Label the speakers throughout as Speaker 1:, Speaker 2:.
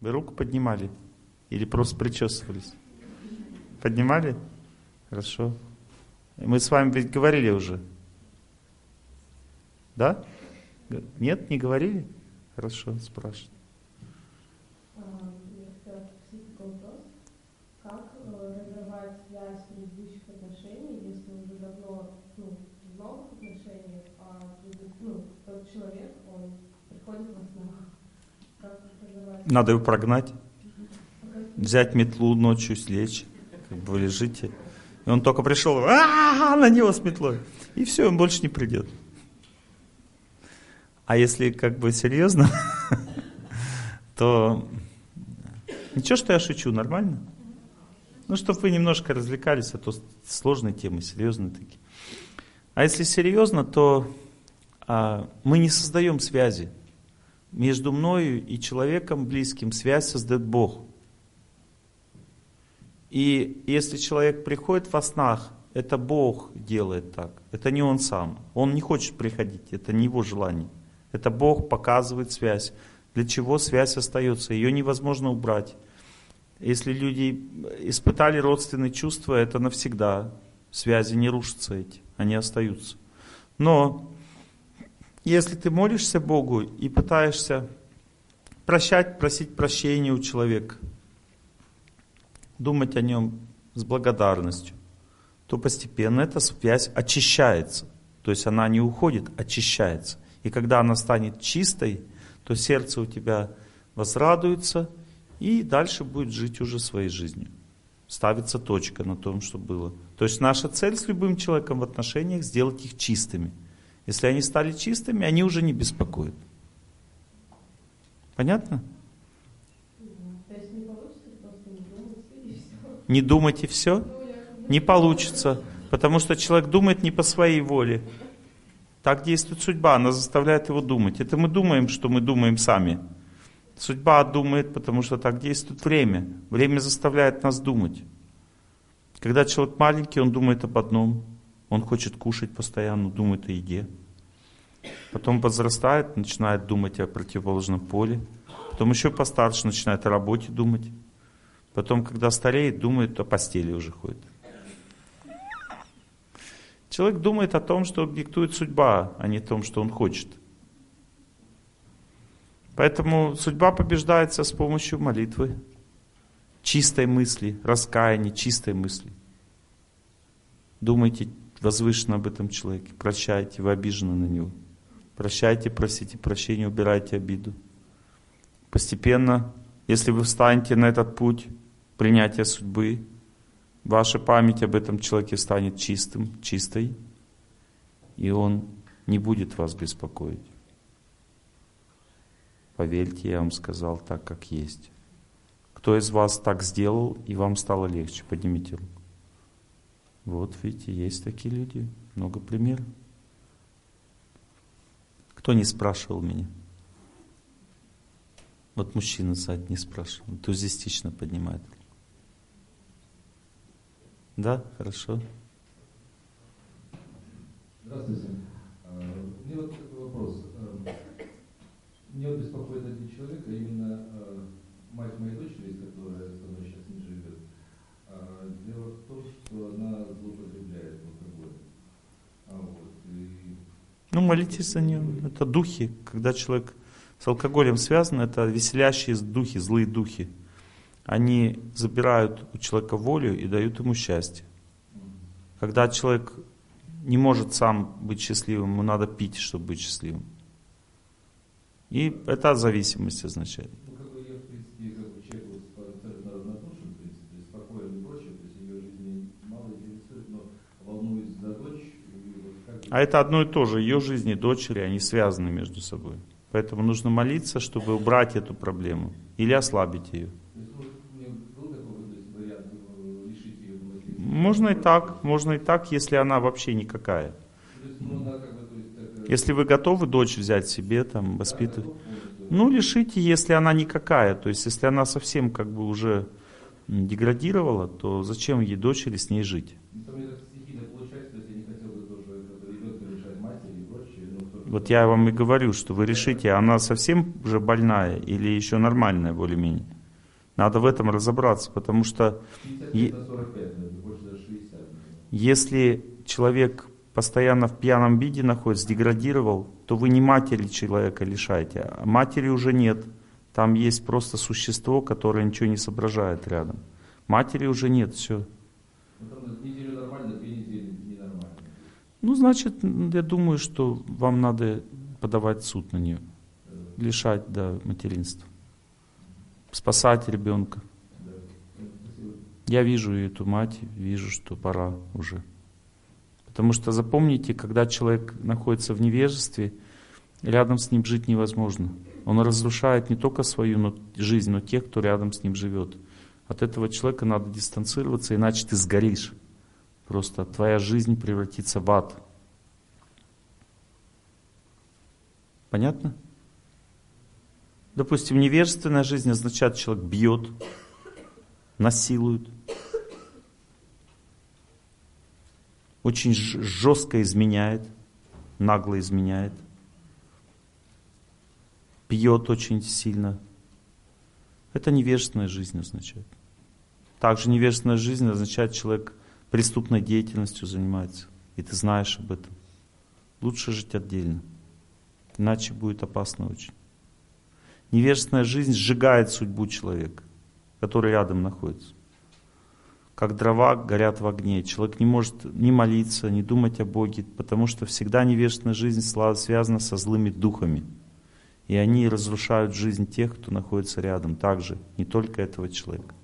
Speaker 1: Вы руку поднимали? Или просто причесывались? Поднимали? Хорошо. Мы с вами ведь говорили уже. Да? Нет, не говорили? Хорошо, спрашиваю.
Speaker 2: Я хотела спросить такой вопрос. Как разорвать связь предыдущих отношений, если уже давно в новых отношениях, а тот человек, он приходит во снах? Как разорвать?
Speaker 1: Надо его прогнать. Взять метлу ночью, слечь. Как бы вы лежите. И он только пришел, на него с метлой. И все, он больше не придет. А если как бы серьезно, то ничего, что я шучу, нормально? Ну, чтобы вы немножко развлекались, а то сложные темы, серьезные такие. А если серьезно, то мы не создаем связи. Между мною и человеком близким связь создает Бог. И если человек приходит во снах, это Бог делает так. Это не он сам. Он не хочет приходить, это не его желание. Это Бог показывает связь. Для чего связь остается? Ее невозможно убрать. Если люди испытали родственные чувства, это навсегда. Связи не рушатся эти, они остаются. Но если ты молишься Богу и пытаешься прощать, просить прощения у человека, думать о нем с благодарностью, то постепенно эта связь очищается. То есть она не уходит, очищается. И когда она станет чистой, то сердце у тебя возрадуется и дальше будет жить уже своей жизнью. Ставится точка на том, что было. То есть наша цель с любым человеком в отношениях сделать их чистыми. Если они стали чистыми, они уже не беспокоят. Понятно?
Speaker 2: То есть не получится просто не думать и все?
Speaker 1: Не думать и все? Не получится. Потому что человек думает не по своей воле. Так действует судьба, она заставляет его думать. Это мы думаем, что мы думаем сами. Судьба думает, потому что так действует время. Время заставляет нас думать. Когда человек маленький, он думает об одном. Он хочет кушать постоянно, думает о еде. Потом возрастает, начинает думать о противоположном поле. Потом еще постарше начинает о работе думать. Потом, когда стареет, думает о постели уже ходит. Человек думает о том, что диктует судьба, а не о том, что он хочет. Поэтому судьба побеждается с помощью молитвы, чистой мысли, раскаяния, чистой мысли. Думайте возвышенно об этом человеке, прощайте, вы обижены на него. Прощайте, просите прощения, убирайте обиду. Постепенно, если вы встанете на этот путь принятия судьбы, ваша память об этом человеке станет чистой, и он не будет вас беспокоить. Поверьте, я вам сказал так, как есть. Кто из вас так сделал, и вам стало легче? Поднимите руку. Вот, видите, есть такие люди, много примеров. Кто не спрашивал меня? Вот мужчина сзади не спрашивал, энтузиастично поднимает руку. Да, хорошо.
Speaker 3: Здравствуйте. Мне вот такой вопрос. Меня вот беспокоит один человек, а именно мать моей дочери, которая со мной сейчас не живет. Дело в том, что она злоупотребляет алкоголем.
Speaker 1: Ну, молитесь за нее. Это духи. Когда человек с алкоголем связан, это веселящие духи, злые духи. Они забирают у человека волю и дают ему счастье. Когда человек не может сам быть счастливым, ему надо пить, чтобы быть счастливым. И это зависимость означает.
Speaker 3: Ну, как бы я, в принципе, как бы человек абсолютно равнодушен, в принципе, спокоен и прочее, то есть ее жизнь мало интересует, но волнуюсь за дочь. И вот как бы...
Speaker 1: А это одно и то же. Ее жизнь и дочери, они связаны между собой. Поэтому нужно молиться, чтобы убрать эту проблему или ослабить ее. Можно и так, если она вообще никакая. Если вы готовы дочь взять себе, там, воспитывать, ну, лишите, если она никакая. То есть, если она совсем как бы уже деградировала, то зачем ей дочери с ней жить? Вот я вам и говорю, что вы решите, она совсем уже больная или еще нормальная более-менее. Надо в этом разобраться, потому что
Speaker 3: 55 на 45, наверное, больше даже 60.
Speaker 1: если человек постоянно в пьяном виде находится, деградировал, то вы не матери человека лишаете, а матери уже нет. Там есть просто существо, которое ничего не соображает рядом. Матери уже нет, все.
Speaker 3: Ну, там неделю нормально, 2 недели ненормально.
Speaker 1: Ну, значит, я думаю, что вам надо подавать в суд на нее. Лишать, да, материнства. Спасать ребенка.
Speaker 3: Да. Спасибо.
Speaker 1: Я вижу эту мать, вижу, что пора уже. Потому что запомните, когда человек находится в невежестве, рядом с ним жить невозможно. Он разрушает не только свою жизнь, но тех, кто рядом с ним живет. От этого человека надо дистанцироваться, иначе ты сгоришь. Просто твоя жизнь превратится в ад. Понятно? Допустим, невежественная жизнь означает, что человек бьет, насилует, очень жестко изменяет, нагло изменяет, пьет очень сильно. Это невежественная жизнь означает. Также невежественная жизнь означает, человек преступной деятельностью занимается, и ты знаешь об этом. Лучше жить отдельно, иначе будет опасно очень. Невежественная жизнь сжигает судьбу человека, который рядом находится. Как дрова горят в огне. Человек не может ни молиться, ни думать о Боге, потому что всегда невежественная жизнь связана со злыми духами. И они разрушают жизнь тех, кто находится рядом. Также, не только этого человека.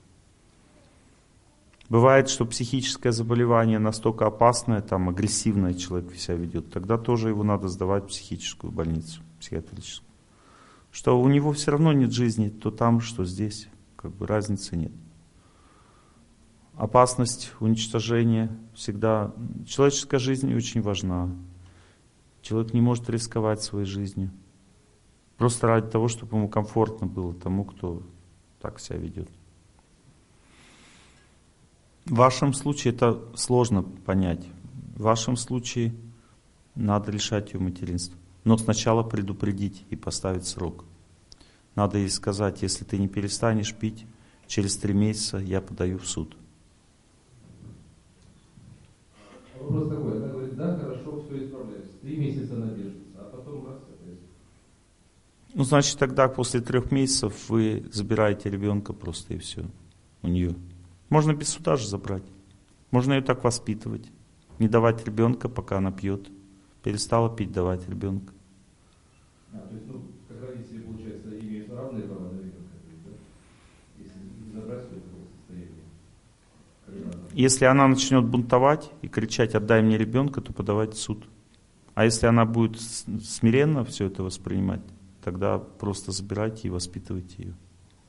Speaker 1: Бывает, что психическое заболевание настолько опасное, там агрессивное человек себя ведет, тогда тоже его надо сдавать в психическую больницу, психиатрическую. Что у него все равно нет жизни, то там, что здесь, как бы разницы нет. Опасность уничтожения всегда. Человеческая жизнь очень важна. Человек не может рисковать своей жизнью. Просто ради того, чтобы ему комфортно было, тому, кто так себя ведет. В вашем случае это сложно понять. В вашем случае надо лишать ее материнства. Но сначала предупредить и поставить срок. Надо ей сказать, если ты не перестанешь пить, через 3 месяца я подаю в суд.
Speaker 3: Вопрос такой, она говорит, да, хорошо, все исправляется. 3 месяца она держится, а потом раз, опять.
Speaker 1: Ну, значит, тогда после 3 месяцев вы забираете ребенка просто и все у нее. Можно без суда же забрать. Можно ее так воспитывать. Не давать ребенка, пока она пьет. Перестала пить, давать ребенка.
Speaker 3: То есть, ну, как родители, получается, имеют равные права на ребенка, да? Если не забрать в это состояние.
Speaker 1: Если она начнет бунтовать и кричать «отдай мне ребенка», то подавать в суд. А если она будет смиренно все это воспринимать, тогда просто забирайте и воспитывайте ее.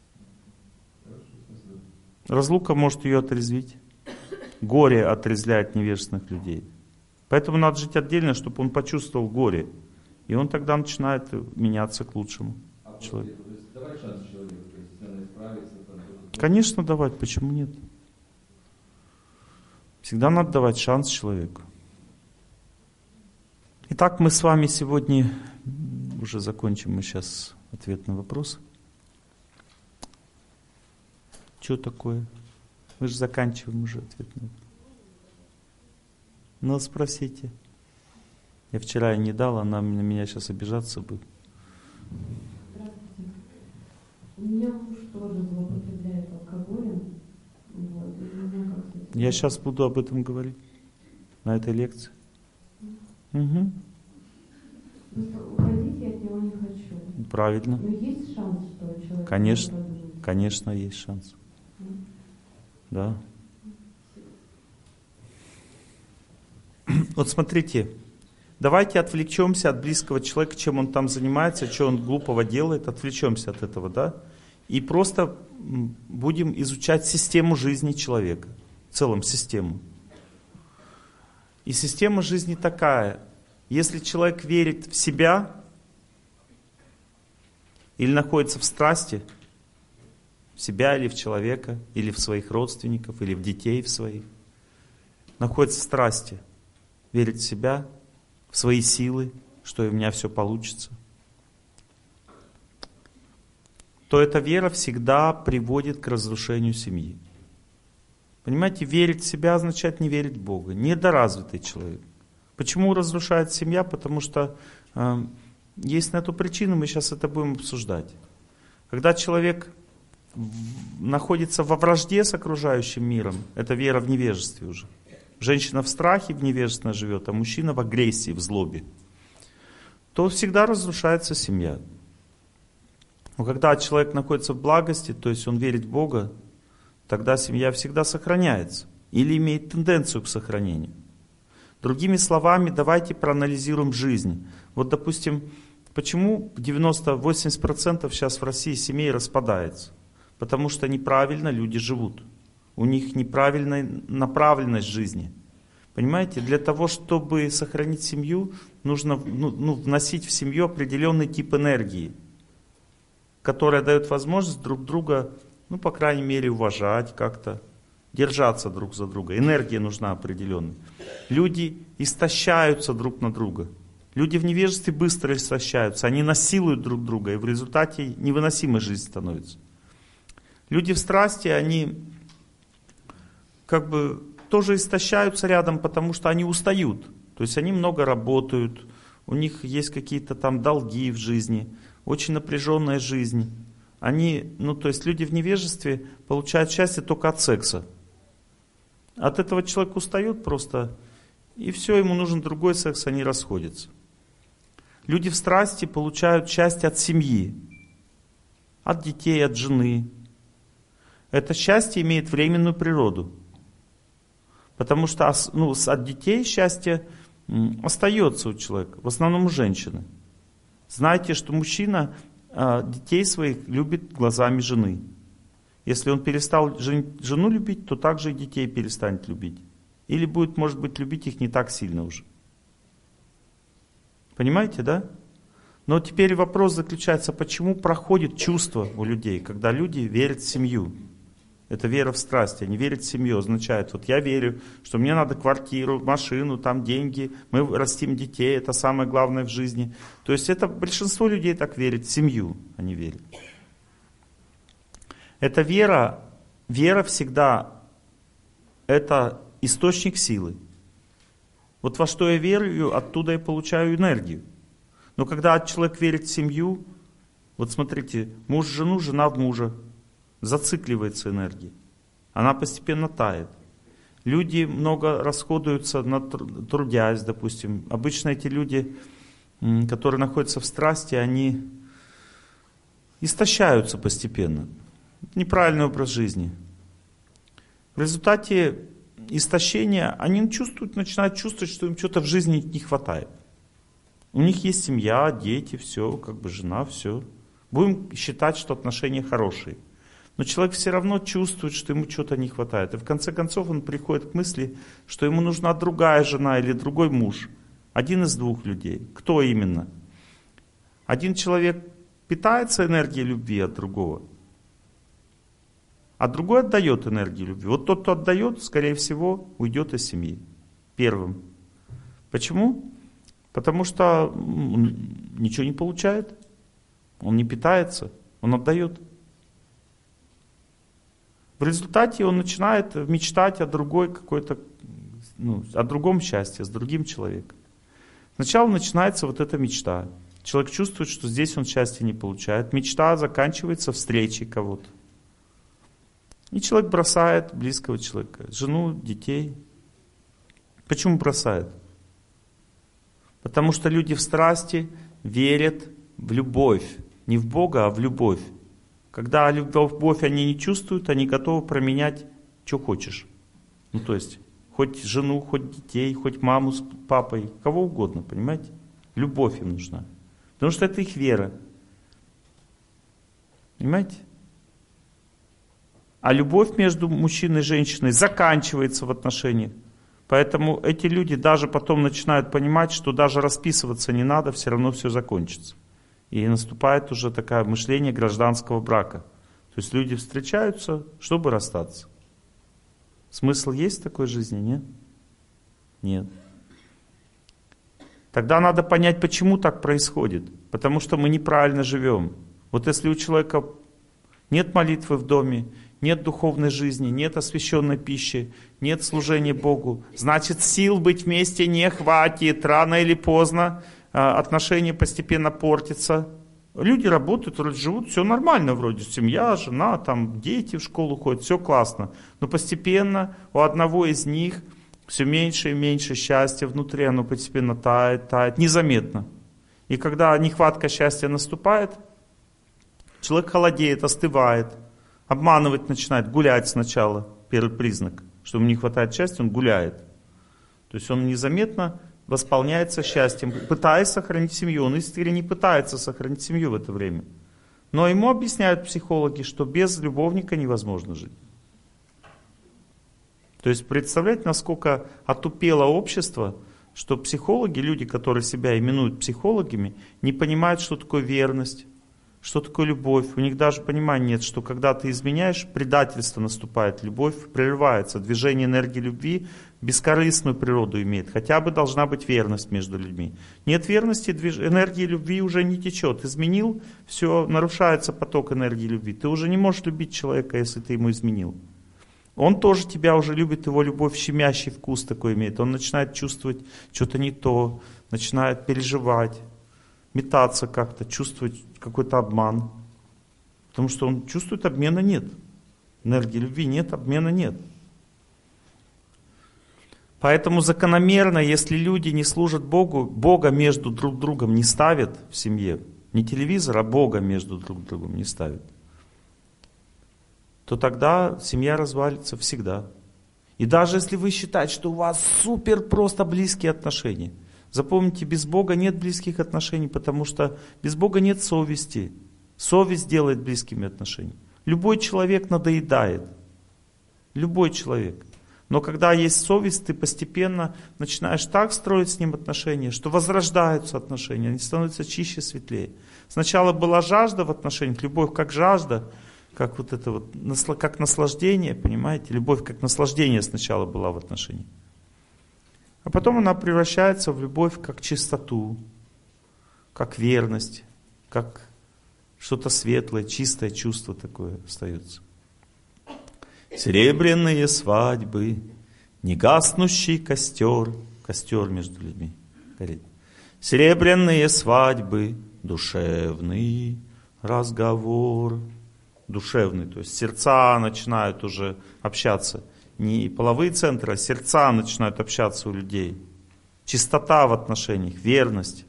Speaker 1: Разлука может ее отрезвить. Горе отрезвляет невежественных людей. Поэтому надо жить отдельно, чтобы он почувствовал горе. И он тогда начинает меняться к лучшему. Человек.
Speaker 3: То есть давать шанс человеку, если она исправится?
Speaker 1: Конечно давать, почему нет? Всегда надо давать шанс человеку. Итак, мы с вами сегодня уже закончим мы сейчас ответ на вопрос. Что такое? Мы же заканчиваем уже ответ на вопрос. Ну, спросите. Я вчера не дал, она на меня сейчас обижаться будет.
Speaker 2: Здравствуйте. У меня муж тоже злоупотребляет алкоголем. Вот, и у меня как с этим?
Speaker 1: Я сейчас буду об этом говорить на этой лекции. Угу.
Speaker 2: Просто уходить я от него не хочу.
Speaker 1: Правильно.
Speaker 2: Но есть шанс, что человек...
Speaker 1: Конечно.
Speaker 2: продумает?
Speaker 1: Конечно, есть шанс. Да. Вот смотрите, давайте отвлечемся от близкого человека, чем он там занимается, что он глупого делает, отвлечемся от этого, да? И просто будем изучать систему жизни человека, в целом систему. И система жизни такая, если человек верит в себя или находится в страсти, в себя или в человека, или в своих родственников, или в детей в своих, находится в страсти, верит в себя, в свои силы, что у меня все получится. то эта вера всегда приводит к разрушению семьи. Понимаете, верить в себя означает не верить в Бога. Недоразвитый человек. Почему разрушает семья? Потому что есть на эту причину, мы сейчас это будем обсуждать. Когда человек находится во вражде с окружающим миром, это вера в невежестве уже. Женщина в страхе, в невежестве живет, а мужчина в агрессии, в злобе. То всегда разрушается семья. Но когда человек находится в благости, то есть он верит в Бога, тогда семья всегда сохраняется или имеет тенденцию к сохранению. Другими словами, давайте проанализируем жизнь. Вот, допустим, почему 90-80% сейчас в России семей распадается? Потому что неправильно люди живут. У них неправильная направленность жизни. Понимаете, для того, чтобы сохранить семью, нужно вносить в семью определенный тип энергии, которая дает возможность друг друга, по крайней мере, уважать как-то, держаться друг за друга. Энергия нужна определенная. Люди истощаются друг на друга. Люди в невежестве быстро истощаются, они насилуют друг друга, и в результате невыносимой жизнь становится. Люди в страсти, они тоже истощаются рядом, потому что они устают. То есть они много работают, у них есть какие-то там долги в жизни, очень напряженная жизнь. Люди в невежестве получают счастье только от секса. От этого человек устает просто, и все, ему нужен другой секс, они расходятся. Люди в страсти получают счастье от семьи, от детей, от жены. Это счастье имеет временную природу. Потому что от детей счастье остается у человека, в основном у женщины. Знаете, что мужчина детей своих любит глазами жены. Если он перестал жену любить, то также и детей перестанет любить. Или будет, может быть, любить их не так сильно уже. Понимаете, да? Но теперь вопрос заключается, почему проходит чувство у людей, когда люди верят в семью. Это вера в страсть, они верят в семью, означает, вот я верю, что мне надо квартиру, машину, там деньги, мы растим детей, это самое главное в жизни. То есть это большинство людей так верит, в семью они верят. Эта вера всегда, это источник силы. Вот во что я верю, оттуда я получаю энергию. Но когда человек верит в семью, вот смотрите, муж в жену, жена в мужа, зацикливается энергия. Она постепенно тает. Люди много расходуются, трудясь, допустим. Обычно эти люди, которые находятся в страсти, они истощаются постепенно. Неправильный образ жизни. В результате истощения они начинают чувствовать, что им что-то в жизни не хватает. У них есть семья, дети, все, жена, все. Будем считать, что отношения хорошие. Но человек все равно чувствует, что ему чего-то не хватает. И в конце концов он приходит к мысли, что ему нужна другая жена или другой муж. Один из двух людей. Кто именно? Один человек питается энергией любви от другого, а другой отдает энергию любви. Вот тот, кто отдает, скорее всего, уйдет из семьи первым. Почему? Потому что он ничего не получает, он не питается, он отдает. В результате он начинает мечтать о другой о другом счастье, с другим человеком. Сначала начинается вот эта мечта. Человек чувствует, что здесь он счастья не получает. Мечта заканчивается встречей кого-то. И человек бросает близкого человека, жену, детей. Почему бросает? Потому что люди в страсти верят в любовь. Не в Бога, а в любовь. Когда любовь они не чувствуют, они готовы променять, что хочешь. То есть, хоть жену, хоть детей, хоть маму с папой, кого угодно, понимаете? Любовь им нужна. Потому что это их вера. Понимаете? А любовь между мужчиной и женщиной заканчивается в отношениях. Поэтому эти люди даже потом начинают понимать, что даже расписываться не надо, все равно все закончится. И наступает уже такое мышление гражданского брака. То есть люди встречаются, чтобы расстаться. Смысл есть в такой жизни, нет? Нет. Тогда надо понять, почему так происходит. Потому что мы неправильно живем. Вот если у человека Нет молитвы в доме, нет духовной жизни, нет освященной пищи, нет служения Богу. Значит, сил быть вместе не хватит. Рано или поздно отношения постепенно портятся. Люди работают, вроде живут, все нормально вроде. Семья, жена, там дети в школу ходят, все классно. Но постепенно у одного из них все меньше и меньше счастья внутри, оно постепенно тает, незаметно. И когда нехватка счастья наступает, человек холодеет, остывает, обманывать начинает, гулять сначала. Первый признак, что ему не хватает счастья, он гуляет. То есть он незаметно восполняется счастьем, пытаясь сохранить семью. Он искренне пытается сохранить семью в это время. Но ему объясняют психологи, что без любовника невозможно жить. То есть представляете, насколько отупело общество, что психологи, люди, которые себя именуют психологами, не понимают, что такое верность, что такое любовь. У них даже понимания нет, что когда ты изменяешь, предательство наступает, любовь прерывается, движение энергии любви бескорыстную природу имеет. Хотя бы должна быть верность между людьми. Нет верности, энергии любви уже не течет. Изменил, все, нарушается поток энергии любви. Ты уже не можешь любить человека, если ты ему изменил. Он тоже тебя уже любит, его любовь щемящий вкус такой имеет. Он начинает чувствовать что-то не то, начинает переживать, метаться как-то, чувствовать какой-то обман. Потому что он чувствует, обмена нет. Энергии любви нет, обмена нет. Поэтому закономерно, если люди не служат Богу, Бога между друг другом не ставят в семье, не телевизор, а Бога между друг другом не ставят, то тогда семья развалится всегда. И даже если вы считаете, что у вас супер просто близкие отношения, запомните, без Бога нет близких отношений, потому что без Бога нет совести. Совесть делает близкими отношениями. Любой человек надоедает. Любой человек. Но когда есть совесть, ты постепенно начинаешь так строить с ним отношения, что возрождаются отношения, они становятся чище, светлее. Сначала была жажда в отношениях, любовь как жажда, как вот это вот, как наслаждение, понимаете? Любовь как наслаждение сначала была в отношениях. А потом она превращается в любовь как чистоту, как верность, как что-то светлое, чистое чувство такое остается. Серебряные свадьбы, негаснущий костер, костер между людьми горит. Серебряные свадьбы, душевный разговор. Душевный, то есть сердца начинают уже общаться. Не половые центры, а сердца начинают общаться у людей. Чистота в отношениях, верность.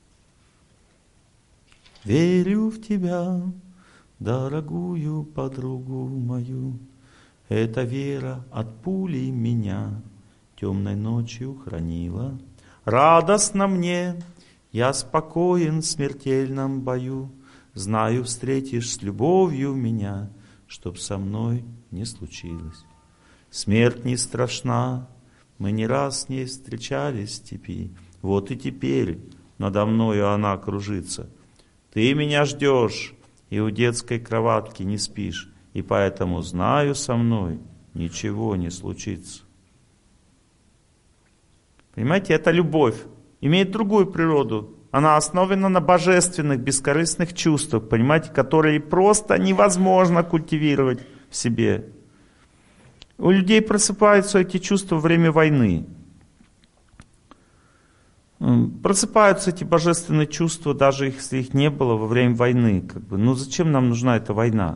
Speaker 1: Верю в тебя, дорогую подругу мою. Эта вера от пули меня темной ночью хранила. Радостно мне, я спокоен в смертельном бою. Знаю, встретишь с любовью меня, чтоб со мной не случилось. Смерть не страшна, мы не раз с ней встречались в степи. Вот и теперь надо мною она кружится. Ты меня ждешь, и у детской кроватки не спишь, и поэтому знаю, со мной ничего не случится. Понимаете, это любовь. Имеет другую природу. Она основана на божественных, бескорыстных чувствах, понимаете, которые просто невозможно культивировать в себе. У людей просыпаются эти чувства во время войны. Просыпаются эти божественные чувства, даже если их не было во время войны. Ну зачем нам нужна эта война?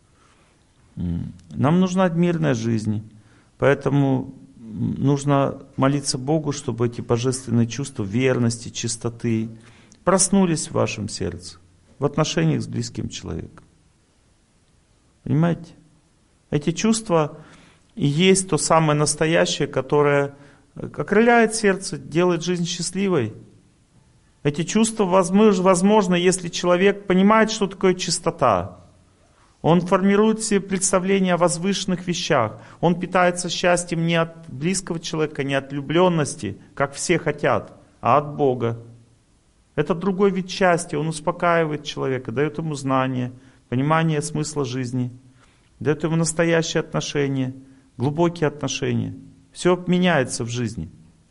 Speaker 1: Нам нужна мирная жизнь. Поэтому нужно молиться Богу, чтобы эти божественные чувства верности, чистоты проснулись в вашем сердце, в отношениях с близким человеком. Понимаете? Эти чувства и есть то самое настоящее, которое окрыляет сердце, делает жизнь счастливой. Эти чувства возможны, если человек понимает, что такое чистота. Он формирует себе представление о возвышенных вещах. Он питается счастьем не от близкого человека, не от влюбленности, как все хотят, а от Бога. Это другой вид счастья. Он успокаивает человека, дает ему знания, понимание смысла жизни, дает ему настоящие отношения, глубокие отношения. Все меняется в жизни.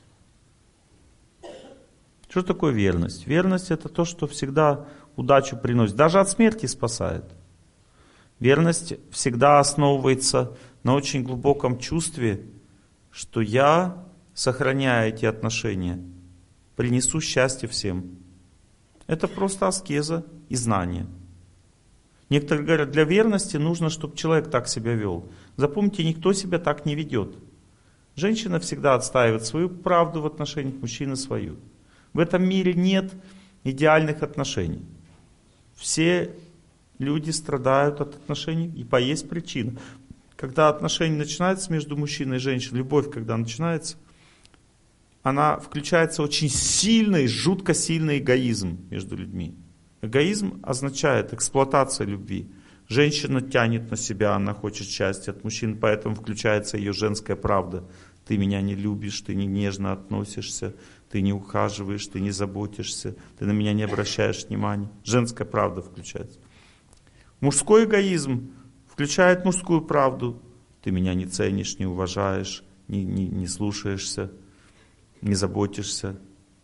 Speaker 1: Что такое верность? Верность — это то, что всегда удачу приносит. Даже от смерти спасает. Верность всегда основывается на очень глубоком чувстве, что я, сохраняя эти отношения, принесу счастье всем. Это просто аскеза и знание. Некоторые говорят, для верности нужно, чтобы человек так себя вел. Запомните, никто себя так не ведет. Женщина всегда отстаивает свою правду в отношениях, мужчина свою. В этом мире нет идеальных отношений. Все люди страдают от отношений, и есть причина. Когда отношения начинаются между мужчиной и женщиной, любовь, когда начинается, она включается очень сильный, жутко сильный эгоизм между людьми. Эгоизм означает эксплуатация любви. Женщина тянет на себя, она хочет счастья от мужчин, поэтому включается ее женская правда. Ты меня не любишь, ты не нежно относишься, ты не ухаживаешь, ты не заботишься, ты на меня не обращаешь внимания. Женская правда включается. Мужской эгоизм включает мужскую правду. Ты меня не ценишь, не уважаешь, не слушаешься, не заботишься.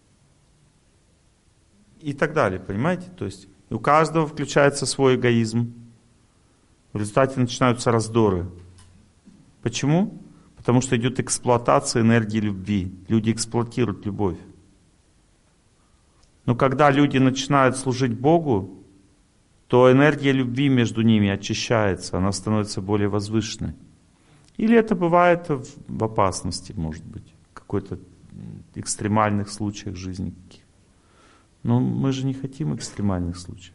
Speaker 1: И так далее, понимаете? То есть у каждого включается свой эгоизм. В результате начинаются раздоры. Почему? Потому что идет эксплуатация энергии любви. Люди эксплуатируют любовь. Но когда люди начинают служить Богу, то энергия любви между ними очищается, она становится более возвышенной. Или это бывает в опасности, может быть, в какой-то экстремальных случаях жизни. Но мы же не хотим экстремальных случаев.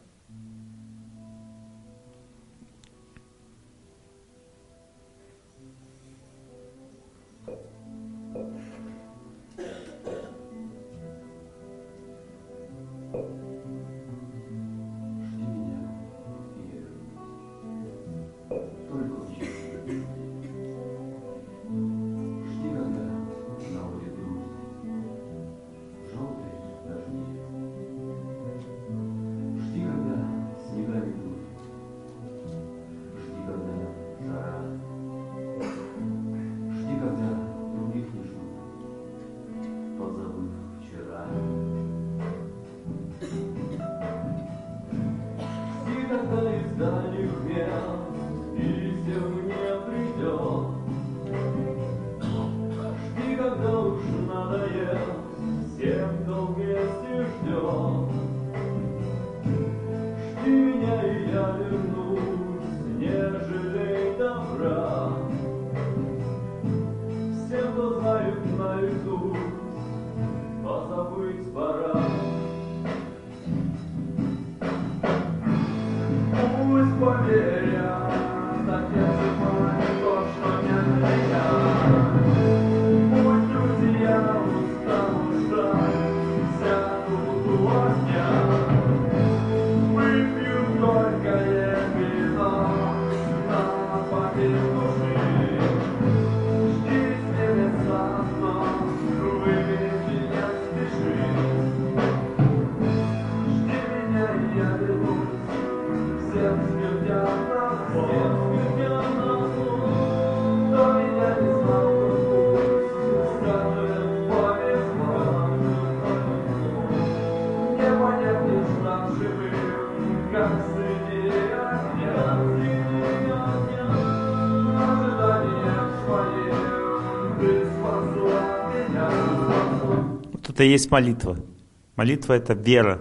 Speaker 1: Это и есть молитва. Молитва — это вера.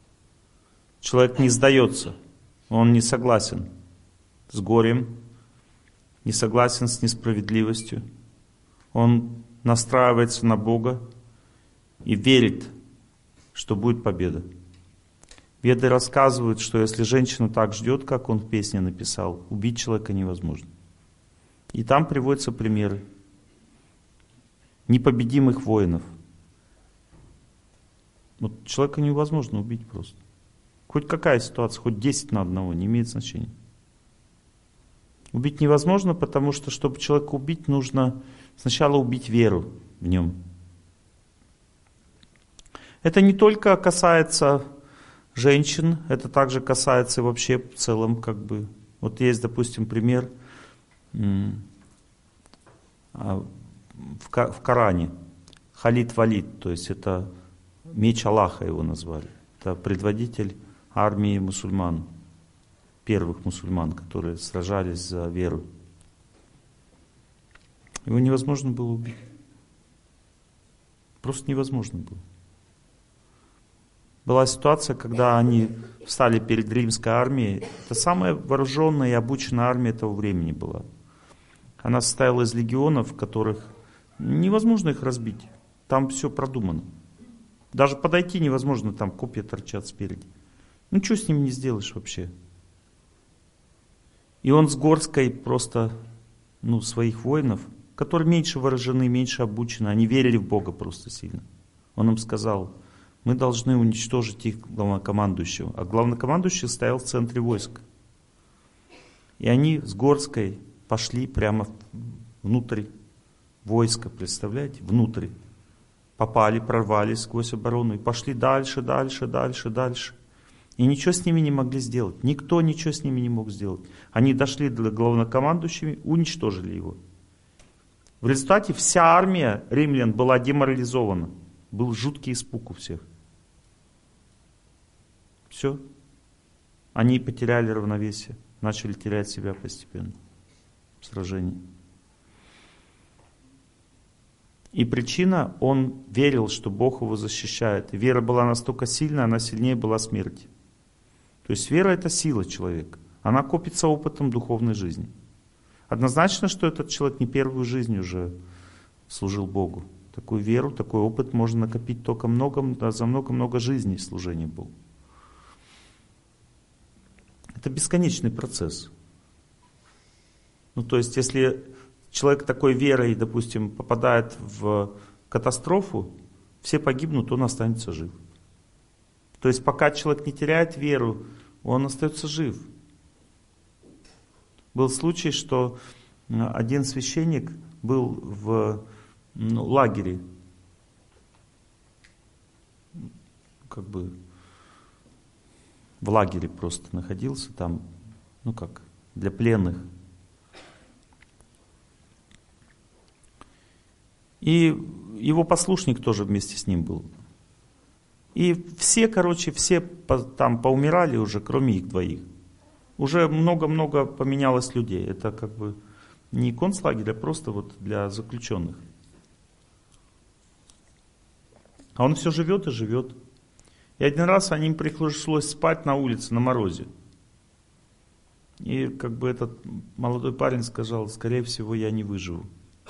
Speaker 1: Человек не сдается, он не согласен с горем, не согласен с несправедливостью. Он настраивается на Бога и верит, что будет победа. Веды рассказывают, что если женщина так ждет, как он в песне написал, убить человека невозможно. И там приводятся примеры непобедимых воинов. Вот человека невозможно убить просто. Хоть какая ситуация, хоть 10 на 1, не имеет значения. Убить невозможно, потому что, чтобы человека убить, нужно сначала убить веру в нем. Это не только касается женщин, это также касается и вообще в целом, как бы. Вот есть, допустим, пример в Коране. Халид Валид, то есть это меч Аллаха его назвали. Это предводитель армии мусульман. первых мусульман, которые сражались за веру. Его невозможно было убить. Просто невозможно было. Была ситуация, когда они встали перед римской армией. Это самая вооруженная и обученная армия этого времени была. Она состояла из легионов, которых невозможно их разбить. Там все продумано. Даже подойти невозможно, там копья торчат спереди. Ну что с ними не сделаешь вообще? И он с горсткой просто, своих воинов, которые меньше вооружены, меньше обучены, они верили в Бога просто сильно. Он им сказал: мы должны уничтожить их главнокомандующего. А главнокомандующий стоял в центре войска. И они с горсткой пошли прямо внутрь войска, представляете, внутрь. Попали, прорвались сквозь оборону и пошли дальше, дальше, дальше, дальше. И ничего с ними не могли сделать. Никто ничего с ними не мог сделать. Они дошли до главнокомандующего, уничтожили его. В результате вся армия римлян была деморализована. Был жуткий испуг у всех. Все. Они потеряли равновесие. Начали терять себя постепенно в сражении. И причина, он верил, что Бог его защищает. И вера была настолько сильная, она сильнее была смерти. То есть вера — это сила человека. Она копится опытом духовной жизни. Однозначно, что этот человек не первую жизнь уже служил Богу. Такую веру, такой опыт можно накопить только за много-много жизней служения Богу. Это бесконечный процесс. То есть, если человек такой верой, допустим, попадает в катастрофу, все погибнут, он останется жив. То есть, пока человек не теряет веру, он остается жив. Был случай, что один священник был в лагере, в лагере просто находился там, для пленных. И его послушник тоже вместе с ним был. И все там поумирали уже, кроме их двоих. Уже много-много поменялось людей. Это не концлагерь, а просто для заключенных. А он все живет и живет. И один раз им пришлось спать на улице, на морозе. И этот молодой парень сказал: скорее всего, я не выживу.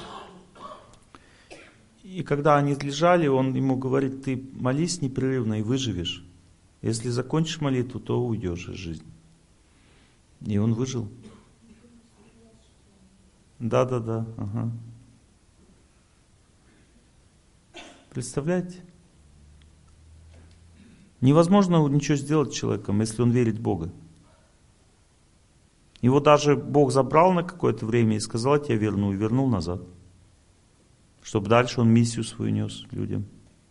Speaker 1: И когда они лежали, он ему говорит: ты молись непрерывно и выживешь. Если закончишь молитву, то уйдешь из жизни. И он выжил. Да. Ага. Представляете? Невозможно ничего сделать с человеком, если он верит в Бога. Его даже Бог забрал на какое-то время и сказал: я тебя верну, и вернул назад. Чтобы дальше он миссию свою нес людям.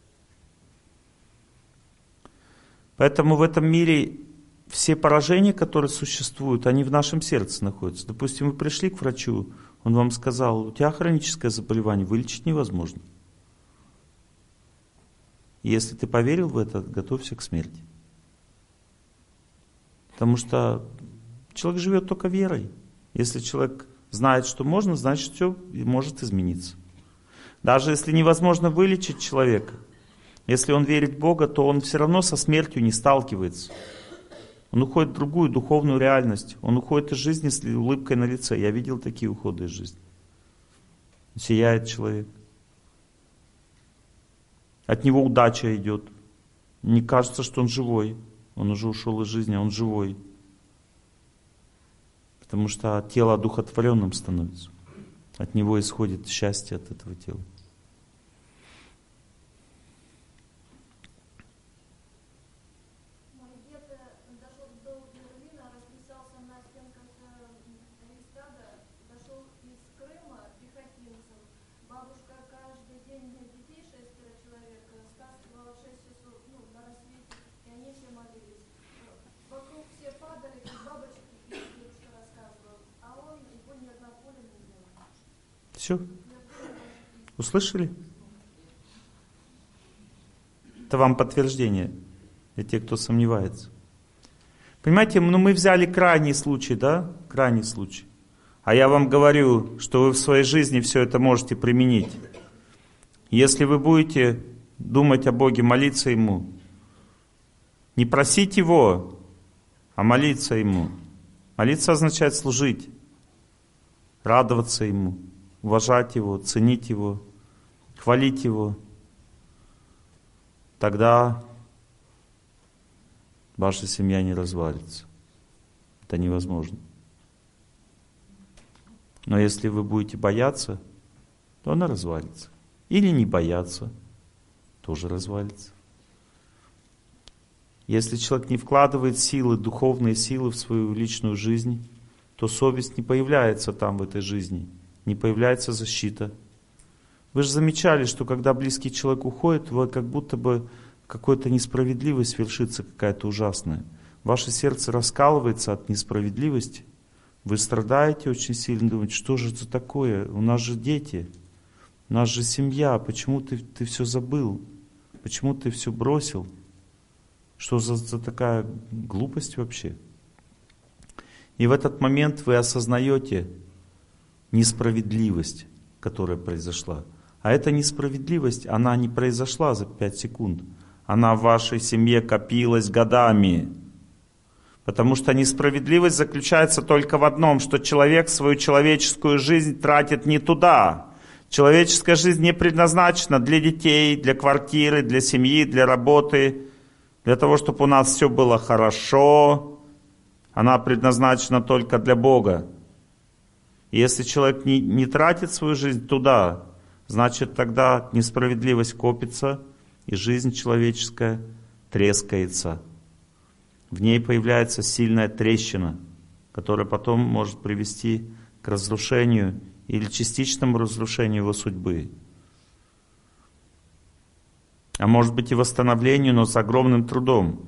Speaker 1: Поэтому в этом мире все поражения, которые существуют, они в нашем сердце находятся. Допустим, вы пришли к врачу, он вам сказал: у тебя хроническое заболевание, вылечить невозможно. Если ты поверил в это, готовься к смерти. Потому что человек живет только верой. Если человек знает, что можно, значит, все может измениться. Даже если невозможно вылечить человека, если он верит в Бога, то он все равно со смертью не сталкивается. Он уходит в другую духовную реальность. Он уходит из жизни с улыбкой на лице. Я видел такие уходы из жизни. Сияет человек. От него удача идет. Не кажется, что он живой. Он уже ушел из жизни, а он живой. Потому что тело одухотворенным становится. От него исходит счастье от этого тела. Все. Услышали? Это вам подтверждение для тех, кто сомневается. Понимаете, ну мы взяли крайний случай, да? Крайний случай. А я вам говорю, что вы в своей жизни все это можете применить. Если вы будете думать о Боге, молиться Ему, не просить Его, а молиться Ему. Молиться означает служить, радоваться Ему, уважать Его, ценить Его, хвалить Его. Тогда ваша семья не развалится. Это невозможно. Но если вы будете бояться, то она развалится. Или не бояться, тоже развалится. Если человек не вкладывает силы, духовные силы в свою личную жизнь, то совесть не появляется там, в этой жизни. Не появляется защита. Вы же замечали, что когда близкий человек уходит, вы как будто бы какая-то несправедливость вершится, какая-то ужасная. Ваше сердце раскалывается от несправедливости. Вы страдаете очень сильно, думаете, что же это такое? У нас же дети, у нас же семья, почему ты все забыл? Почему ты все бросил? Что за такая глупость вообще? И в этот момент вы осознаете несправедливость, которая произошла. А эта несправедливость, она не произошла за 5 секунд. Она в вашей семье копилась годами. Потому что несправедливость заключается только в одном, что человек свою человеческую жизнь тратит не туда. Человеческая жизнь не предназначена для детей, для квартиры, для семьи, для работы, для того, чтобы у нас все было хорошо. Она предназначена только для Бога. И если человек не тратит свою жизнь туда, значит тогда несправедливость копится, и жизнь человеческая трескается. В ней появляется сильная трещина, которая потом может привести к разрушению или частичному разрушению его судьбы. А может быть и восстановлению, но с огромным трудом.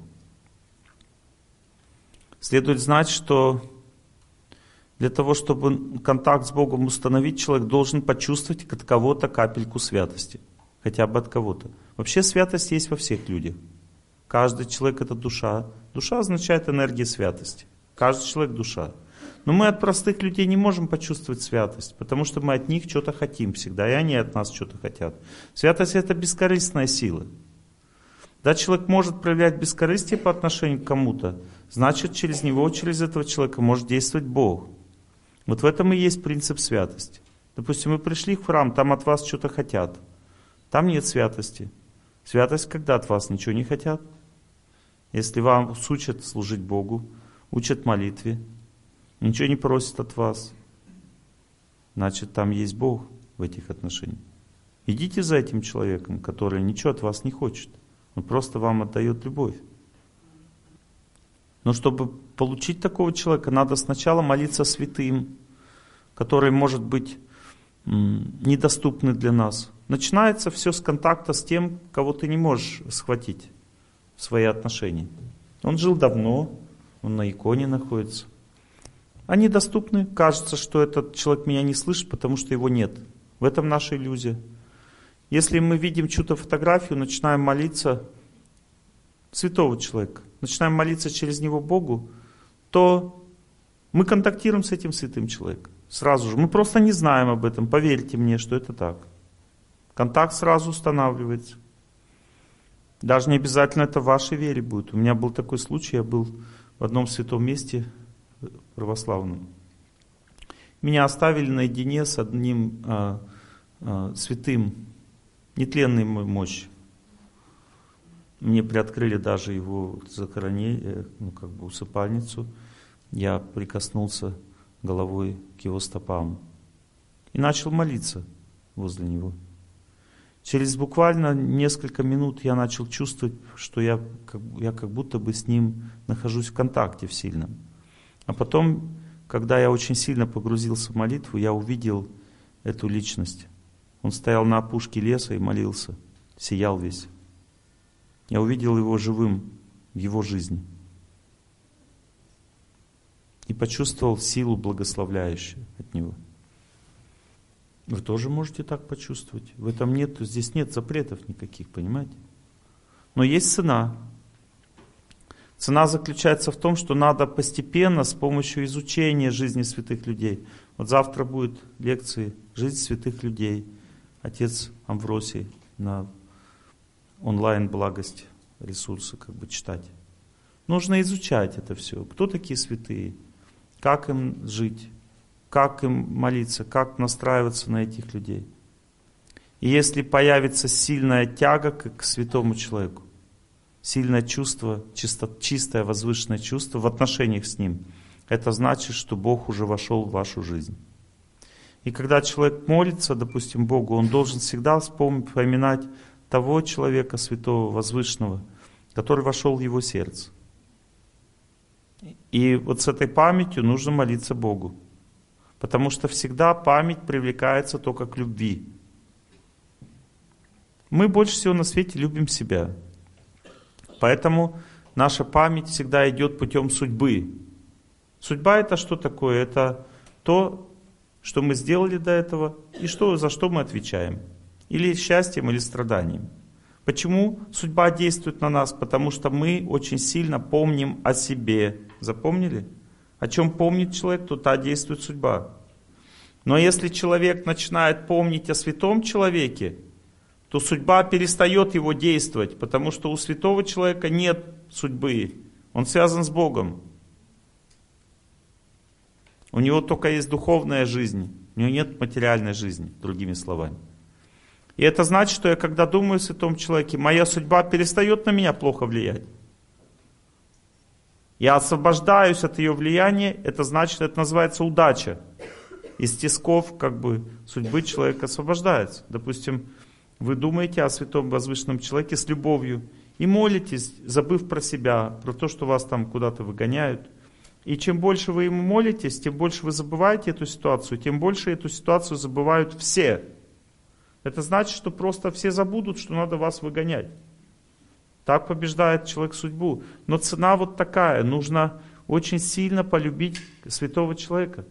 Speaker 1: Следует знать, что для того, чтобы контакт с Богом установить, человек должен почувствовать от кого-то капельку святости. Хотя бы от кого-то. Вообще святость есть во всех людях. Каждый человек — это душа. Душа означает энергия святости. Каждый человек — душа. Но мы от простых людей не можем почувствовать святость, потому что мы от них что-то хотим всегда, и они от нас что-то хотят. Святость — это бескорыстная сила. Да, человек может проявлять бескорыстие по отношению к кому-то, значит, через него, через этого человека может действовать Бог. Вот в этом и есть принцип святости. Допустим, вы пришли в храм, там от вас что-то хотят. Там нет святости. Святость, когда от вас ничего не хотят. Если вам учат служить Богу, учат молитве, ничего не просят от вас, значит, там есть Бог в этих отношениях. Идите за этим человеком, который ничего от вас не хочет. Он просто вам отдает любовь. Но чтобы получить такого человека, надо сначала молиться святым, который может быть недоступны для нас. Начинается все с контакта с тем, кого ты не можешь схватить в свои отношения. Он жил давно, он на иконе находится. Они доступны. Кажется, что этот человек меня не слышит, потому что его нет. В этом наша иллюзия. Если мы видим чью-то фотографию, начинаем молиться святого человека, начинаем молиться через него Богу, то мы контактируем с этим святым человеком. Сразу же. Мы просто не знаем об этом. Поверьте мне, что это так. Контакт сразу устанавливается. Даже не обязательно это в вашей вере будет. У меня был такой случай, я был в одном святом месте православном. Меня оставили наедине с одним святым, нетленной мощи. Мне приоткрыли даже его захоронение, усыпальницу. Я прикоснулся головой к его стопам и начал молиться возле него. Через буквально несколько минут я начал чувствовать, что я как будто бы с ним нахожусь в контакте в сильном. А потом, когда я очень сильно погрузился в молитву, я увидел эту личность. Он стоял на опушке леса и молился, сиял весь. Я увидел его живым в его жизни. И почувствовал силу благословляющую от него. Вы тоже можете так почувствовать. В этом здесь нет запретов никаких, понимаете? Но есть цена. Цена заключается в том, что надо постепенно с помощью изучения жизни святых людей. Вот завтра будет лекции «Жизнь святых людей». Отец Амвросий на онлайн-благость ресурсы читать. Нужно изучать это все. Кто такие святые? Как им жить? Как им молиться? Как настраиваться на этих людей? И если появится сильная тяга к святому человеку, сильное чувство, чистое возвышенное чувство в отношениях с ним, это значит, что Бог уже вошел в вашу жизнь. И когда человек молится, допустим, Богу, он должен всегда вспоминать того человека святого, возвышенного, который вошел в его сердце. И вот с этой памятью нужно молиться Богу. Потому что всегда память привлекается только к любви. Мы больше всего на свете любим себя. Поэтому наша память всегда идет путем судьбы. Судьба — это что такое? Это то, что мы сделали до этого, и за что мы отвечаем. Или счастьем, или страданием. Почему судьба действует на нас? Потому что мы очень сильно помним о себе. Запомнили? О чем помнит человек, то та действует судьба. Но если человек начинает помнить о святом человеке, то судьба перестает его действовать, потому что у святого человека нет судьбы. Он связан с Богом. У него только есть духовная жизнь, у него нет материальной жизни, другими словами. И это значит, что я когда думаю о святом человеке, моя судьба перестает на меня плохо влиять. Я освобождаюсь от ее влияния, это значит, это называется удача. Из тисков судьбы человека освобождается. Допустим, вы думаете о святом возвышенном человеке с любовью и молитесь, забыв про себя, про то, что вас там куда-то выгоняют. И чем больше вы ему молитесь, тем больше вы забываете эту ситуацию, тем больше эту ситуацию забывают все. Это значит, что просто все забудут, что надо вас выгонять. Так побеждает человек судьбу. Но цена вот такая. Нужно очень сильно полюбить святого человека.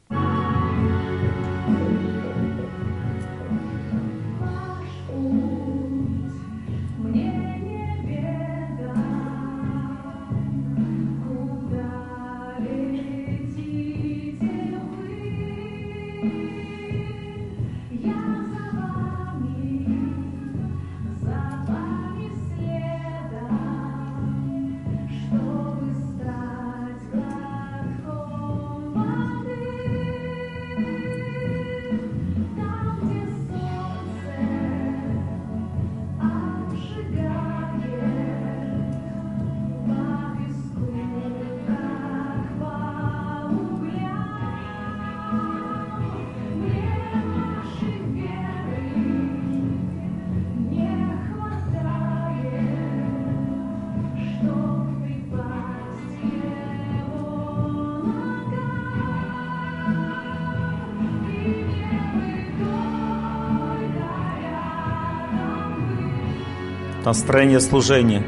Speaker 1: Настроение служения.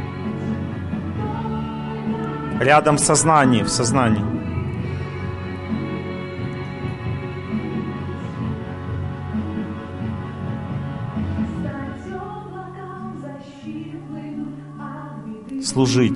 Speaker 1: Рядом в сознании, Служить.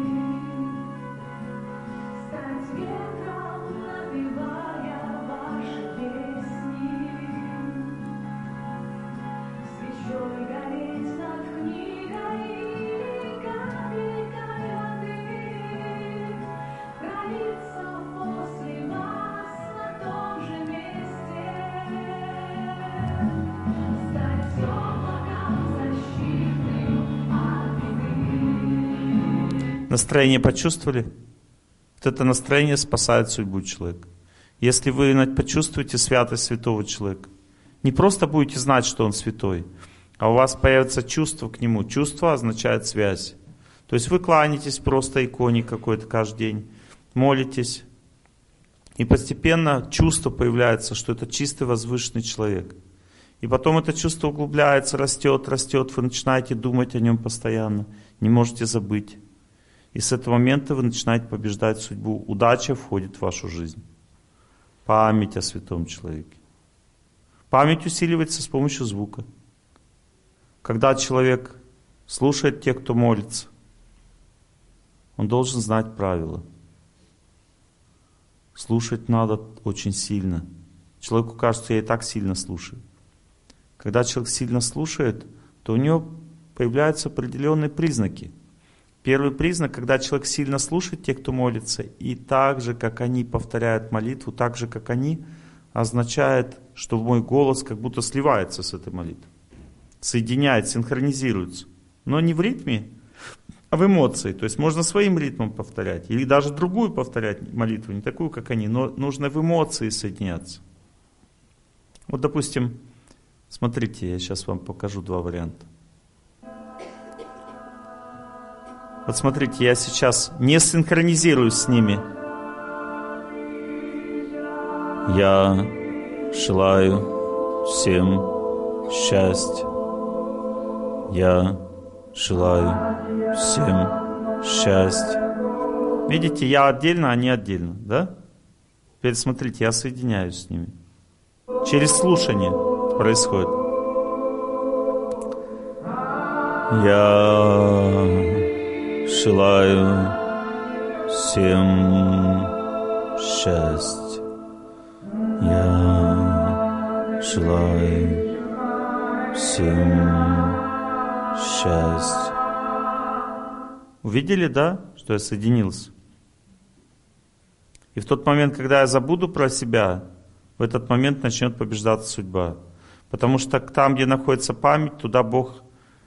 Speaker 1: Настроение почувствовали? Вот это настроение спасает судьбу человека. Если вы почувствуете святость святого человека, не просто будете знать, что он святой, а у вас появится чувство к нему. Чувство означает связь. То есть вы кланяетесь просто иконе какой-то каждый день, молитесь, и постепенно чувство появляется, что это чистый возвышенный человек. И потом это чувство углубляется, растет, вы начинаете думать о нем постоянно, не можете забыть. И с этого момента вы начинаете побеждать судьбу. Удача входит в вашу жизнь. Память о святом человеке. Память усиливается с помощью звука. Когда человек слушает тех, кто молится, Он должен знать правила. Слушать надо очень сильно. Человеку кажется, я и так сильно слушаю. Когда человек сильно слушает, то у него появляются определенные признаки. Первый признак, когда человек сильно слушает тех, кто молится, и так же, как они повторяют молитву, так же, как они, означает, что мой голос как будто сливается с этой молитвой. Соединяет, синхронизируется. Но не в ритме, а в эмоции. То есть можно своим ритмом повторять. Или даже другую повторять молитву, не такую, как они, но нужно в эмоции соединяться. Вот, допустим, смотрите, я сейчас вам покажу два варианта. Вот смотрите, я сейчас не синхронизируюсь с ними. Я желаю всем счастья. Я желаю всем счастья. Видите, я отдельно, они отдельно, да? Теперь смотрите, я соединяюсь с ними. Через слушание происходит. Я желаю всем счастья. Я желаю всем счастья. Увидели, да, что я соединился? И в тот момент, когда я забуду про себя, в этот момент начнет побеждаться судьба. Потому что там, где находится память, туда Бог,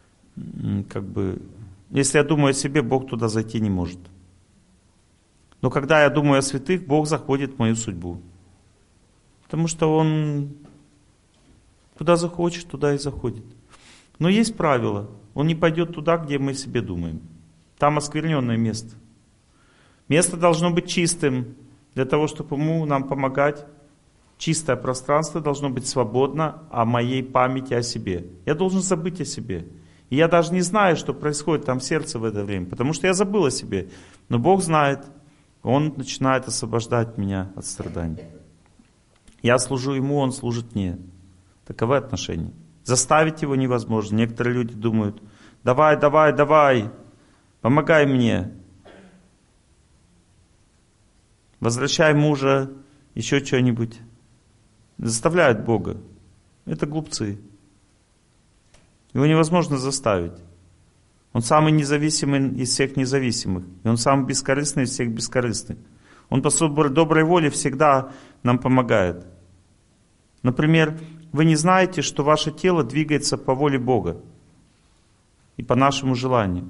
Speaker 1: если я думаю о себе, Бог туда зайти не может. Но когда я думаю о святых, Бог заходит в мою судьбу. Потому что Он куда захочет, туда и заходит. Но есть правило. Он не пойдет туда, где мы себе думаем. Там оскверненное место. Место должно быть чистым. Для того, чтобы ему нам помогать. Чистое пространство должно быть свободно о моей памяти о себе. Я должен забыть о себе. И я даже не знаю, что происходит там в сердце в это время. Потому что я забыл о себе. Но Бог знает. Он начинает освобождать меня от страданий. Я служу Ему, Он служит мне. Таковы отношения. Заставить Его невозможно. Некоторые люди думают: давай, давай, давай, помогай мне. Возвращай мужа, еще что-нибудь. Заставляют Бога. Это глупцы. Его невозможно заставить. Он самый независимый из всех независимых. И Он самый бескорыстный из всех бескорыстных. Он по своей доброй воле всегда нам помогает. Например, вы не знаете, что ваше тело двигается по воле Бога и по нашему желанию.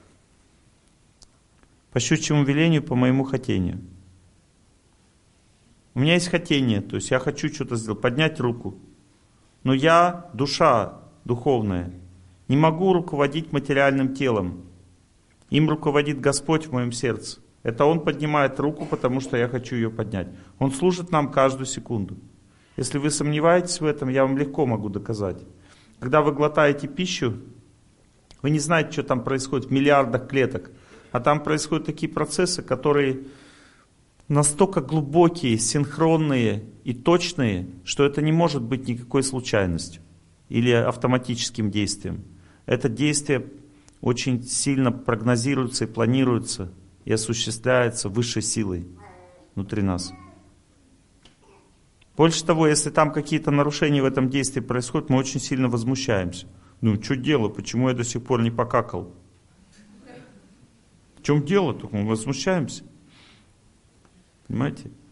Speaker 1: По щучьему велению, по моему хотению. У меня есть хотение, то есть я хочу что-то сделать, поднять руку. Но я, душа духовная, не могу руководить материальным телом. Им руководит Господь в моем сердце. Это Он поднимает руку, потому что я хочу ее поднять. Он служит нам каждую секунду. Если вы сомневаетесь в этом, я вам легко могу доказать. Когда вы глотаете пищу, вы не знаете, что там происходит в миллиардах клеток. А там происходят такие процессы, которые настолько глубокие, синхронные и точные, что это не может быть никакой случайностью или автоматическим действием. Это действие очень сильно прогнозируется и планируется и осуществляется высшей силой внутри нас. Больше того, если там какие-то нарушения в этом действии происходят, мы очень сильно возмущаемся. Ну, что дело? Почему я до сих пор не покакал? В чем дело? Только мы возмущаемся. Понимаете?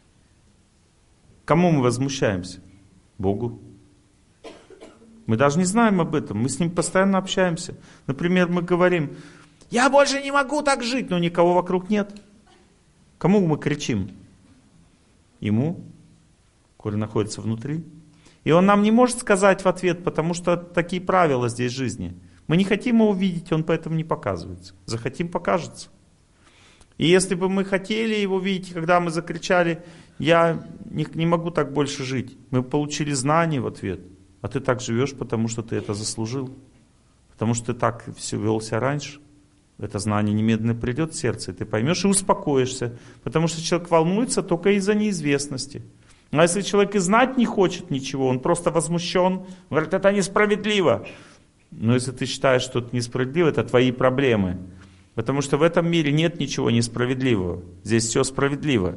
Speaker 1: Кому мы возмущаемся? Богу. Мы даже не знаем об этом. Мы с Ним постоянно общаемся. Например, мы говорим: я больше не могу так жить, но никого вокруг нет. Кому мы кричим? Ему, который находится внутри. И Он нам не может сказать в ответ, потому что такие правила здесь жизни. Мы не хотим Его увидеть, Он поэтому не показывается. Захотим — покажется. И если бы мы хотели Его видеть, когда мы закричали: я не могу так больше жить, мы получили знание в ответ. А ты так живешь, потому что ты это заслужил. Потому что ты так все вел себя раньше. Это знание немедленно придет в сердце, и ты поймешь и успокоишься. Потому что человек волнуется только из-за неизвестности. А если человек и знать не хочет ничего, он просто возмущен, говорит: это несправедливо. Но если ты считаешь, что это несправедливо, это твои проблемы. Потому что в этом мире нет ничего несправедливого. Здесь все справедливо.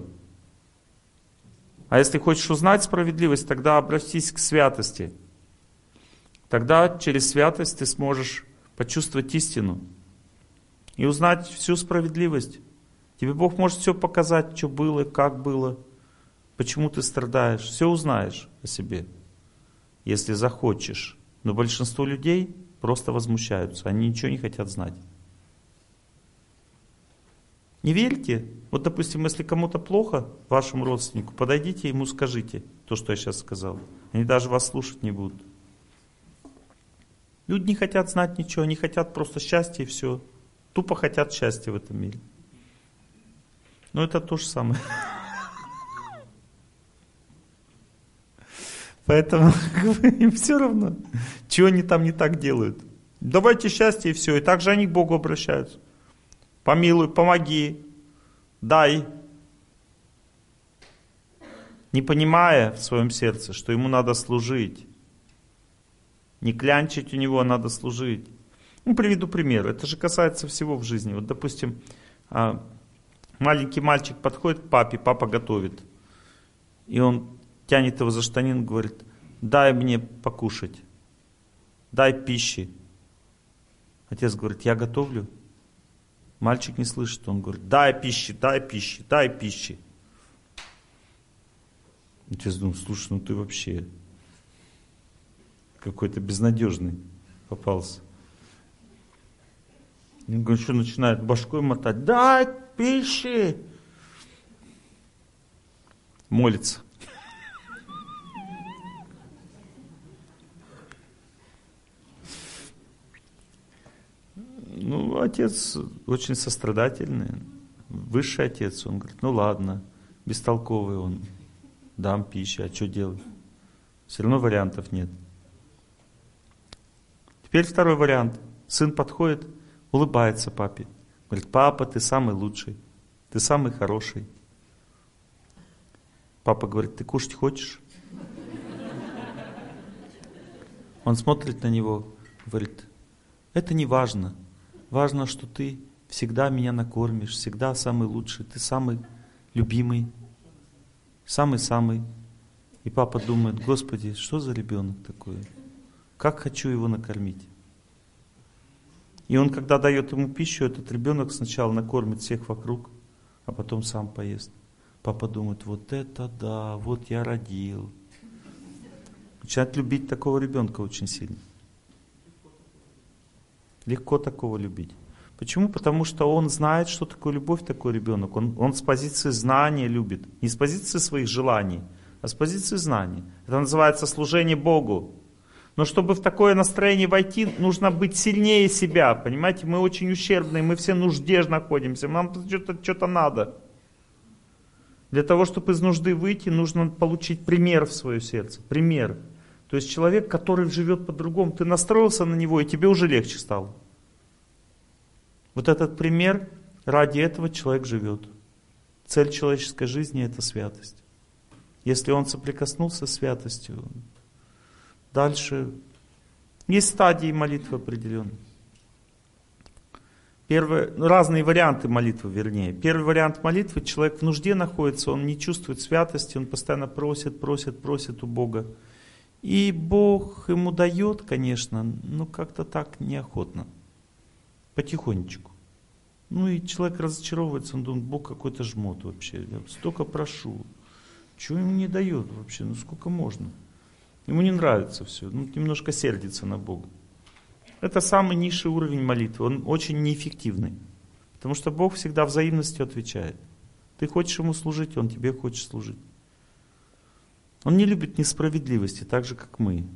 Speaker 1: А если хочешь узнать справедливость, тогда обратись к святости. Тогда через святость ты сможешь почувствовать истину и узнать всю справедливость. Тебе Бог может все показать, что было, как было, почему ты страдаешь. Все узнаешь о себе, если захочешь. Но большинство людей просто возмущаются, они ничего не хотят знать. Не верьте. Вот, допустим, если кому-то плохо, вашему родственнику, подойдите ему, скажите то, что я сейчас сказал. Они даже вас слушать не будут. Люди не хотят знать ничего, они хотят просто счастья и все. Тупо хотят счастья в этом мире. Но это то же самое. Поэтому им все равно, чего они там не так делают. Давайте счастье и все. И так же они к Богу обращаются. Помилуй, помоги, дай. Не понимая в своем сердце, что ему надо служить. Не клянчить у него, надо служить. Приведу пример. Это же касается всего в жизни. Вот, допустим, маленький мальчик подходит к папе, папа готовит. И он тянет его за штанину, говорит: дай мне покушать, дай пищи. Отец говорит: я готовлю. Мальчик не слышит, он говорит: дай пищи, дай пищи, дай пищи. Отец думает: слушай, ну ты вообще какой-то безнадежный попался. Он говорит, что начинает башкой мотать: дай пищи. Молится. Ну, отец очень сострадательный, высший отец. Он говорит: ну ладно, бестолковый он, дам пищу, а что делать? Все равно вариантов нет. Теперь второй вариант. Сын подходит, улыбается папе. Говорит: папа, ты самый лучший, ты самый хороший. Папа говорит: ты кушать хочешь? Он смотрит на него, говорит: это не важно. Важно, что ты всегда меня накормишь, всегда самый лучший, ты самый любимый, самый-самый. И папа думает: Господи, что за ребенок такой? Как хочу его накормить. И он, когда дает ему пищу, этот ребенок сначала накормит всех вокруг, а потом сам поест. Папа думает: вот это да, вот я родил. Начинает любить такого ребенка очень сильно. Легко такого любить. Почему? Потому что он знает, что такое любовь, такой ребенок. Он с позиции знания любит. Не с позиции своих желаний, а с позиции знаний. Это называется служение Богу. Но чтобы в такое настроение войти, нужно быть сильнее себя. Понимаете, мы очень ущербные, мы все в нужде находимся. Нам что-то надо. Для того, чтобы из нужды выйти, нужно получить пример в свое сердце. Пример. То есть человек, который живет по-другому, ты настроился на него, и тебе уже легче стало. Вот этот пример, ради этого человек живет. Цель человеческой жизни — это святость. Если он соприкоснулся с святостью, дальше есть стадии молитвы определенные. Разные варианты молитвы, вернее. Первый вариант молитвы: человек в нужде находится, он не чувствует святости, он постоянно просит у Бога. И Бог ему дает, конечно, но как-то так неохотно, потихонечку. Ну и человек разочаровывается, он думает: Бог какой-то жмот вообще, я столько прошу, чего ему не дает вообще, ну сколько можно? Ему не нравится все, немножко сердится на Бога. Это самый низший уровень молитвы, он очень неэффективный, потому что Бог всегда взаимностью отвечает. Ты хочешь ему служить, он тебе хочет служить. Он не любит несправедливости, так же, как мы.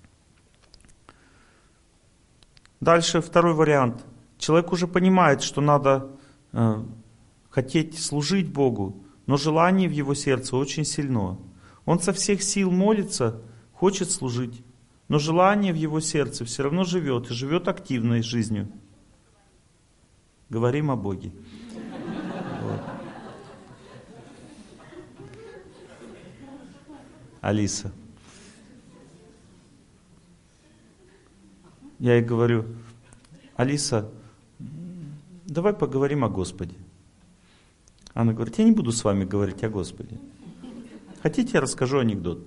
Speaker 1: Дальше второй вариант. Человек уже понимает, что надо хотеть служить Богу, но желание в его сердце очень сильно. Он со всех сил молится, хочет служить, но желание в его сердце все равно живет, и живет активной жизнью. Говорим о Боге. Вот. Алиса. Я ей говорю: Алиса, давай поговорим о Господе. Она говорит, я не буду с вами говорить о Господе. Хотите, я расскажу анекдот?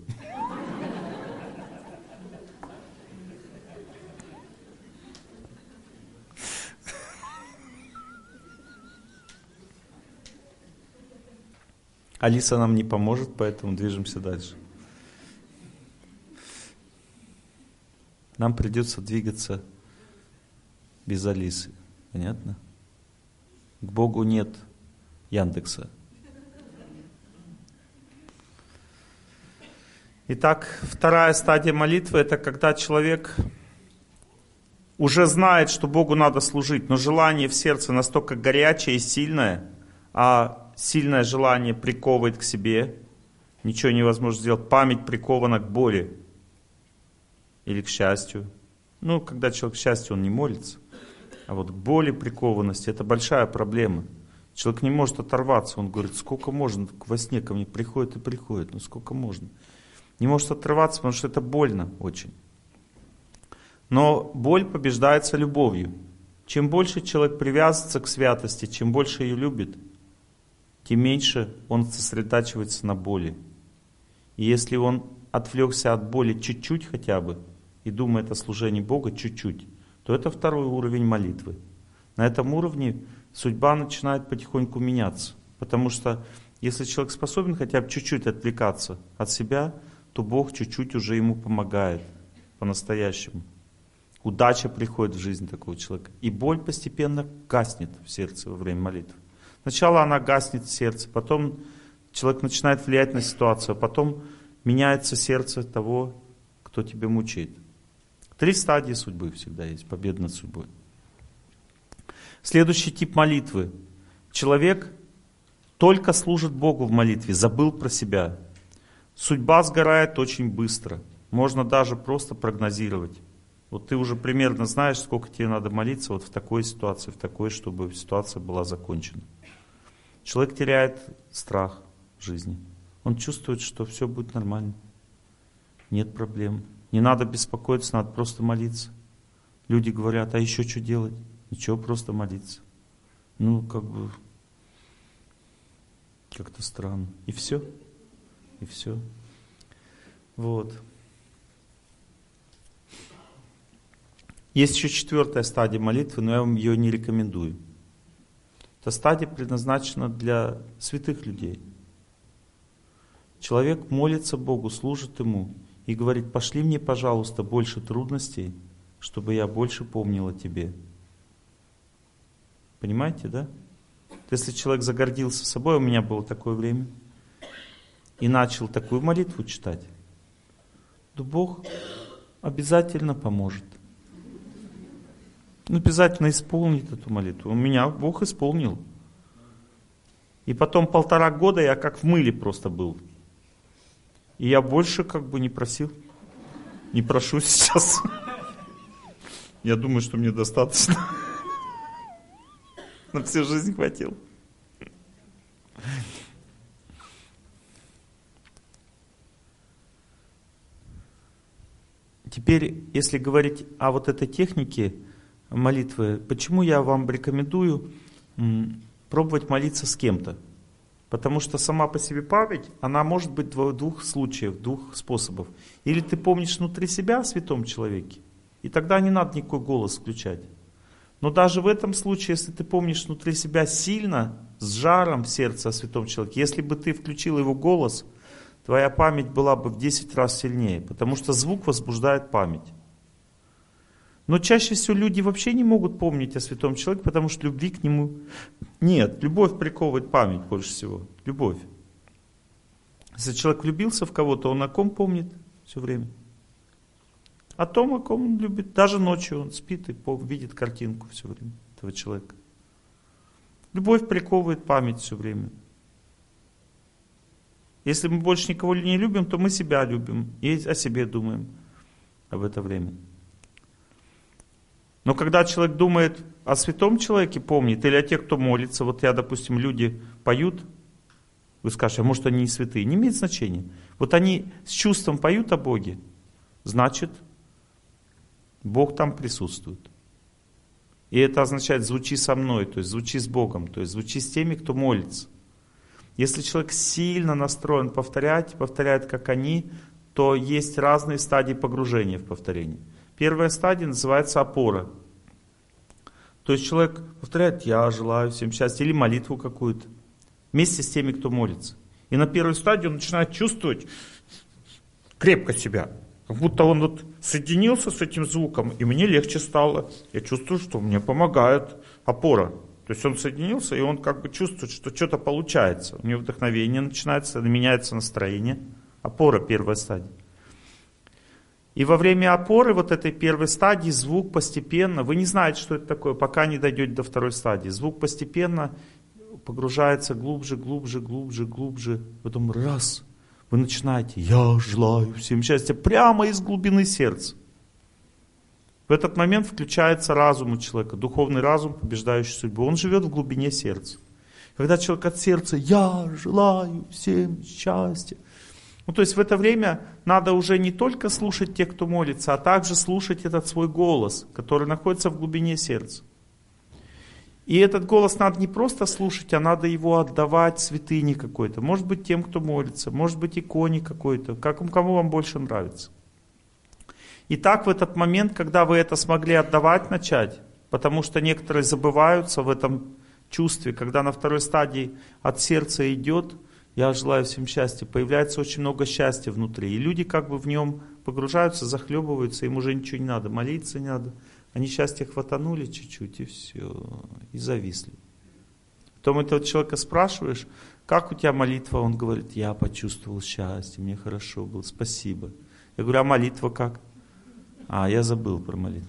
Speaker 1: Алиса нам не поможет, поэтому движемся дальше. Нам придется двигаться без Алисы. Понятно? К Богу нет Яндекса. Итак, вторая стадия молитвы — это когда человек уже знает, что Богу надо служить, но желание в сердце настолько горячее и сильное, а сильное желание приковывает к себе, ничего невозможно сделать, память прикована к боли или к счастью. Ну, когда человек к счастью, он не молится, а вот к боли прикованности — это большая проблема. Человек не может оторваться, он говорит, сколько можно, во сне ко мне приходит и приходит, ну сколько можно. Не может отрываться, потому что это больно очень. Но боль побеждается любовью. Чем больше человек привязывается к святости, чем больше ее любит, тем меньше он сосредотачивается на боли. И если он отвлекся от боли чуть-чуть хотя бы, и думает о служении Бога чуть-чуть, то это второй уровень молитвы. На этом уровне судьба начинает потихоньку меняться. Потому что если человек способен хотя бы чуть-чуть отвлекаться от себя, то Бог чуть-чуть уже ему помогает по-настоящему. Удача приходит в жизнь такого человека. И боль постепенно гаснет в сердце во время молитвы. Сначала она гаснет в сердце, потом человек начинает влиять на ситуацию, а потом меняется сердце того, кто тебя мучает. 3 стадии судьбы всегда есть, победа над судьбой. Следующий тип молитвы. Человек только служит Богу в молитве, забыл про себя. Судьба сгорает очень быстро. Можно даже просто прогнозировать. Вот ты уже примерно знаешь, сколько тебе надо молиться вот в такой ситуации, в такой, чтобы ситуация была закончена. Человек теряет страх в жизни. Он чувствует, что все будет нормально. Нет проблем. Не надо беспокоиться, надо просто молиться. Люди говорят, а еще что делать? Ничего, просто молиться. Ну, как-то странно. И все. И все. Вот. Есть еще 4-я стадия молитвы, но я вам ее не рекомендую. Эта стадия предназначена для святых людей. Человек молится Богу, служит Ему и говорит, пошли мне, пожалуйста, больше трудностей, чтобы я больше помнил о Тебе. Понимаете, да? Если человек загордился собой, у меня было такое время, и начал такую молитву читать, то Бог обязательно поможет. Он обязательно исполнит эту молитву. У меня Бог исполнил. И потом 1,5 года я как в мыле просто был. И я больше не просил. Не прошу сейчас. Я думаю, что мне достаточно. На всю жизнь хватило. Теперь, если говорить о вот этой технике молитвы, почему я вам рекомендую пробовать молиться с кем-то? Потому что сама по себе память, она может быть в 2 случаях, 2 способов. Или ты помнишь внутри себя о святом человеке, и тогда не надо никакой голос включать. Но даже в этом случае, если ты помнишь внутри себя сильно, с жаром в сердце о святом человеке, если бы ты включил его голос, твоя память была бы в 10 раз сильнее, потому что звук возбуждает память. Но чаще всего люди вообще не могут помнить о святом человеке, потому что любви к нему нет. Любовь приковывает память больше всего. Любовь. Если человек влюбился в кого-то, он о ком помнит все время? О том, о ком он любит. Даже ночью он спит и видит картинку все время этого человека. Любовь приковывает память все время. Если мы больше никого не любим, то мы себя любим и о себе думаем в это время. Но когда человек думает о святом человеке, помнит, или о тех, кто молится, вот я, допустим, люди поют, вы скажете, а может они не святые, не имеет значения. Вот они с чувством поют о Боге, значит, Бог там присутствует. И это означает «звучи со мной», то есть звучи с Богом, то есть звучи с теми, кто молится. Если человек сильно настроен повторять, повторяет как они, то есть разные стадии погружения в повторение. Первая стадия называется опора. То есть человек повторяет «я желаю всем счастья» или молитву какую-то вместе с теми, кто молится. И на первой стадии он начинает чувствовать крепко себя. Как будто он вот соединился с этим звуком, и мне легче стало. Я чувствую, что мне помогает опора. То есть он соединился, и он как бы чувствует, что что-то получается. У него вдохновение начинается, меняется настроение. Опора, первая стадия. И во время опоры, вот этой первой стадии, звук постепенно, вы не знаете, что это такое, пока не дойдете до второй стадии. Звук постепенно погружается глубже, глубже, глубже, глубже. Потом раз, вы начинаете «я желаю всем счастья» прямо из глубины сердца. В этот момент включается разум у человека, духовный разум, побеждающий судьбу. Он живет в глубине сердца. Когда человек от сердца «я желаю всем счастья», ну, то есть в это время надо уже не только слушать тех, кто молится, а также слушать этот свой голос, который находится в глубине сердца. И этот голос надо не просто слушать, а надо его отдавать святыне какой-то. Может быть тем, кто молится, может быть иконе какой-то, кому вам больше нравится. И так в этот момент, когда вы это смогли отдавать начать, потому что некоторые забываются в этом чувстве, когда на второй стадии от сердца идет «я желаю всем счастья», появляется очень много счастья внутри. И люди как бы в нем погружаются, захлебываются, им уже ничего не надо, молиться не надо. Они счастье хватанули чуть-чуть и все, и зависли. Потом этого человека спрашиваешь, как у тебя молитва? Он говорит, я почувствовал счастье, мне хорошо было, спасибо. Я говорю, а молитва как? А, я забыл про молитву.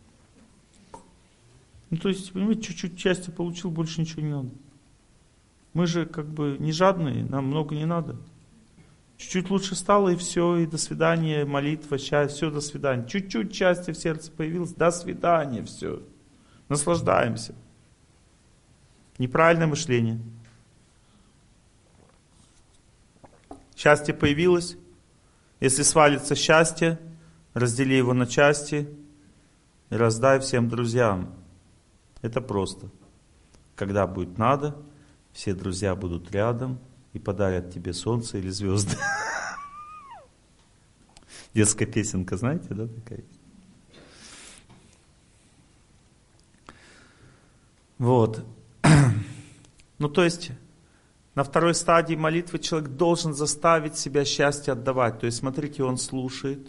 Speaker 1: Ну, то есть, понимаете, чуть-чуть счастья получил, больше ничего не надо. Мы же как бы не жадные, нам много не надо. Чуть-чуть лучше стало, и все, и до свидания, молитва, счастье, все, до свидания. Чуть-чуть счастья в сердце появилось, до свидания, все. Наслаждаемся. Неправильное мышление. Счастье появилось. Если свалится счастье, раздели его на части и раздай всем друзьям. Это просто. Когда будет надо, все друзья будут рядом и подарят тебе солнце или звезды. Детская песенка, знаете, да, такая? Вот. Ну, то есть, на второй стадии молитвы человек должен заставить себя счастье отдавать. То есть, смотрите, он слушает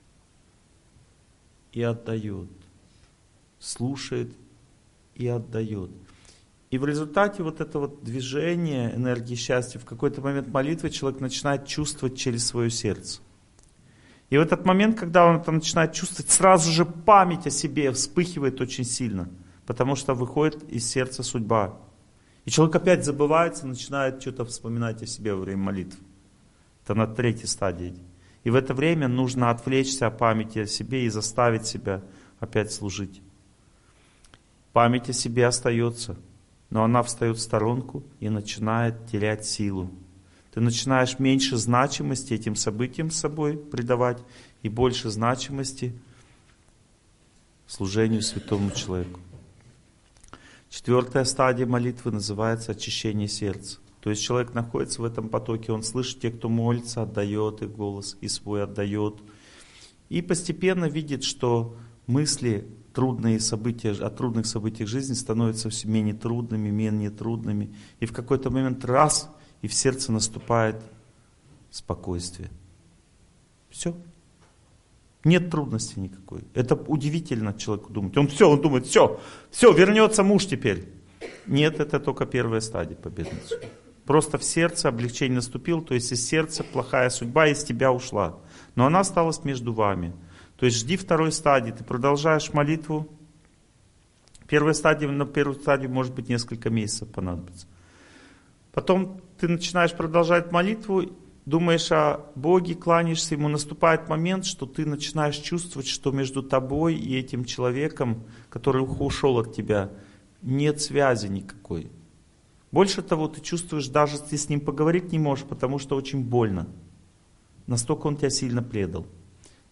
Speaker 1: и отдает. Слушает и отдает. И в результате вот этого движения энергии счастья, в какой-то момент молитвы человек начинает чувствовать через свое сердце. И в этот момент, когда он это начинает чувствовать, сразу же память о себе вспыхивает очень сильно, потому что выходит из сердца судьба. И человек опять забывается, начинает что-то вспоминать о себе во время молитвы. Это на третьей стадии. И в это время нужно отвлечься от памяти о себе и заставить себя опять служить. Память о себе остается, но она встает в сторонку и начинает терять силу. Ты начинаешь меньше значимости этим событиям с собой придавать и больше значимости служению святому человеку. Четвертая стадия молитвы называется очищение сердца. То есть человек находится в этом потоке, он слышит тех, кто молится, отдает их голос и свой отдает. И постепенно видит, что мысли трудные события, о трудных событиях жизни становятся все менее трудными. И в какой-то момент раз, и в сердце наступает спокойствие. Все. Нет трудности никакой. Это удивительно человеку думать. Он думает, все, вернется муж теперь. Нет, это только первая стадия победной судьбы. Просто в сердце облегчение наступило, то есть из сердца плохая судьба из тебя ушла. Но она осталась между вами. То есть жди второй стадии, ты продолжаешь молитву. На первую стадию может быть несколько месяцев понадобится. Потом ты начинаешь продолжать молитву, думаешь о Боге, кланяешься Ему, наступает момент, что ты начинаешь чувствовать, что между тобой и этим человеком, который ушел от тебя, нет связи никакой. Больше того, ты чувствуешь, даже ты с ним поговорить не можешь, потому что очень больно. Настолько он тебя сильно предал.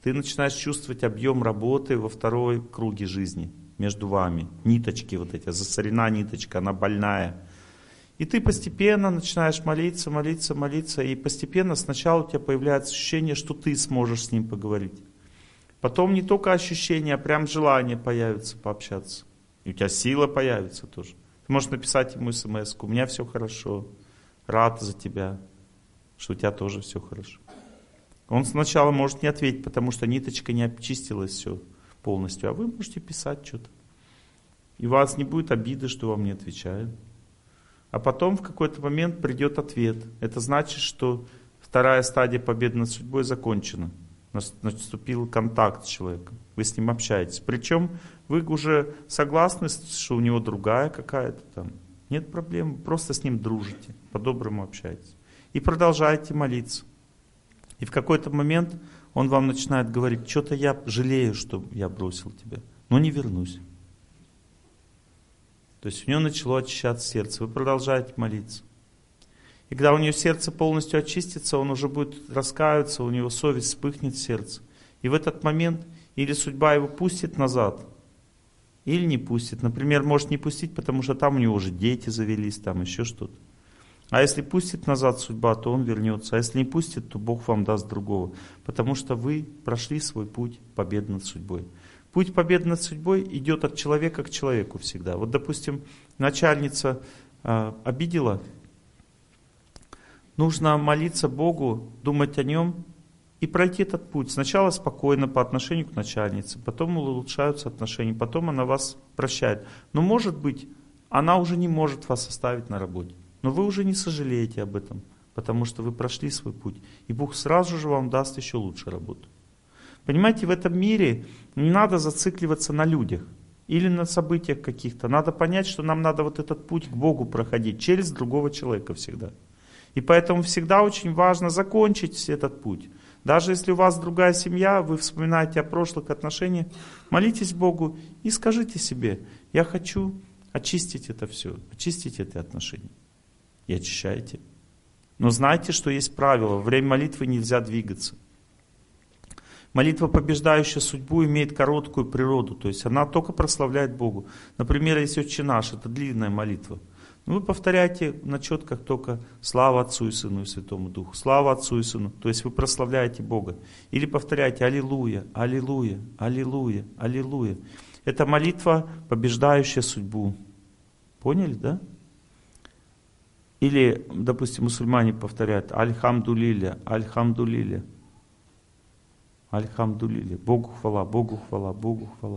Speaker 1: ты начинаешь чувствовать объем работы во второй круге жизни между вами. Ниточки вот эти, засорена ниточка, она больная. И ты постепенно начинаешь молиться, молиться, молиться, и постепенно сначала у тебя появляется ощущение, что ты сможешь с ним поговорить. Потом не только ощущение, а прям желание появится пообщаться. И у тебя сила появится тоже. Ты можешь написать ему смс-ку: у меня все хорошо, рад за тебя, что у тебя тоже все хорошо. Он сначала может не ответить, потому что ниточка не обчистилась все полностью, а вы можете писать что-то. И у вас не будет обиды, что вам не отвечают. А потом в какой-то момент придет ответ. Это значит, что вторая стадия победы над судьбой закончена. Наступил контакт с человеком. Вы с ним общаетесь. Причем вы уже согласны, что у него другая какая-то там. Нет проблем, просто с ним дружите, по-доброму общаетесь. И продолжаете молиться. И в какой-то момент он вам начинает говорить: что-то я жалею, что я бросил тебя, но не вернусь. То есть у него начало очищаться сердце. Вы продолжаете молиться. И когда у него сердце полностью очистится, он уже будет раскаиваться, у него совесть вспыхнет в сердце. И в этот момент или судьба его пустит назад, или не пустит. Например, может не пустить, потому что там у него уже дети завелись, там еще что-то. А если пустит назад судьба, то он вернется. А если не пустит, то Бог вам даст другого. Потому что вы прошли свой путь победы над судьбой. Путь победы над судьбой идет от человека к человеку всегда. Вот, допустим, начальница обидела. Нужно молиться Богу, думать о Нем и пройти этот путь. Сначала спокойно по отношению к начальнице, потом улучшаются отношения, потом она вас прощает. Но может быть, она уже не может вас оставить на работе. Но вы уже не сожалеете об этом, потому что вы прошли свой путь. И Бог сразу же вам даст еще лучше работу. Понимаете, в этом мире не надо зацикливаться на людях или на событиях каких-то. Надо понять, что нам надо вот этот путь к Богу проходить через другого человека всегда. И поэтому всегда очень важно закончить этот путь. Даже если у вас другая семья, вы вспоминаете о прошлых отношениях, молитесь Богу и скажите себе: я хочу очистить это все, очистить эти отношения. И очищайте. Но знайте, что есть правило. Во время молитвы нельзя двигаться. Молитва, побеждающая судьбу, имеет короткую природу, то есть она только прославляет Богу. Например, если «Отче наш» — это длинная молитва. Вы повторяете на четках только «Слава Отцу и Сыну и Святому Духу», «Слава Отцу и Сыну», то есть вы прославляете Бога. Или повторяете «Аллилуйя, Аллилуйя, Аллилуйя, Аллилуйя». Это молитва, побеждающая судьбу. Поняли, да? Или, допустим, мусульмане повторяют «Аль-Хамду-Лилля, Аль-Хамду-Лилля». Аль-Хамду-Лилля. Богу хвала, Богу хвала, Богу хвала.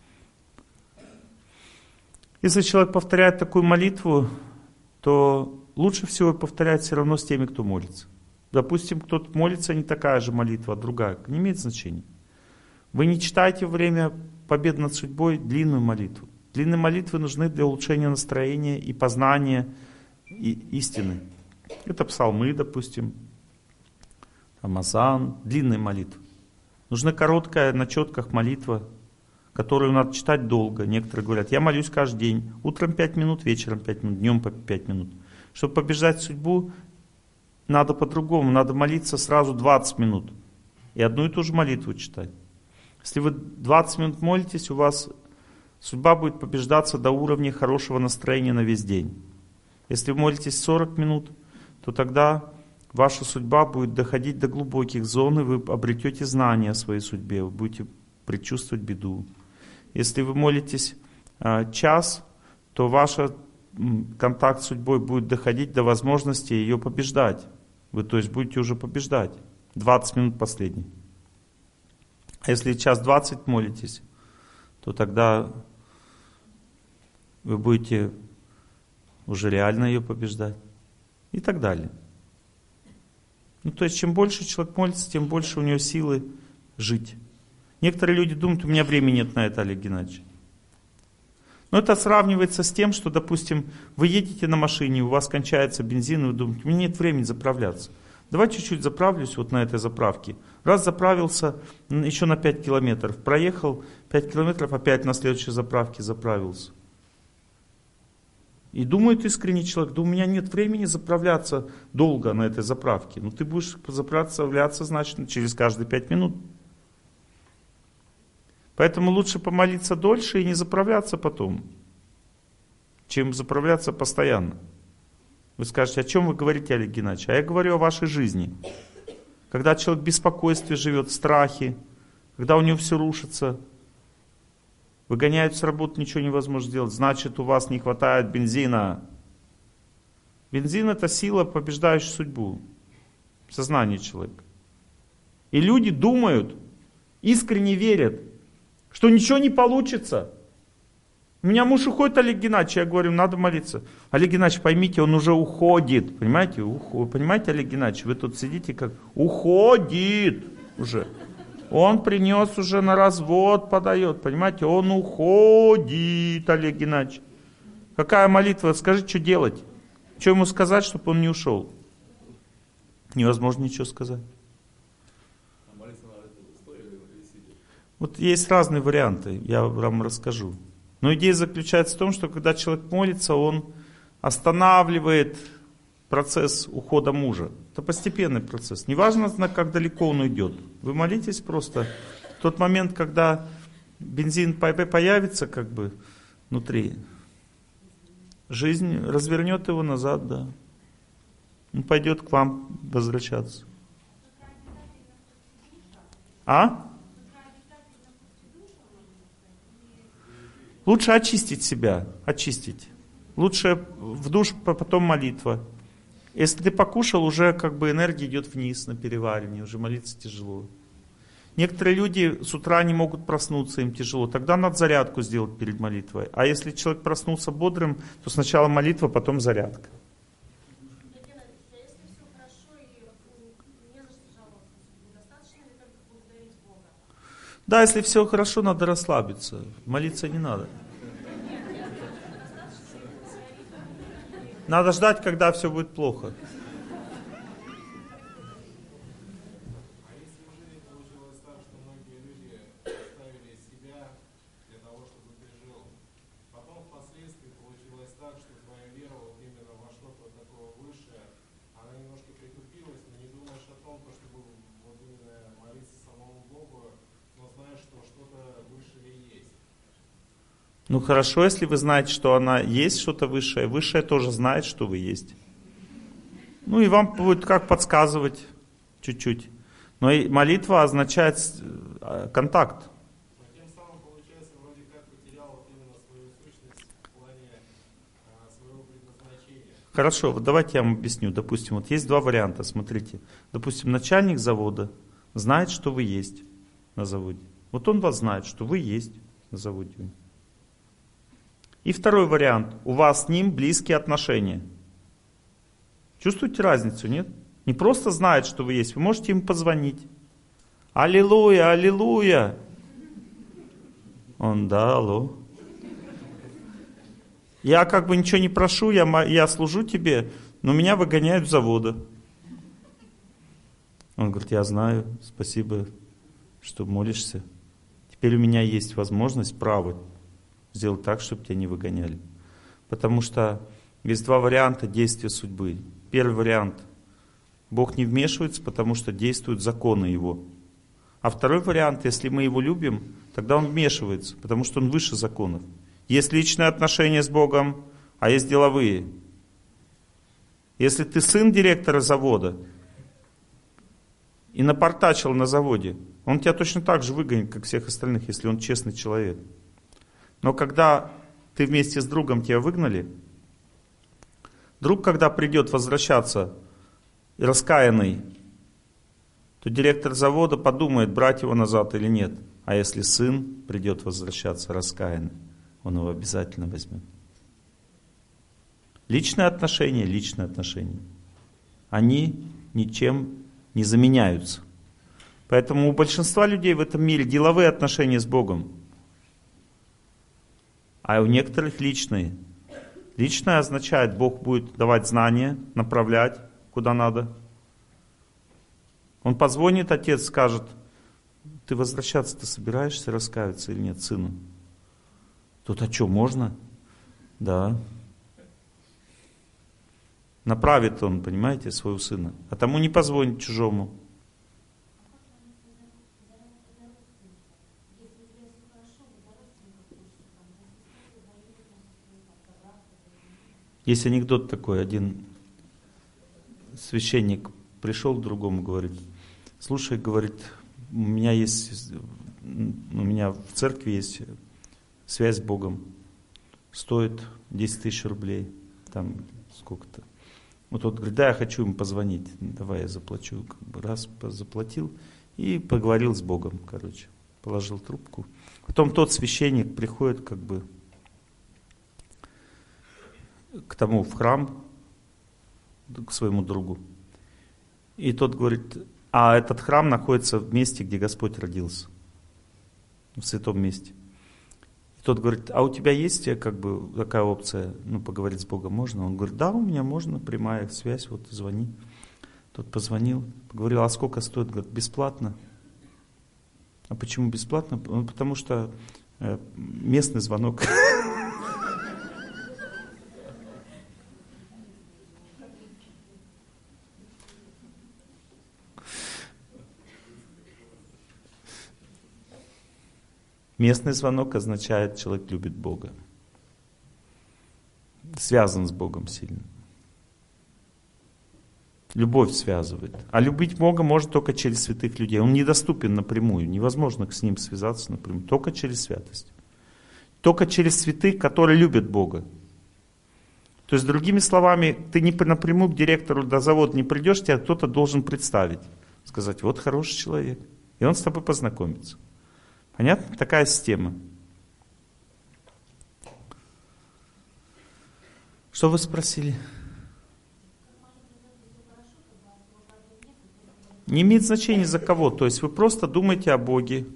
Speaker 1: Если человек повторяет такую молитву, то лучше всего повторять все равно с теми, кто молится. Допустим, кто-то молится, не такая же молитва, а другая. Не имеет значения. Вы не читаете во время победы над судьбой длинную молитву. Длинные молитвы нужны для улучшения настроения и познания истины. Это псалмы, допустим, Амазан, длинные молитвы. Нужна короткая на четках молитва, которую надо читать долго. Некоторые говорят: я молюсь каждый день. Утром 5 минут, вечером 5 минут, днем по 5 минут. Чтобы побеждать судьбу, надо по-другому. Надо молиться сразу 20 минут. И одну и ту же молитву читать. Если вы 20 минут молитесь, у вас судьба будет побеждаться до уровня хорошего настроения на весь день. Если вы молитесь 40 минут, то тогда ваша судьба будет доходить до глубоких зон, и вы обретете знания о своей судьбе, вы будете предчувствовать беду. Если вы молитесь час, то ваш контакт с судьбой будет доходить до возможности ее побеждать. Вы, то есть, будете уже побеждать. 20 минут последний. А если час 20 молитесь, то тогда вы будете уже реально ее побеждать. И так далее. Ну, то есть, чем больше человек молится, тем больше у него силы жить. Некоторые люди думают: у меня времени нет на это, Олег Геннадьевич. Но это сравнивается с тем, что, допустим, вы едете на машине, у вас кончается бензин, и вы думаете: у меня нет времени заправляться. Давай чуть-чуть заправлюсь вот на этой заправке. Раз заправился, еще на 5 километров. Проехал 5 километров, опять на следующей заправке заправился. И думает искренний человек: да у меня нет времени заправляться долго на этой заправке. Ну ты будешь заправляться, значит, через каждые 5 минут. Поэтому лучше помолиться дольше и не заправляться потом, чем заправляться постоянно. Вы скажете, о чем вы говорите, Олег Геннадьевич? А я говорю о вашей жизни. Когда человек в беспокойстве живет, в страхе, когда у него все рушится, выгоняют с работы, ничего невозможно сделать, значит, у вас не хватает бензина. Бензин — это сила, побеждающая судьбу, сознание человека. И люди думают, искренне верят, что ничего не получится. У меня муж уходит, Олег Геннадьевич, я говорю, надо молиться. Олег Геннадьевич, поймите, он уже уходит. Понимаете, вы понимаете, Олег Геннадьевич, вы тут сидите как уходит уже. Он принес уже на развод, подает, понимаете, он уходит, Олег Геннадьевич. Какая молитва, скажите, что делать? Что ему сказать, чтобы он не ушел? Невозможно ничего сказать. Вот есть разные варианты, я вам расскажу. Но идея заключается в том, что когда человек молится, он останавливает процесс ухода мужа. Это постепенный процесс. Неважно, как далеко он уйдет. Вы молитесь просто. В тот момент, когда бензин появится как бы внутри, жизнь развернет его назад, да. Он пойдет к вам возвращаться. А? Лучше очистить себя, очистить. Лучше в душ, потом молитва. Если ты покушал, уже как бы энергия идет вниз на переваривание, уже молиться тяжело. Некоторые люди с утра не могут проснуться, им тяжело. Тогда надо зарядку сделать перед молитвой. А если человек проснулся бодрым, то сначала молитва, потом зарядка. Да, если все хорошо, надо расслабиться. Молиться не надо. Надо ждать, когда все будет плохо.
Speaker 4: А если в жизни получилось так, что многие люди оставили себя для того, чтобы ты жил, потом впоследствии получилось так, что твоя вера вот именно во что-то такое высшее, она немножко притупилась, но не думаешь о том, чтобы вот именно молиться самому Богу, но знаешь, что что-то высшее есть.
Speaker 1: Ну хорошо, если вы знаете, что она есть что-то высшее, высшее тоже знает, что вы есть. Ну и вам будет как подсказывать чуть-чуть. Но и молитва означает контакт.
Speaker 4: Но тем самым, получается, вроде как потерял вот именно свою сущность в плане своего предназначения.
Speaker 1: Хорошо, вот давайте я вам объясню. Допустим, вот есть два варианта, смотрите. Допустим, начальник завода знает, что вы есть на заводе. Вот он вас знает, что вы есть на заводе. И второй вариант. У вас с ним близкие отношения. Чувствуете разницу, нет? Не просто знает, что вы есть. Вы можете ему позвонить. Аллилуйя, аллилуйя. Он, да, алло. Я как бы ничего не прошу, я служу тебе, но меня выгоняют с завода. Он говорит, я знаю, спасибо, что молишься. Теперь у меня есть возможность, право сделать так, чтобы тебя не выгоняли. Потому что есть два варианта действия судьбы. Первый вариант. Бог не вмешивается, потому что действуют законы Его. А второй вариант, если мы Его любим, тогда Он вмешивается, потому что Он выше законов. Есть личные отношения с Богом, а есть деловые. Если ты сын директора завода и напортачил на заводе, он тебя точно так же выгонит, как всех остальных, если он честный человек. Но когда ты вместе с другом тебя выгнали, друг, когда придет возвращаться раскаянный, то директор завода подумает, брать его назад или нет. А если сын придет возвращаться раскаянный, он его обязательно возьмет. Личные отношения, личные отношения. Они ничем не заменяются. Поэтому у большинства людей в этом мире деловые отношения с Богом. А у некоторых личные. Личное означает, Бог будет давать знания, направлять куда надо. Он позвонит, отец скажет, ты возвращаться-то собираешься, раскаиваться или нет сыну? Тут а что, можно? Да. Направит он, понимаете, своего сына. А тому не позвонит чужому. Есть анекдот такой, один священник пришел к другому, говорит: слушай, говорит, у меня в церкви есть связь с Богом, стоит 10 тысяч рублей, там сколько-то. Вот тот говорит: да, я хочу ему позвонить, давай я заплачу. Как бы раз заплатил и поговорил с Богом, короче, положил трубку. Потом тот священник приходит как бы к тому в храм, к своему другу. И тот говорит: а этот храм находится в месте, где Господь родился, в святом месте. И тот говорит: а у тебя есть как бы такая опция, поговорить с Богом можно? Он говорит: да, у меня можно, прямая связь, вот звони. Тот позвонил, поговорил: а сколько стоит? Говорит: бесплатно. А почему бесплатно? Потому что местный звонок. Местный звонок означает, человек любит Бога. Связан с Богом сильно. Любовь связывает. А любить Бога можно только через святых людей. Он недоступен напрямую. Невозможно с Ним связаться напрямую. Только через святость. Только через святых, которые любят Бога. То есть, другими словами, ты не напрямую к директору до завода не придешь, тебя кто-то должен представить. Сказать: вот хороший человек. И он с тобой познакомится. Понятно? Такая система. Что вы спросили? Не имеет значения за кого. То есть вы просто думаете о Боге,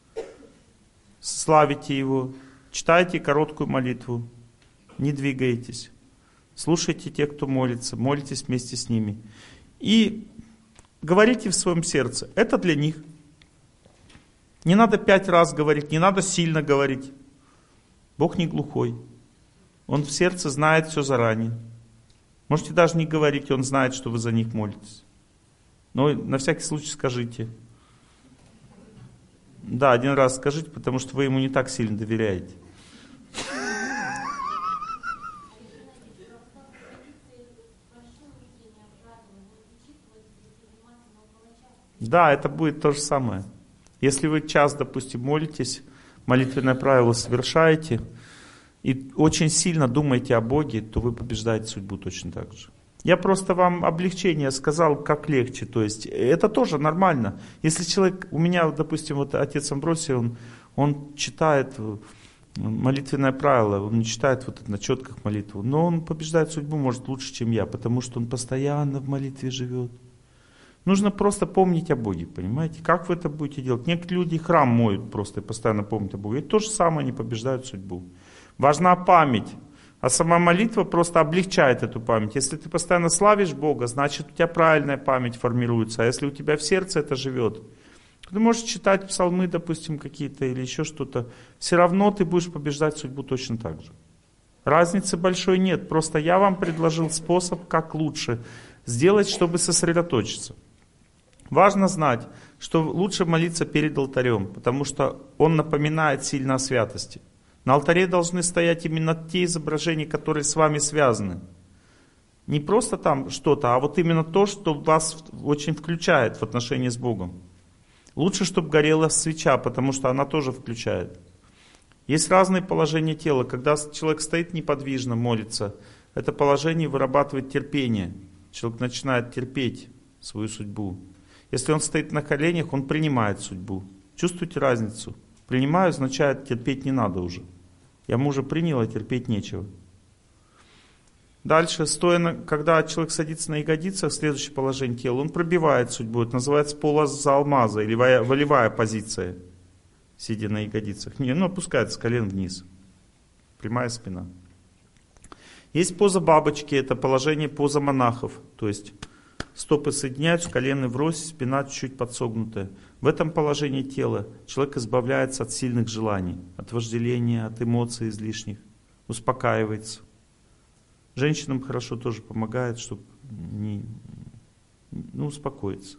Speaker 1: славите Его, читаете короткую молитву, не двигаетесь, слушайте тех, кто молится, молитесь вместе с ними. И говорите в своем сердце: это для них. Не надо 5 раз говорить, не надо сильно говорить. Бог не глухой. Он в сердце знает все заранее. Можете даже не говорить, Он знает, что вы за них молитесь. Но на всякий случай скажите. Да, 1 раз скажите, потому что вы Ему не так сильно доверяете. Да, это будет то же самое. Если вы час, допустим, молитесь, молитвенное правило совершаете и очень сильно думаете о Боге, то вы побеждаете судьбу точно так же. Я просто вам облегчение сказал, как легче. То есть это тоже нормально. Если человек, у меня, допустим, вот отец Амбросий, он читает молитвенное правило, он не читает вот на четках молитву, но он побеждает судьбу, может, лучше, чем я, потому что он постоянно в молитве живет. Нужно просто помнить о Боге, понимаете? Как вы это будете делать? Некоторые люди храм моют просто и постоянно помнят о Боге. И то же самое, они побеждают судьбу. Важна память. А сама молитва просто облегчает эту память. Если ты постоянно славишь Бога, значит, у тебя правильная память формируется. А если у тебя в сердце это живет, ты можешь читать псалмы, допустим, какие-то или еще что-то. Все равно ты будешь побеждать судьбу точно так же. Разницы большой нет. Просто я вам предложил способ, как лучше сделать, чтобы сосредоточиться. Важно знать, что лучше молиться перед алтарем, потому что он напоминает сильно о святости. На алтаре должны стоять именно те изображения, которые с вами связаны. Не просто там что-то, а вот именно то, что вас очень включает в отношении с Богом. Лучше, чтобы горела свеча, потому что она тоже включает. Есть разные положения тела. Когда человек стоит неподвижно, молится, это положение вырабатывает терпение. Человек начинает терпеть свою судьбу. Если он стоит на коленях, он принимает судьбу. Чувствуете разницу? Принимаю означает, терпеть не надо уже. Я мужа принял, а терпеть нечего. Дальше, когда человек садится на ягодицах, следующее положение тела, он пробивает судьбу. Это называется полоза алмаза или волевая позиция, сидя на ягодицах. Опускается с колен вниз. Прямая спина. Есть поза бабочки, это положение поза монахов. То есть стопы соединяются, колено врозь, спина чуть-чуть подсогнутая. В этом положении тела человек избавляется от сильных желаний, от вожделения, от эмоций излишних, успокаивается. Женщинам хорошо тоже помогает, чтобы успокоиться.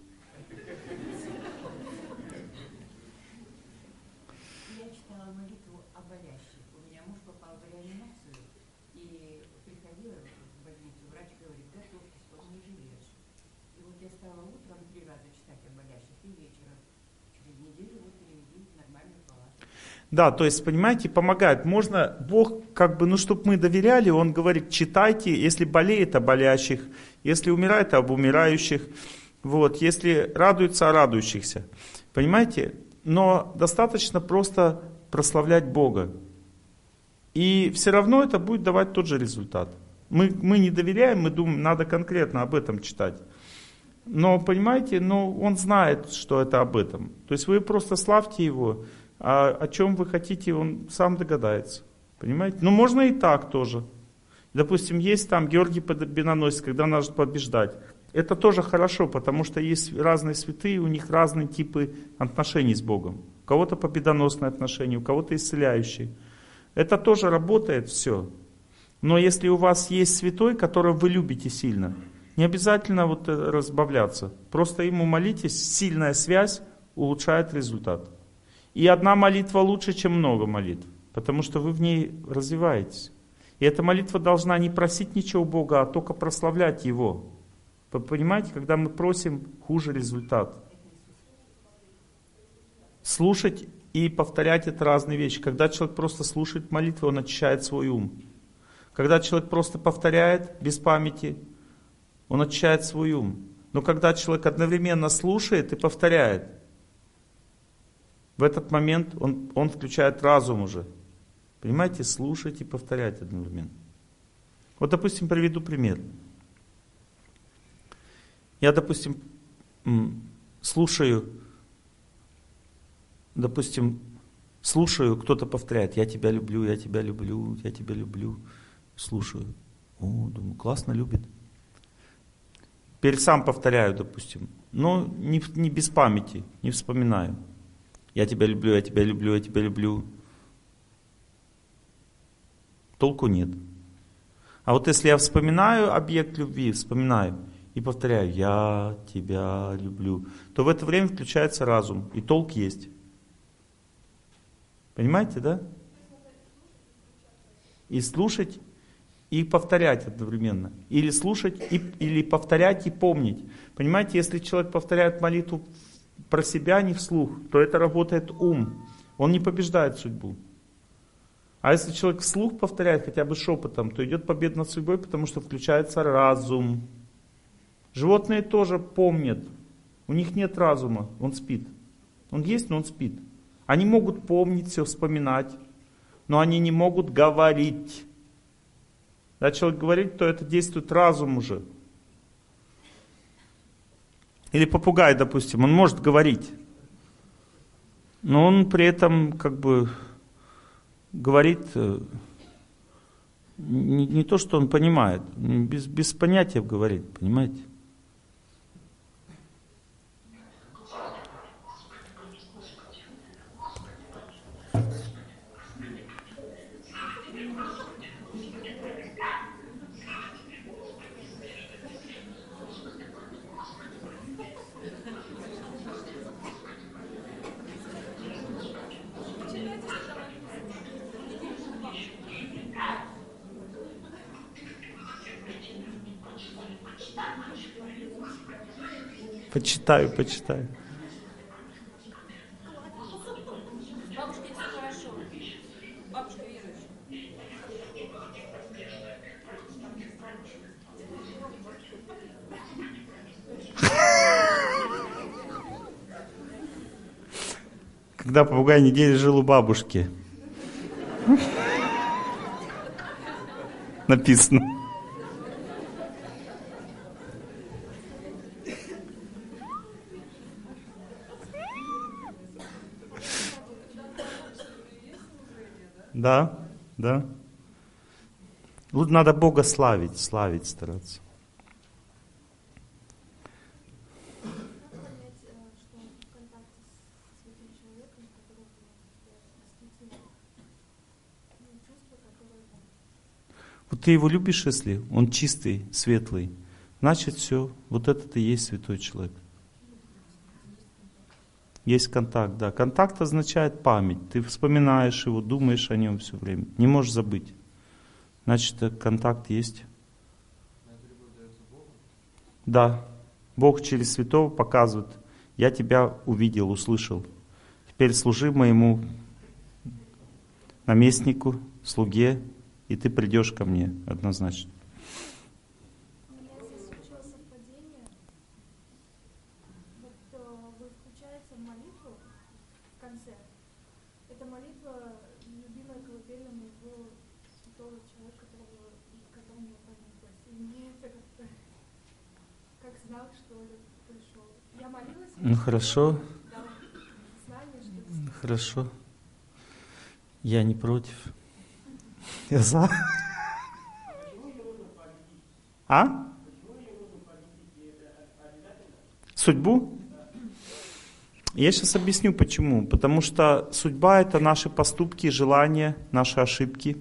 Speaker 5: Я читала молитву о болящих. У меня муж попал в реанимацию и приходила
Speaker 1: Да, то есть, понимаете, помогает. Можно, Бог, как бы, ну, чтобы мы доверяли, Он говорит, читайте, если болеет, о болящих, если умирает, об умирающих, вот, если радуется, о радующихся. Понимаете? Но достаточно просто прославлять Бога. И все равно это будет давать тот же результат. Мы не доверяем, мы думаем, надо конкретно об этом читать. Но, понимаете, Он знает, что это об этом. То есть вы просто славьте Его, а о чем вы хотите, Он сам догадается. Понимаете? Ну, можно и так тоже. Допустим, есть там Георгий Победоносец, когда нужно побеждать. Это тоже хорошо, потому что есть разные святые, у них разные типы отношений с Богом. У кого-то победоносные отношения, у кого-то исцеляющие. Это тоже работает все. Но если у вас есть святой, которого вы любите сильно, не обязательно вот разбавляться. Просто ему молитесь, сильная связь улучшает результат. И одна молитва лучше, чем много молитв, потому что вы в ней развиваетесь. И эта молитва должна не просить ничего у Бога, а только прославлять Его. Вы понимаете, когда мы просим, хуже результат. Слушать и повторять — это разные вещи. Когда человек просто слушает молитву, он очищает свой ум. Когда человек просто повторяет без памяти, он очищает свой ум. Но когда человек одновременно слушает и повторяет, в этот момент он включает разум уже. Понимаете, слушать и повторять одновременно. Вот, допустим, приведу пример. Я, допустим, слушаю, кто-то повторяет: «Я тебя люблю, я тебя люблю, я тебя люблю». Слушаю. О, думаю, классно любит. Теперь сам повторяю, допустим. Но не без памяти, не вспоминаю. «Я тебя люблю, я тебя люблю, я тебя люблю». Толку нет. А вот если я вспоминаю объект любви, вспоминаю и повторяю «я тебя люблю», то в это время включается разум, и толк есть. Понимаете, да? И слушать, и повторять одновременно. Или слушать, или повторять и помнить. Понимаете, если человек повторяет молитву про себя, не вслух, то это работает ум. Он не побеждает судьбу. А если человек вслух повторяет хотя бы шепотом, то идет победа над судьбой, потому что включается разум. Животные тоже помнят. У них нет разума, он спит. Он есть, но он спит. Они могут помнить все, вспоминать, но они не могут говорить. Когда человек говорит, то это действует разум уже. Или попугай, допустим, он может говорить, но он при этом как бы говорит не то, что он понимает, без понятия говорит, понимаете? Почитаю.
Speaker 5: Бабушке все хорошо. Бабушка верующая.
Speaker 1: Когда попугай неделю жил у бабушки. Написано. Да. Тут надо Бога славить стараться. Вот ты его любишь, если он чистый, светлый, значит все, вот это и есть святой человек. Есть контакт, да. Контакт означает память. Ты вспоминаешь его, думаешь о нем все время. Не можешь забыть. Значит, контакт есть. Да. Бог через святого показывает: я тебя увидел, услышал. Теперь служи моему наместнику, слуге, и ты придешь ко мне однозначно.
Speaker 6: У меня здесь случилось совпадение. Вот вы включаете молитву в конце. Это молитва любимая колыбельная моего святого человека, которому я памятилась. И мне это как-то как знак, что ли, пришел. Я молилась.
Speaker 1: Ну хорошо.
Speaker 6: Да, знание, что
Speaker 1: Хорошо. Я не против. Я за. А? Судьбу? Я сейчас объясню почему. Потому что судьба — это наши поступки, желания, наши ошибки.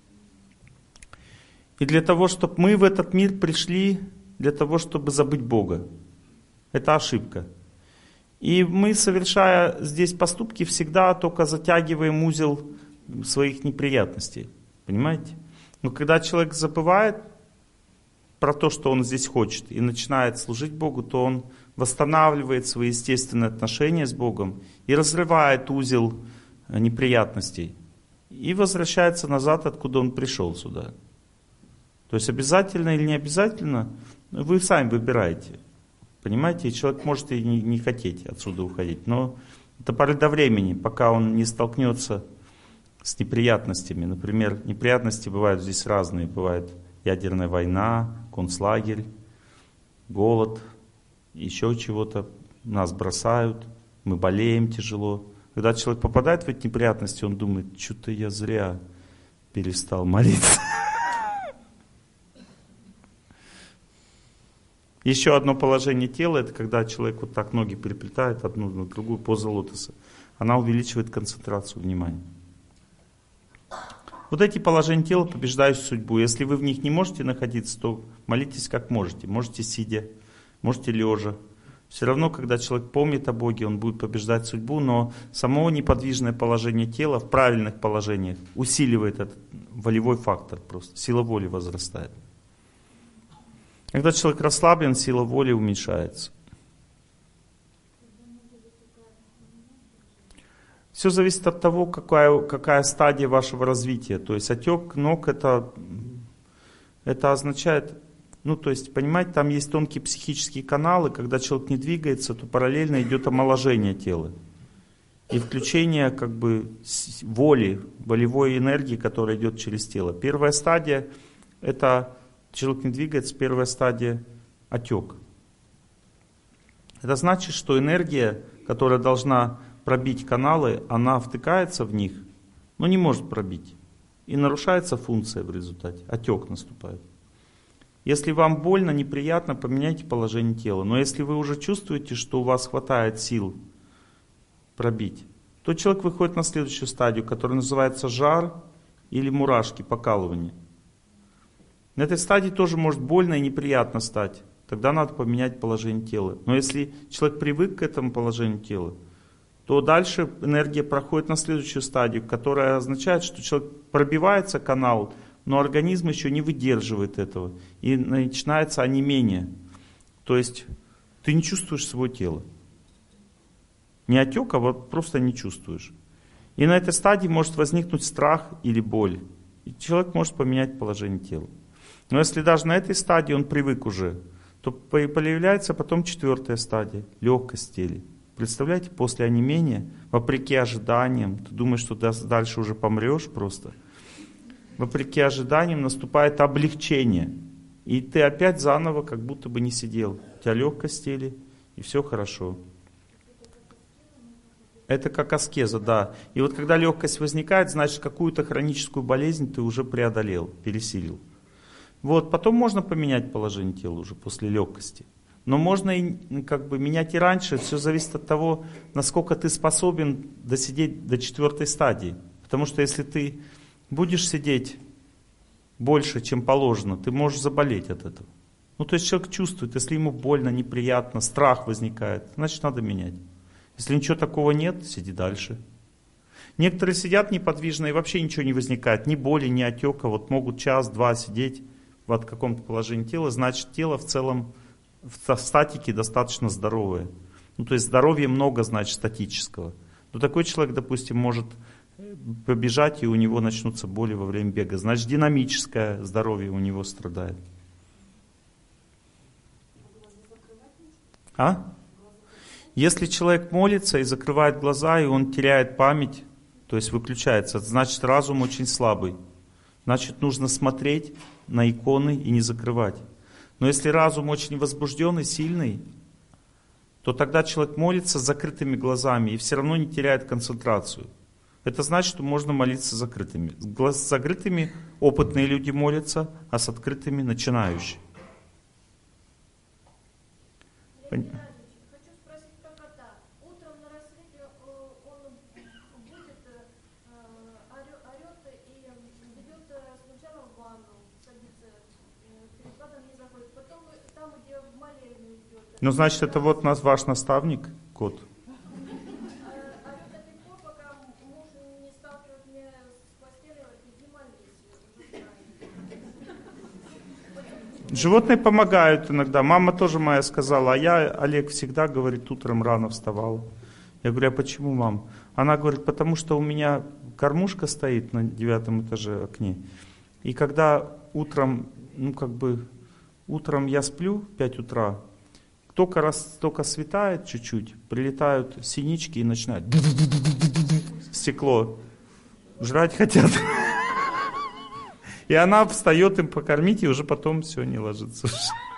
Speaker 1: И для того, чтобы мы в этот мир пришли, для того, чтобы забыть Бога. Это ошибка. И мы, совершая здесь поступки, всегда только затягиваем узел своих неприятностей. Понимаете? Но когда человек забывает про то, что он здесь хочет, и начинает служить Богу, то он восстанавливает свои естественные отношения с Богом и разрывает узел неприятностей. И возвращается назад, откуда он пришел сюда. То есть обязательно или не обязательно, вы сами выбираете. Понимаете, человек может и не хотеть отсюда уходить, но это поры до времени, пока он не столкнется с неприятностями. Например, неприятности бывают здесь разные. Бывает ядерная война, концлагерь, голод, еще чего-то. Нас бросают, мы болеем тяжело. Когда человек попадает в эти неприятности, он думает, что-то я зря перестал молиться. Еще одно положение тела, это когда человек вот так ноги переплетает одну на другую, поза лотоса. Она увеличивает концентрацию внимания. Вот эти положения тела побеждают судьбу. Если вы в них не можете находиться, то молитесь как можете. Можете сидя, можете лежа. Все равно, когда человек помнит о Боге, он будет побеждать судьбу, но само неподвижное положение тела в правильных положениях усиливает этот волевой фактор просто. Сила воли возрастает. Когда человек расслаблен, сила воли уменьшается. Все зависит от того, какая стадия вашего развития. То есть отек ног это означает, то есть, понимаете, там есть тонкие психические каналы, когда человек не двигается, то параллельно идет омоложение тела. И включение воли, волевой энергии, которая идет через тело. Первая стадия это человек не двигается, первая стадия отек. Это значит, что энергия, которая должна пробить каналы, она втыкается в них, но не может пробить. И нарушается функция в результате. Отек наступает. Если вам больно, неприятно, поменяйте положение тела. Но если вы уже чувствуете, что у вас хватает сил пробить, то человек выходит на следующую стадию, которая называется жар или мурашки, покалывание. На этой стадии тоже может больно и неприятно стать. Тогда надо поменять положение тела. Но если человек привык к этому положению тела, то дальше энергия проходит на следующую стадию, которая означает, что человек пробивается канал, но организм еще не выдерживает этого. И начинается онемение. То есть ты не чувствуешь свое тело. Не отек, а вот просто не чувствуешь. И на этой стадии может возникнуть страх или боль. И человек может поменять положение тела. Но если даже на этой стадии он привык уже, то появляется потом четвертая стадия, легкость в теле. Представляете, после онемения, вопреки ожиданиям, ты думаешь, что дальше уже помрешь просто. Вопреки ожиданиям наступает облегчение. И ты опять заново как будто бы не сидел. У тебя легкость в теле, и все хорошо. Это как аскеза, да. И вот когда легкость возникает, значит какую-то хроническую болезнь ты уже преодолел, пересилил. Вот, потом можно поменять положение тела уже после легкости. Но можно и менять и раньше. Все зависит от того, насколько ты способен досидеть до четвертой стадии. Потому что если ты будешь сидеть больше, чем положено, ты можешь заболеть от этого. То есть человек чувствует, если ему больно, неприятно, страх возникает, значит надо менять. Если ничего такого нет, сиди дальше. Некоторые сидят неподвижно и вообще ничего не возникает, ни боли, ни отека. Вот могут час-два сидеть в каком-то положении тела, значит тело в целом в статике достаточно здоровое. То есть здоровья много, значит, статического. Но такой человек, допустим, может побежать, и у него начнутся боли во время бега. Значит, динамическое здоровье у него страдает. А? Если человек молится и закрывает глаза, и он теряет память, то есть выключается, значит, разум очень слабый. Значит, нужно смотреть на иконы и не закрывать. Но если разум очень возбужденный, сильный, то тогда человек молится с закрытыми глазами и все равно не теряет концентрацию. Это значит, что можно молиться с закрытыми. С закрытыми опытные люди молятся, а с открытыми начинающие.
Speaker 6: Хочу спросить про кота. Утром на рассвете он будет, орет и идет сначала в ванну, садится, перед ванной не заходит. Потом там, где в молельню идет.
Speaker 1: Ну, значит, это вот ваш наставник, кот.
Speaker 6: Орет до тех пор, пока муж не сталкивает меня с постелью, иди молись.
Speaker 1: Животные помогают иногда. Мама тоже моя сказала, а я, Олег, всегда, говорит, утром рано вставал. Я говорю, а почему, мам? Она говорит, потому что у меня кормушка стоит на 9 этаже окне. И когда утром, утром я сплю в 5 утра, только светает чуть-чуть, прилетают синички и начинают стекло. Жрать хотят. И она встает им покормить, и уже потом все, не ложится.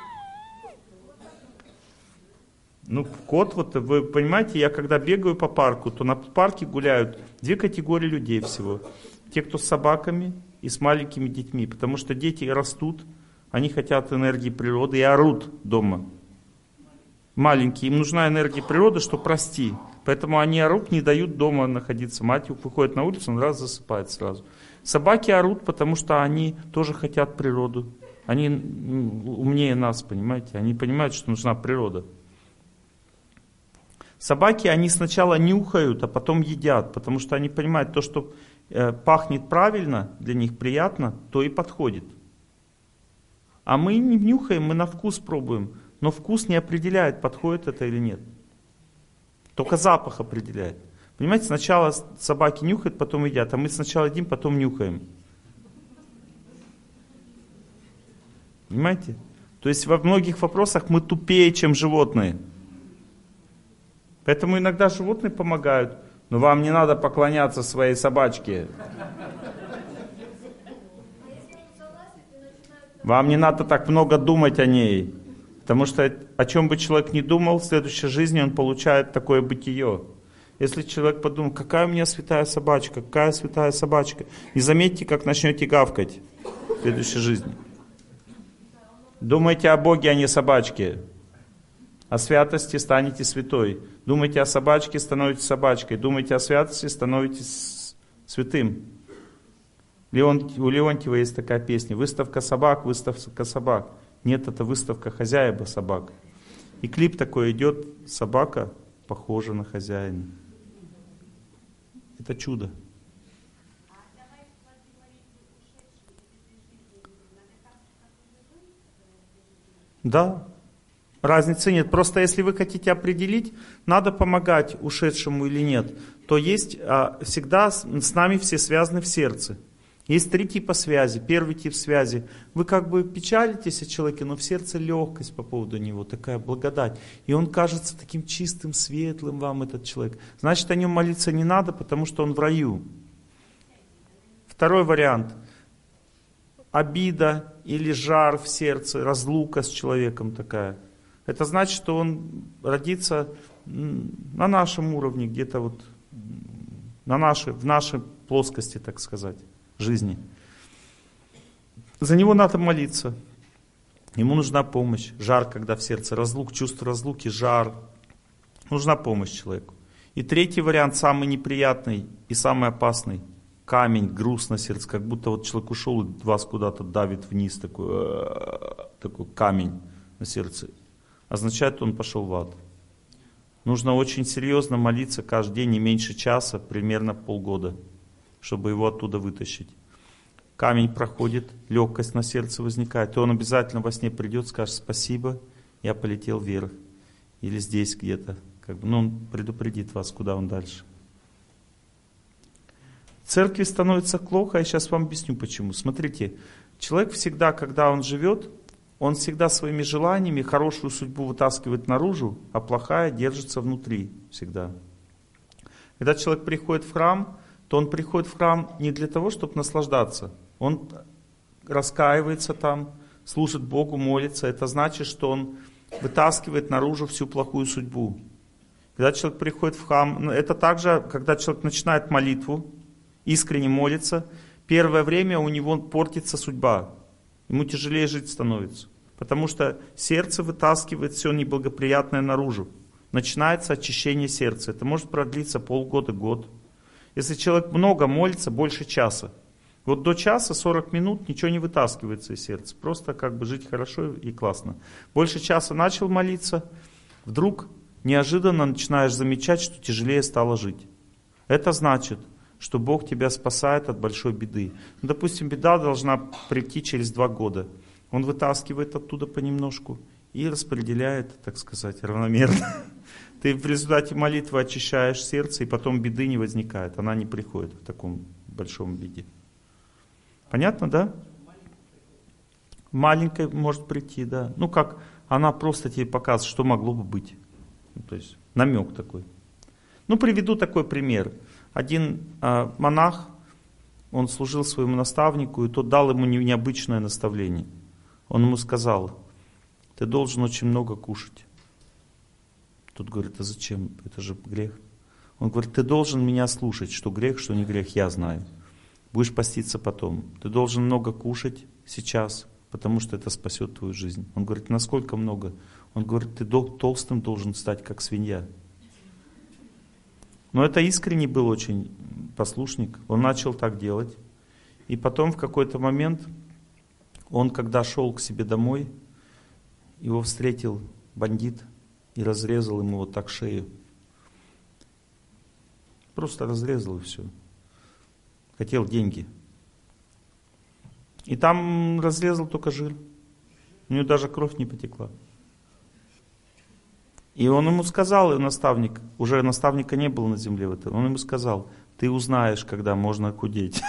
Speaker 1: Ну, кот, вот вы понимаете, я когда бегаю по парку, то на парке гуляют 2 категории людей всего. Те, кто с собаками и с маленькими детьми. Потому что дети растут, они хотят энергии природы и орут дома. Маленькие, им нужна энергия природы, чтобы расти. Поэтому они орут, не дают дома находиться. Мать выходит на улицу, он раз засыпает сразу. Собаки орут, потому что они тоже хотят природу. Они умнее нас, понимаете? Они понимают, что нужна природа. Собаки, они сначала нюхают, а потом едят, потому что они понимают, то, что пахнет правильно, для них приятно, то и подходит. А мы не нюхаем, мы на вкус пробуем. Но вкус не определяет, подходит это или нет. Только запах определяет. Понимаете, сначала собаки нюхают, потом едят, а мы сначала едим, потом нюхаем. Понимаете? То есть во многих вопросах мы тупее, чем животные. Поэтому иногда животные помогают, но вам не надо поклоняться своей собачке. Вам не надо так много думать о ней. Потому что о чем бы человек ни думал, в следующей жизни он получает такое бытие. Если человек подумает, какая у меня святая собачка, какая святая собачка, не заметьте, как начнете гавкать в следующей жизни. Думайте о Боге, а не собачке. О святости станете святой. Думайте о собачке, становитесь собачкой. Думайте о святости, становитесь святым. У Леонтьева есть такая песня. Выставка собак, выставка собак. Нет, это выставка хозяева собак. И клип такой идет, собака похожа на хозяина. Это чудо. Да, разницы нет. Просто если вы хотите определить, надо помогать ушедшему или нет, то есть всегда с нами все связаны в сердце. Есть 3 типа связи. Первый тип связи. Вы как бы печалитесь о человеке, но в сердце легкость по поводу него, такая благодать. И он кажется таким чистым, светлым вам, этот человек. Значит, о нем молиться не надо, потому что он в раю. Второй вариант. Обида или жар в сердце, разлука с человеком такая. Это значит, что он родится на нашем уровне, где-то вот в нашей плоскости, так сказать, жизни. За него надо молиться. Ему нужна помощь. Жар, когда в сердце чувство разлуки, жар. Нужна помощь человеку. И третий вариант, самый неприятный и самый опасный. Камень, груз на сердце, как будто вот человек ушел и вас куда-то давит вниз, такой камень на сердце. Означает, он пошел в ад. Нужно очень серьезно молиться каждый день, не меньше часа, примерно полгода, чтобы его оттуда вытащить. Камень проходит, легкость на сердце возникает, и он обязательно во сне придет, скажет: спасибо, я полетел вверх. Или здесь где-то. Он предупредит вас, куда он дальше. церкви становится плохо, я сейчас вам объясню почему. Смотрите, человек всегда, когда он живет, он всегда своими желаниями хорошую судьбу вытаскивает наружу, а плохая держится внутри всегда. Когда человек приходит в храм, то он приходит в храм не для того, чтобы наслаждаться. Он раскаивается там, служит Богу, молится. Это значит, что он вытаскивает наружу всю плохую судьбу. Когда человек приходит в храм, это также, когда человек начинает молитву, искренне молится, первое время у него портится судьба. Ему тяжелее жить становится. Потому что сердце вытаскивает все неблагоприятное наружу. Начинается очищение сердца. Это может продлиться полгода, год. Если человек много молится, больше часа. Вот до часа, 40 минут, ничего не вытаскивается из сердца. Просто как бы жить хорошо и классно. Больше часа начал молиться, вдруг неожиданно начинаешь замечать, что тяжелее стало жить. Это значит, что Бог тебя спасает от большой беды. Ну, допустим, беда должна прийти через 2 года. Он вытаскивает оттуда понемножку и распределяет, так сказать, равномерно. Ты в результате молитвы очищаешь сердце, и потом беды не возникает. Она не приходит в таком большом виде. Понятно, да? Маленькая может прийти, да. Ну как, она просто тебе показывает, что могло бы быть. Ну, то есть намек такой. Ну, приведу такой пример. Один монах, он служил своему наставнику, и тот дал ему необычное наставление. Он ему сказал: ты должен очень много кушать. Тот говорит: а зачем? Это же грех. Он говорит: ты должен меня слушать, что грех, что не грех, я знаю. Будешь поститься потом. Ты должен много кушать сейчас, потому что это спасет твою жизнь. Он говорит: насколько много? Он говорит: ты толстым должен стать, как свинья. Но это искренний был очень послушник. Он начал так делать. И потом в какой-то момент, он когда шел к себе домой, его встретил бандит и разрезал ему вот так шею. Просто разрезал и все. Хотел деньги. И там разрезал только жир. У него даже кровь не потекла. И он ему сказал, и наставник, уже наставника не было на земле в этом, он ему сказал: ты узнаешь, когда можно худеть.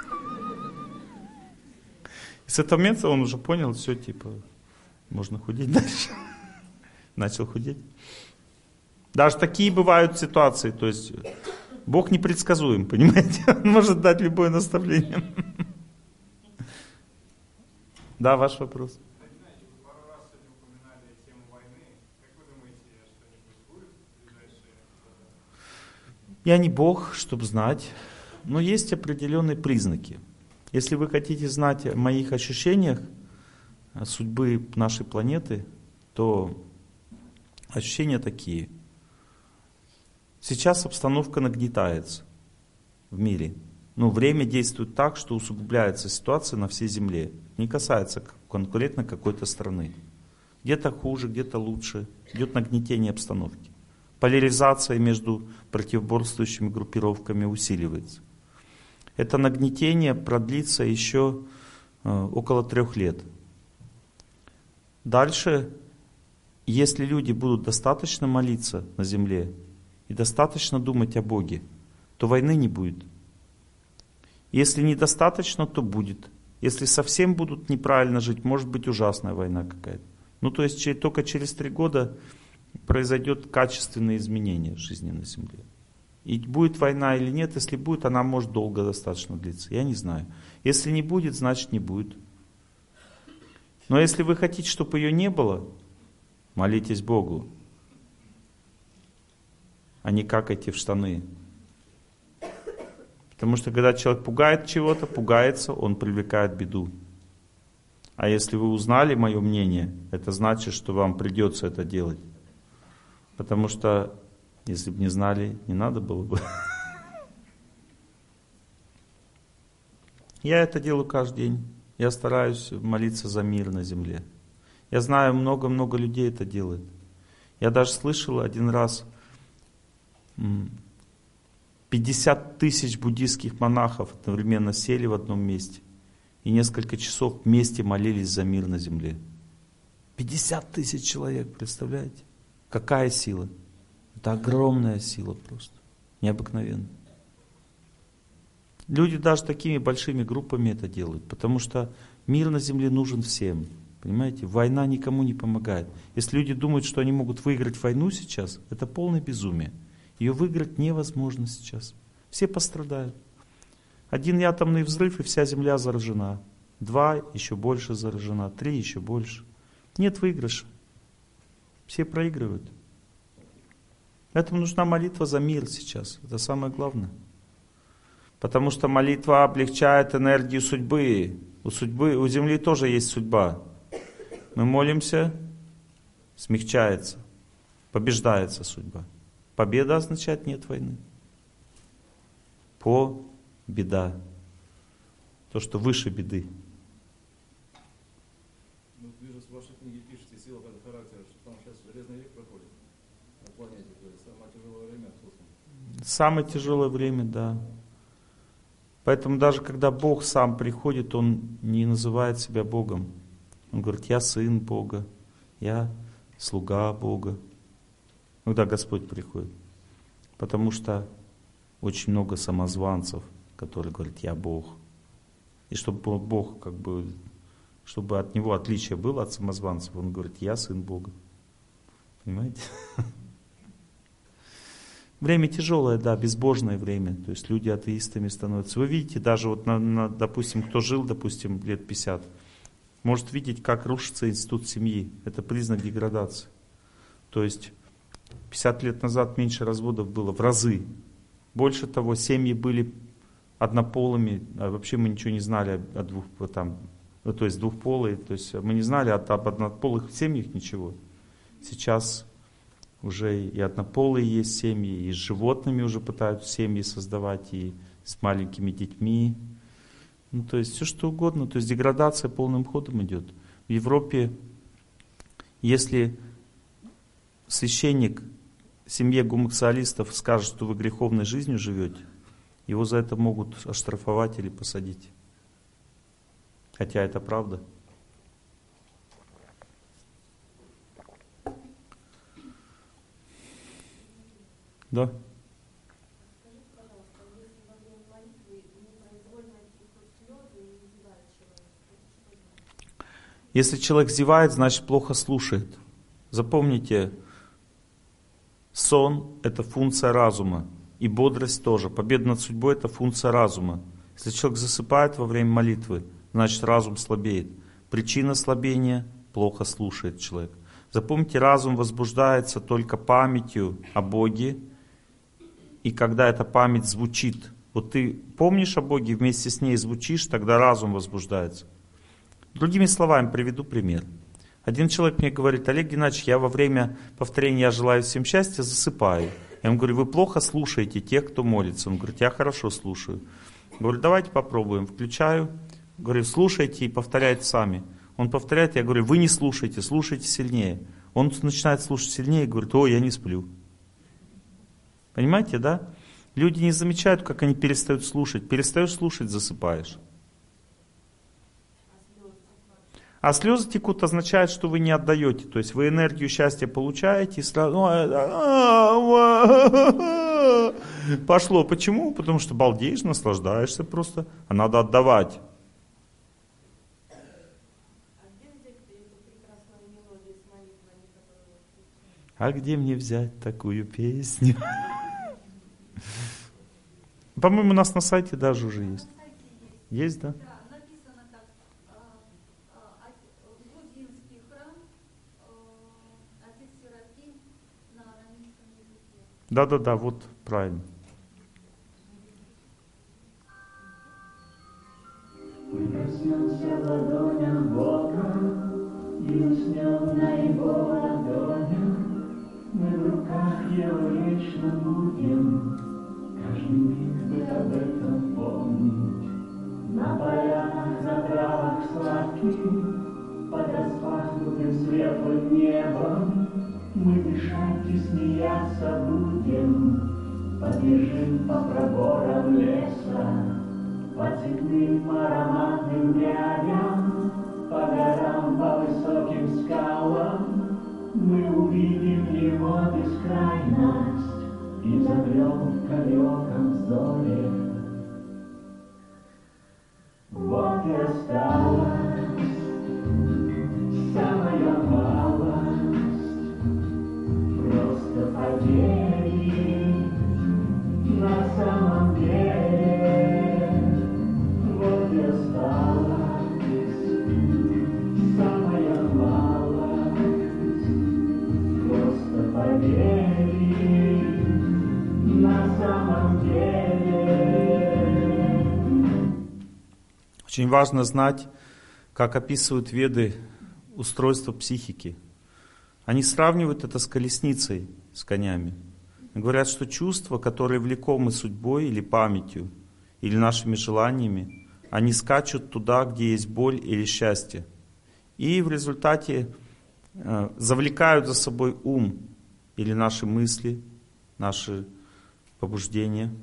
Speaker 1: И с этого момента он уже понял, все, типа, можно худеть дальше. Начал худеть. Даже такие бывают ситуации, то есть Бог непредсказуем, понимаете? Он может дать любое наставление. Да, ваш вопрос. Я не Бог, чтобы знать, но есть определенные признаки. Если вы хотите знать о моих ощущениях судьбы нашей планеты, то ощущения такие. Сейчас обстановка нагнетается в мире. Но время действует так, что усугубляется ситуация на всей Земле. Не касается конкретно какой-то страны. Где-то хуже, где-то лучше. Идет нагнетение обстановки. Поляризация между противоборствующими группировками усиливается. Это нагнетение продлится еще около 3 лет. Дальше, если люди будут достаточно молиться на земле и достаточно думать о Боге, то войны не будет. Если недостаточно, то будет. Если совсем будут неправильно жить, может быть ужасная война какая-то. Ну то есть только через 3 года произойдет качественное изменение в жизни на земле. И будет война или нет, если будет, она может долго достаточно длиться. Я не знаю. Если не будет, значит не будет. Но если вы хотите, чтобы ее не было, молитесь Богу, а не какайте в штаны. Потому что когда человек пугает чего-то, пугается, он привлекает беду. А если вы узнали мое мнение, это значит, что вам придется это делать. Потому что, если бы не знали, не надо было бы. Я это делаю каждый день. Я стараюсь молиться за мир на земле. Я знаю, много-много людей это делает. Я даже слышал один раз 50 тысяч буддийских монахов одновременно сели в одном месте и несколько часов вместе молились за мир на земле. 50 тысяч человек, представляете? Какая сила? Это огромная сила просто. Необыкновенная. Люди даже такими большими группами это делают, потому что мир на земле нужен всем. Понимаете, война никому не помогает. Если люди думают, что они могут выиграть войну сейчас, это полное безумие. Ее выиграть невозможно сейчас. Все пострадают. 1 атомный взрыв, и вся Земля заражена. 2 еще больше заражена. 3 еще больше. Нет выигрыша. Все проигрывают. Поэтому нужна молитва за мир сейчас. Это самое главное. Потому что молитва облегчает энергию судьбы. У Земли тоже есть судьба. Мы молимся, смягчается, побеждается судьба. Победа означает нет войны. Беда. То, что выше беды.
Speaker 3: Ну, вижу, в вашей книге пишете «Сила характера», что там сейчас железный век проходит на планете, то есть самое тяжелое время в космосе.
Speaker 1: Самое тяжелое время, да. Поэтому даже когда Бог сам приходит, Он не называет себя Богом. Он говорит, я сын Бога, я слуга Бога. Когда Господь приходит. Потому что очень много самозванцев, которые говорят, я Бог. И чтобы Бог, чтобы от него отличие было от самозванцев, Он говорит, я сын Бога. Понимаете? Время тяжелое, да, безбожное время. То есть люди атеистами становятся. Вы видите, даже вот, допустим, кто жил, допустим, лет 50, может видеть, как рушится институт семьи. Это признак деградации. То есть 50 лет назад меньше разводов было в разы. Больше того, семьи были однополыми, а вообще мы ничего не знали о двухполые, то есть мы не знали об однополых семьях ничего. Сейчас уже и однополые есть семьи, и с животными уже пытаются семьи создавать, и с маленькими детьми. Ну, то есть все что угодно, то есть деградация полным ходом идет. В Европе, если священник семье гомосексуалистов скажет, что вы греховной жизнью живете, его за это могут оштрафовать или посадить. Хотя это правда. Да.
Speaker 2: Скажите, пожалуйста, если во время молитвы непроизвольно текут слезы и зевает человек, что значит?
Speaker 1: Если человек зевает, значит плохо слушает. Запомните, сон – это функция разума. И бодрость тоже. Победа над судьбой – это функция разума. Если человек засыпает во время молитвы, значит разум слабеет. Причина слабения – плохо слушает человек. Запомните, разум возбуждается только памятью о Боге. И когда эта память звучит, вот ты помнишь о Боге, вместе с ней звучишь, тогда разум возбуждается. Другими словами, приведу пример. Один человек мне говорит, Олег Геннадьевич, я во время повторения «Я желаю всем счастья» засыпаю. Я ему говорю, вы плохо слушаете тех, кто молится. Он говорит, я хорошо слушаю. Я говорю, давайте попробуем. Включаю, говорю, слушайте и повторяйте сами. Он повторяет, я говорю, вы не слушайте, слушайте сильнее. Он начинает слушать сильнее и говорит, я не сплю. Понимаете, да? Люди не замечают, как они перестают слушать. Перестаешь слушать, засыпаешь. А слезы текут означает, что вы не отдаете. То есть вы энергию счастья получаете и сразу... Пошло. Почему? Потому что балдеешь, наслаждаешься просто. А надо отдавать. А где мне взять такую песню? По-моему, у нас на сайте даже уже есть. Есть, да?
Speaker 5: Да, написано как грузинский храм, отец Серафим на арамейском языке.
Speaker 1: Да, вот правильно.
Speaker 7: Коснемся в ладонях Бога и уснем на Его ладонях. Мы в руках Его вечно будем, каждый миг быть об этом помнить. На полянах, на травах сладких, под распахнутым светлым небом, мы дышать и смеяться будем, побежим по проборам леса, по цветным ароматным рядям, по горам, по высоким скалам. Мы увидим Его бескрайность и замрем в далеком вздохе.
Speaker 1: Очень важно знать, как описывают Веды устройство психики. Они сравнивают это с колесницей, с конями. Говорят, что чувства, которые влекомы судьбой или памятью, или нашими желаниями, они скачут туда, где есть боль или счастье. И в результате завлекают за собой ум или наши мысли, наши побуждения.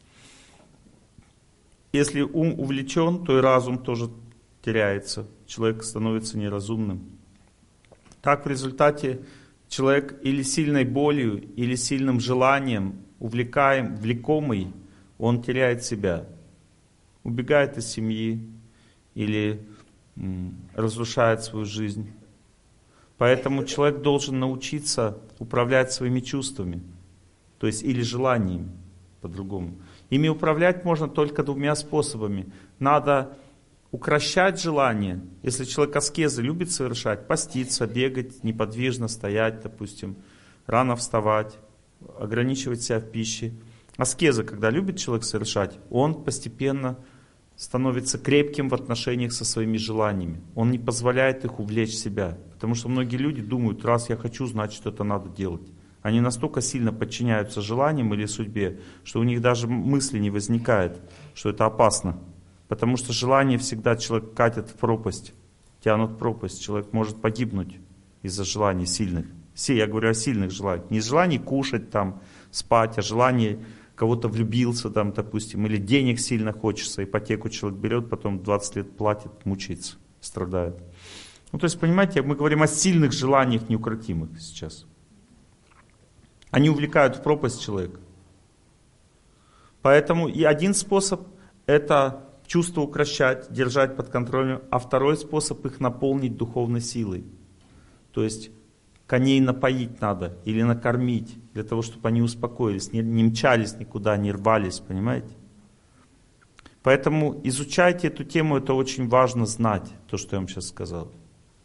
Speaker 1: Если ум увлечен, то и разум тоже теряется. Человек становится неразумным. Так в результате человек или сильной болью, или сильным желанием, влекомый, он теряет себя. Убегает из семьи или разрушает свою жизнь. Поэтому человек должен научиться управлять своими чувствами, то есть или желаниями, по-другому. Ими управлять можно только двумя способами. Надо укрощать желание. Если человек аскезы любит совершать, поститься, бегать, неподвижно стоять, допустим, рано вставать, ограничивать себя в пище. Аскезы, когда любит человек совершать, он постепенно становится крепким в отношениях со своими желаниями. Он не позволяет их увлечь себя. Потому что многие люди думают, раз я хочу, значит это надо делать. Они настолько сильно подчиняются желаниям или судьбе, что у них даже мысли не возникает, что это опасно. Потому что желание всегда человек катит в пропасть, тянут в пропасть. Человек может погибнуть из-за желаний сильных. Я говорю о сильных желаниях. Не желаний кушать, там, спать, а желание кого-то влюбился, там, допустим, или денег сильно хочется, ипотеку человек берет, потом 20 лет платит, мучается, страдает. Ну, то есть, понимаете, мы говорим о сильных желаниях неукротимых сейчас. Они увлекают в пропасть человека. Поэтому и один способ – это чувства укрощать, держать под контролем, а второй способ – их наполнить духовной силой. То есть коней напоить надо или накормить, для того, чтобы они успокоились, не мчались никуда, не рвались, понимаете? Поэтому изучайте эту тему, это очень важно знать, то, что я вам сейчас сказал.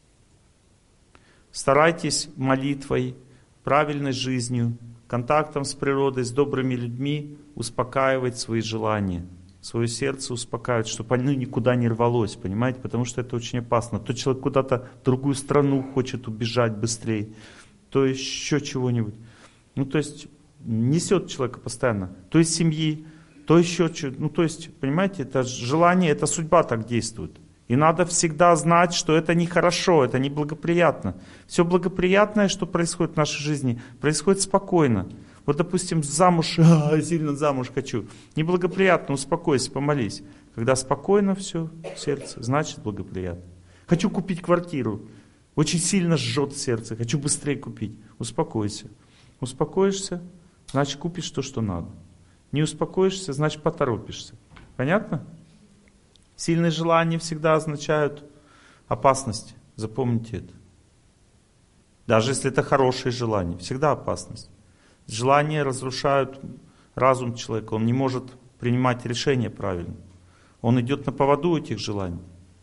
Speaker 1: Старайтесь молитвой, правильной жизнью, контактом с природой, с добрыми людьми успокаивать свои желания, свое сердце успокаивать, чтобы оно никуда не рвалось, понимаете, потому что это очень опасно. То человек куда-то в другую страну хочет убежать быстрее, то еще чего-нибудь. Ну, то есть несет человека постоянно, то из семьи, то еще что-то. Ну, то есть, понимаете, это желание, это судьба так действует. И надо всегда знать, что это нехорошо, это неблагоприятно. Все благоприятное, что происходит в нашей жизни, происходит спокойно. Вот, допустим, замуж, сильно замуж хочу. Неблагоприятно, успокойся, помолись. Когда спокойно все в сердце, значит благоприятно. Хочу купить квартиру, очень сильно жжет сердце, хочу быстрее купить. Успокойся. Успокоишься, значит купишь то, что надо. Не успокоишься, значит поторопишься. Понятно? Сильные желания всегда означают опасность. Запомните это. Даже если это хорошие желания, всегда опасность. Желания разрушают разум человека. Он не может принимать решения правильно. Он идет на поводу этих желаний.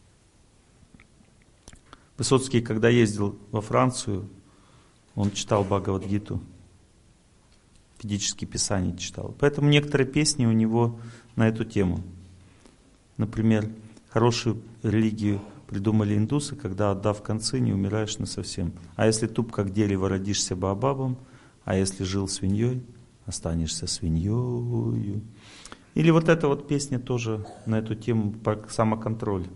Speaker 1: Высоцкий, когда ездил во Францию, он читал Бхагавад-гиту. Ведические писания читал. Поэтому некоторые песни у него на эту тему. Например, хорошую религию придумали индусы, когда, отдав концы, не умираешь насовсем. А если туп, как дерево, родишься баобабом, а если жил свиньей, останешься свиньей. Или вот эта вот песня тоже на эту тему про самоконтроль.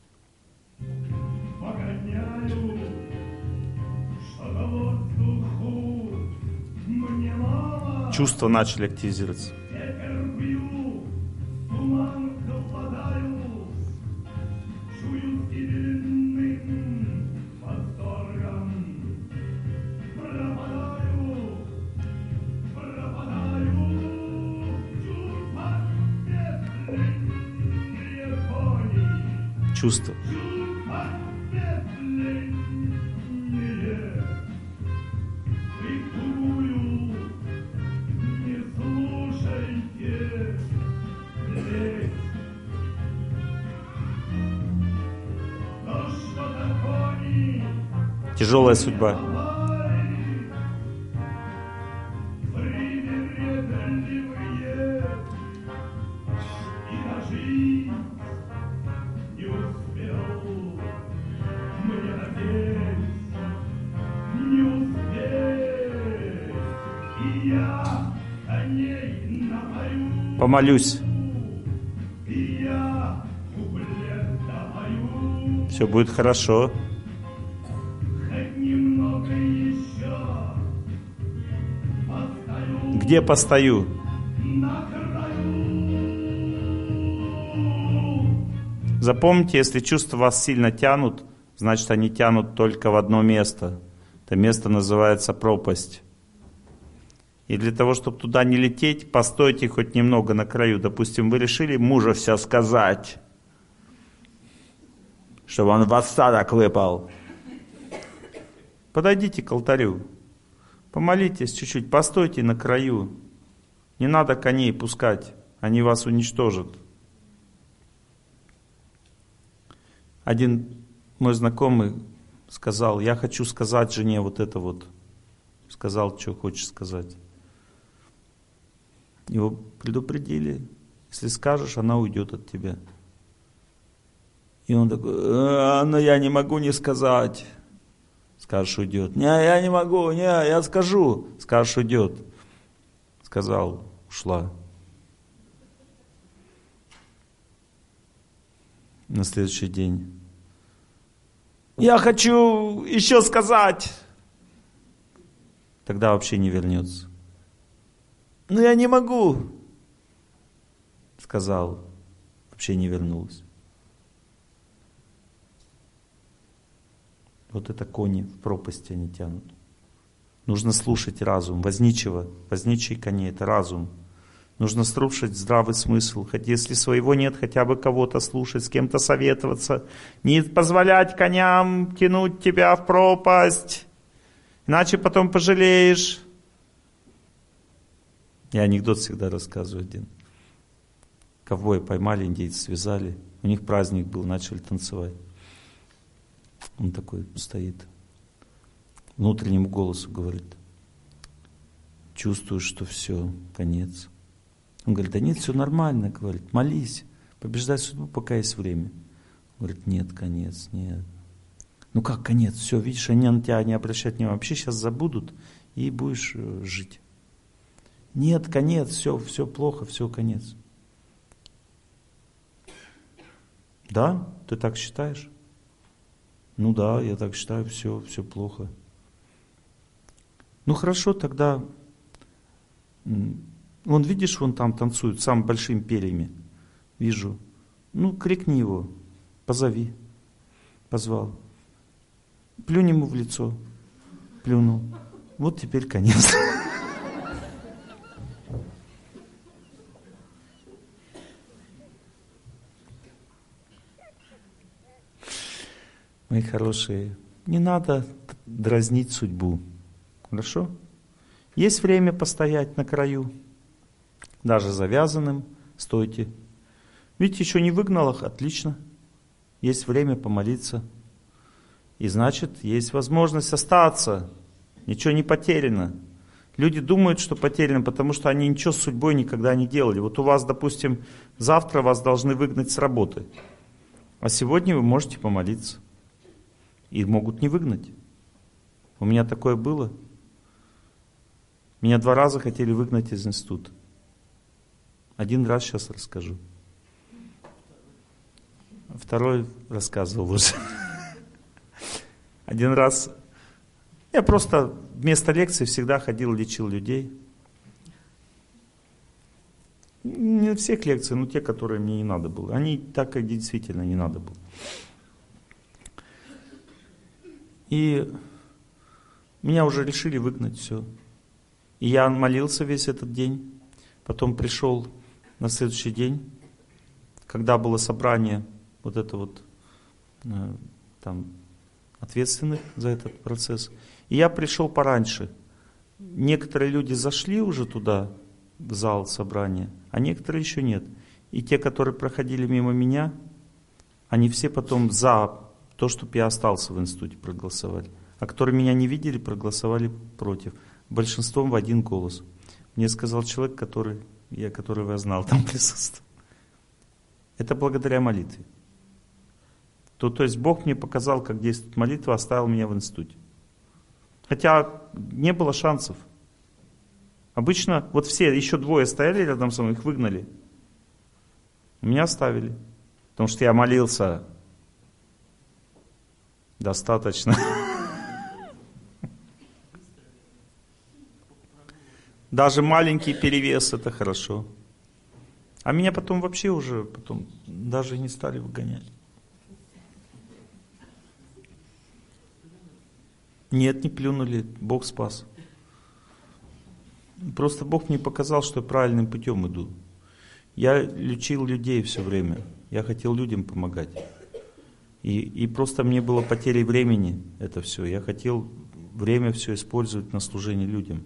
Speaker 1: Чувства начали активизироваться. Чувства. Тяжелая судьба. Помолюсь. Все будет хорошо. Где постою? Запомните, если чувства вас сильно тянут, значит, они тянут только в одно место. Это место называется пропасть. И для того, чтобы туда не лететь, постойте хоть немного на краю. Допустим, вы решили мужу все сказать, чтобы он в осадок выпал. Подойдите к алтарю, помолитесь чуть-чуть, постойте на краю. Не надо коней пускать, они вас уничтожат. Один мой знакомый сказал: я хочу сказать жене вот это вот. Сказал, что хочешь сказать. Его предупредили: если скажешь, она уйдет от тебя. И он такой: но я не могу не сказать. Скажешь, уйдет. Не, я не могу, не, я скажу. Скажешь, уйдет. Сказал, ушла. На следующий день: я хочу еще сказать. Тогда вообще не вернется. Но я не могу. Сказал, вообще не вернулась. Вот это кони в пропасти они тянут. Нужно слушать разум. Возничий коней — это разум. Нужно слушать здравый смысл. Хоть если своего нет, хотя бы кого-то слушать, с кем-то советоваться. Не позволять коням тянуть тебя в пропасть. Иначе потом пожалеешь. Я анекдот всегда рассказываю один. Ковбоя поймали, индейцы связали. У них праздник был, начали танцевать. Он такой стоит. Внутреннему голосу говорит: чувствую, что все, конец. Он говорит: да нет, все нормально, говорит, молись, побеждай судьбу, пока есть время. Он говорит: нет, конец, нет. Ну как конец? Все, видишь, они на тебя не обращают внимания. Вообще сейчас забудут, и будешь жить. Нет, конец, все плохо, все, конец. Да? Ты так считаешь? Ну да, я так считаю, все плохо. Ну хорошо, тогда... Вон, видишь, вон там танцуют, самыми большими перьями. Вижу. Ну, крикни его, позови. Позвал. Плюнь ему в лицо. Плюнул. Вот теперь конец. Мои хорошие, не надо дразнить судьбу. Хорошо? Есть время постоять на краю. Даже завязанным стойте. Видите, еще не выгнал их? Отлично. Есть время помолиться. И значит, есть возможность остаться. Ничего не потеряно. Люди думают, что потеряно, потому что они ничего с судьбой никогда не делали. Вот у вас, допустим, завтра вас должны выгнать с работы. А сегодня вы можете помолиться. И могут не выгнать. У меня такое было. Меня 2 раза хотели выгнать из института. 1 раз сейчас расскажу. 2 рассказывал уже. 1 раз я просто вместо лекций всегда ходил, лечил людей. Не всех лекций, но те, которые мне не надо было. Они так и действительно не надо было. И меня уже решили выгнать, все. И я молился весь этот день. Потом пришел на следующий день, когда было собрание вот это вот там ответственных за этот процесс. И я пришел пораньше. Некоторые люди зашли уже туда, в зал собрания, а некоторые еще нет. И те, которые проходили мимо меня, они все потом за то, чтобы я остался в институте, проголосовали. А которые меня не видели, проголосовали против. Большинством в 1 голос. Мне сказал человек, которого я знал, там присутствовал. Это благодаря молитве. То есть Бог мне показал, как действует молитва, оставил меня в институте. Хотя не было шансов. Обычно вот все, еще двое стояли рядом со мной, их выгнали. Меня оставили. Потому что я молился достаточно. Даже маленький перевес — это хорошо. А меня потом вообще уже даже не стали выгонять. Нет, не плюнули, Бог спас. Просто Бог мне показал, что я правильным путем иду. Я лечил людей все время. Я хотел людям помогать. И просто мне было потерей времени это все. Я хотел время все использовать на служение людям.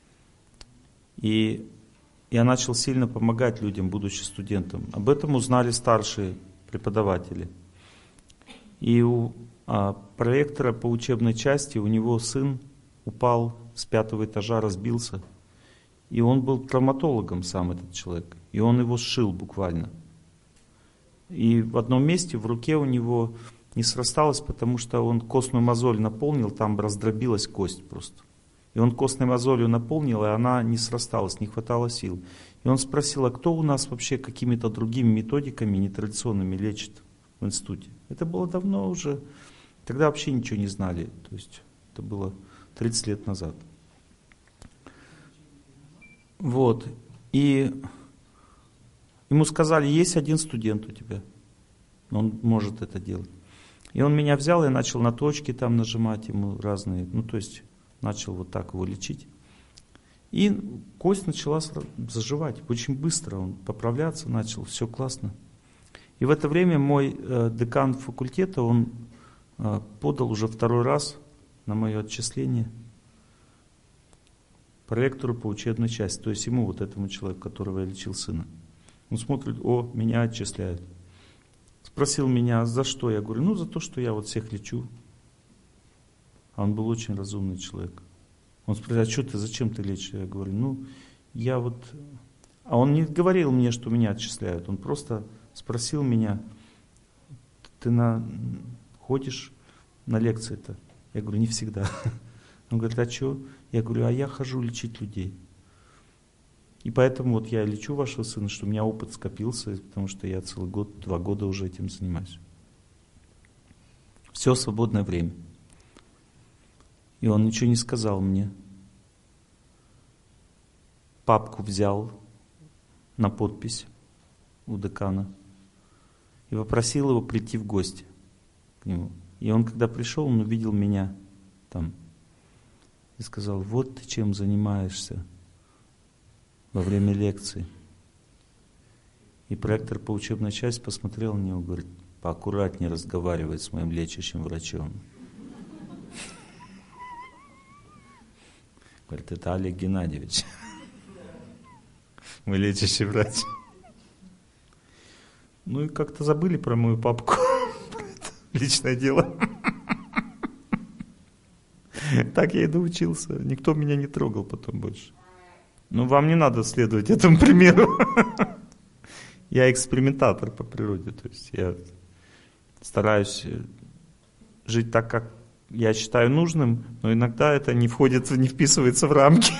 Speaker 1: И я начал сильно помогать людям, будучи студентом. Об этом узнали старшие преподаватели. И у проректора по учебной части, у него сын упал с 5-го этажа, разбился. И он был травматологом сам, этот человек. И он его сшил буквально. И в одном месте в руке у него не срасталось, потому что он костную мозоль наполнил, там раздробилась кость просто. И он костной мозолью наполнил, и она не срасталась, не хватало сил. И он спросил, а кто у нас вообще какими-то другими методиками нетрадиционными лечит в институте? Это было давно уже. Тогда вообще ничего не знали. То есть это было 30 лет назад. Вот. И ему сказали, есть один студент у тебя. Он может это делать. И он меня взял и начал на точки там нажимать ему разные. Ну, то есть начал вот так его лечить. И кость начала заживать. Очень быстро он поправляться начал. Все классно. И в это время мой декан факультета, он подал уже 2-й раз на мое отчисление проректору по учебной части. То есть ему, вот этому человеку, которого я лечил сына. Он смотрит, о, меня отчисляют. Спросил меня, за что? Я говорю, ну за то, что я вот всех лечу. А он был очень разумный человек. Он спросил, а что ты, зачем ты лечишь? Я говорю, ну, я вот... А он не говорил мне, что меня отчисляют. Он просто спросил меня, ты ходишь на лекции-то? Я говорю, не всегда. Он говорит, а что? Я говорю, а я хожу лечить людей. И поэтому вот я лечу вашего сына, что у меня опыт скопился, потому что я целый год, 2 года уже этим занимаюсь. Все свободное время. И он ничего не сказал мне. Папку взял на подпись у декана и попросил его прийти в гости к нему. И он, когда пришел, он увидел меня там и сказал, вот ты чем занимаешься во время лекции. И проректор по учебной части посмотрел на него и говорит, поаккуратнее разговаривай с моим лечащим врачом. Говорит, это Олег Геннадьевич, мой лечащий врач. Ну и как-то забыли про мою папку. Личное дело. Так я и доучился. Никто меня не трогал потом больше. Но вам не надо следовать этому примеру. Я экспериментатор по природе. То есть я стараюсь жить так, как я считаю нужным, но иногда это не вписывается в рамки.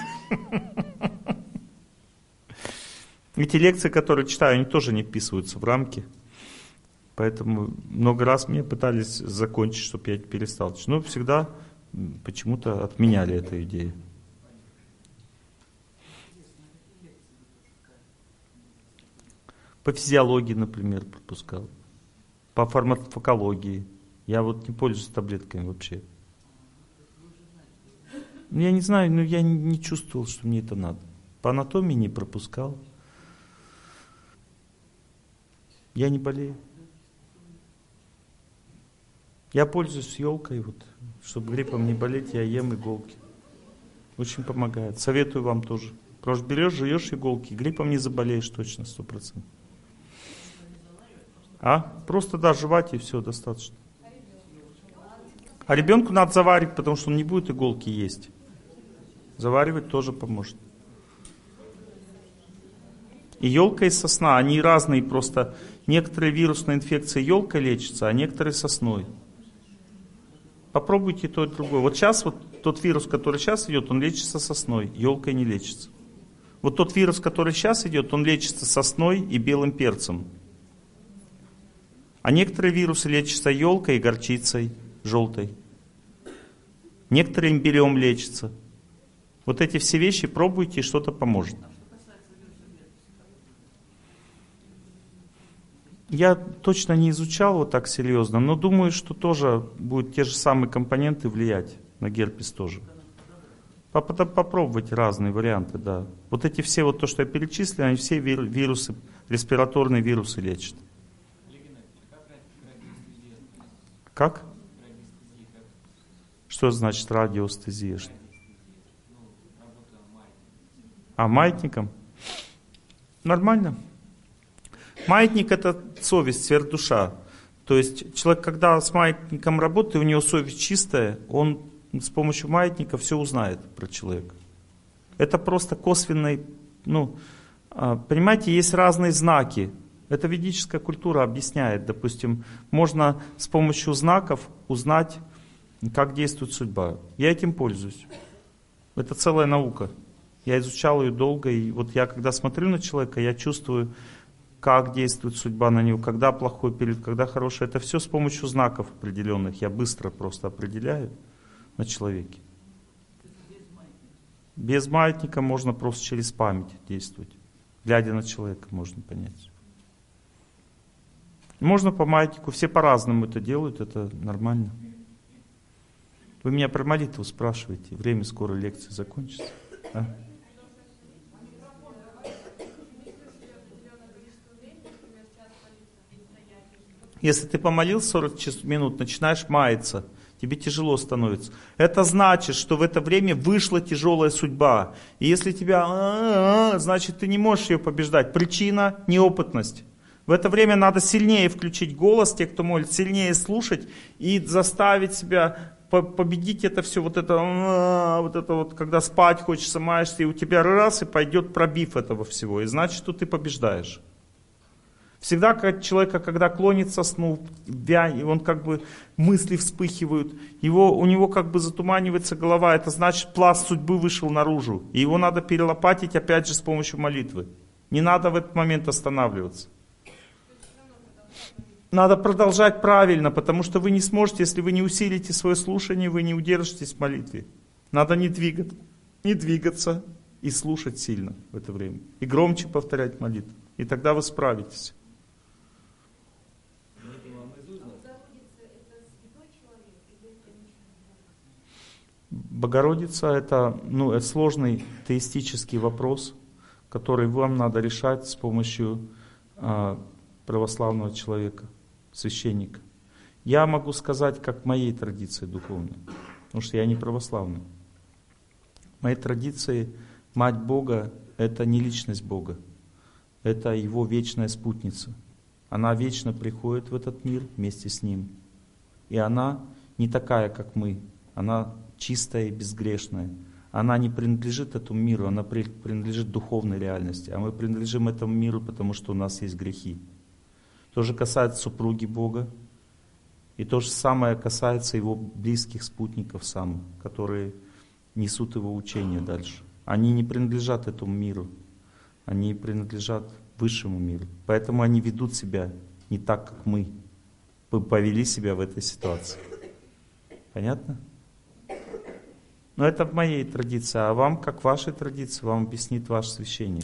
Speaker 1: Эти лекции, которые читаю, они тоже не вписываются в рамки. Поэтому много раз мне пытались закончить, чтобы я перестал. Но всегда почему-то отменяли эту идею. По физиологии, например, пропускал. По фармакологии. Я вот не пользуюсь таблетками вообще. Я не знаю, но я не чувствовал, что мне это надо. По анатомии не пропускал. Я не болею. Я пользуюсь елкой, вот, чтобы гриппом не болеть, я ем иголки. Очень помогает. Советую вам тоже. Просто берешь, жуешь иголки, гриппом не заболеешь точно, 100%. Просто да, жевать и все, достаточно. А ребенку надо заваривать, потому что он не будет иголки есть. Заваривать тоже поможет. И елка и сосна, они разные просто. Некоторые вирусные инфекции елкой лечатся, а некоторые сосной. Попробуйте то и другое. Вот сейчас вот тот вирус, который сейчас идет, он лечится сосной, елкой не лечится. Вот тот вирус, который сейчас идет, он лечится сосной и белым перцем. А некоторые вирусы лечатся елкой и горчицей желтой. Некоторые имбирем лечатся. Вот эти все вещи пробуйте, и что-то поможет. Я точно не изучал вот так серьезно, но думаю, что тоже будут те же самые компоненты влиять на герпес тоже. Попробуйте разные варианты, да. Вот эти все, вот то, что я перечислил, они все вирусы, респираторные вирусы лечат. Как? Что значит радиостезия? А маятником? Нормально. Маятник — это совесть, сверхдуша. То есть человек, когда с маятником работает, у него совесть чистая, он с помощью маятника все узнает про человека. Это просто косвенный, понимаете, есть разные знаки. Это ведическая культура объясняет, допустим, можно с помощью знаков узнать, как действует судьба. Я этим пользуюсь. Это целая наука. Я изучал ее долго, и вот я, когда смотрю на человека, я чувствую, как действует судьба на него, когда плохой период, когда хороший. Это все с помощью знаков определенных. Я быстро просто определяю на человеке. Без маятника можно просто через память действовать. Глядя на человека, можно понять. Можно по маятнику, все по-разному это делают, это нормально. Вы меня про молитву спрашиваете, время скоро лекции закончится. А? Если ты помолился 40 минут, начинаешь маяться, тебе тяжело становится. Это значит, что в это время вышла тяжелая судьба. И если тебя, значит, ты не можешь ее побеждать. Причина — неопытность. В это время надо сильнее включить голос, те, кто молит, сильнее слушать и заставить себя победить это все, вот это, когда спать хочется, маешься, и у тебя раз, и пойдет пробив этого всего. И значит, что ты побеждаешь. Всегда как человека, когда клонится сну, он как бы мысли вспыхивают, у него как бы затуманивается голова, это значит, пласт судьбы вышел наружу. И его надо перелопатить опять же с помощью молитвы. Не надо в этот момент останавливаться. Надо продолжать правильно, потому что вы не сможете, если вы не усилите свое слушание, вы не удержитесь в молитве. Надо не двигаться и слушать сильно в это время. И громче повторять молитву. И тогда вы справитесь. Богородица — это сложный теистический вопрос, который вам надо решать с помощью православного человека, священника. Я могу сказать, как моей традиции духовной, потому что я не православный. В моей традиции Мать Бога — это не личность Бога, это Его вечная спутница. Она вечно приходит в этот мир вместе с Ним. И она не такая, как мы. Она чистая и безгрешная. Она не принадлежит этому миру, она принадлежит духовной реальности. А мы принадлежим этому миру, потому что у нас есть грехи. То же касается супруги Бога. И то же самое касается Его близких спутников самых, которые несут Его учение дальше. Они не принадлежат этому миру. Они принадлежат высшему миру. Поэтому они ведут себя не так, как мы повели себя в этой ситуации. Понятно? Но это в моей традиции, а вам, как в вашей традиции, вам объяснит ваш священник.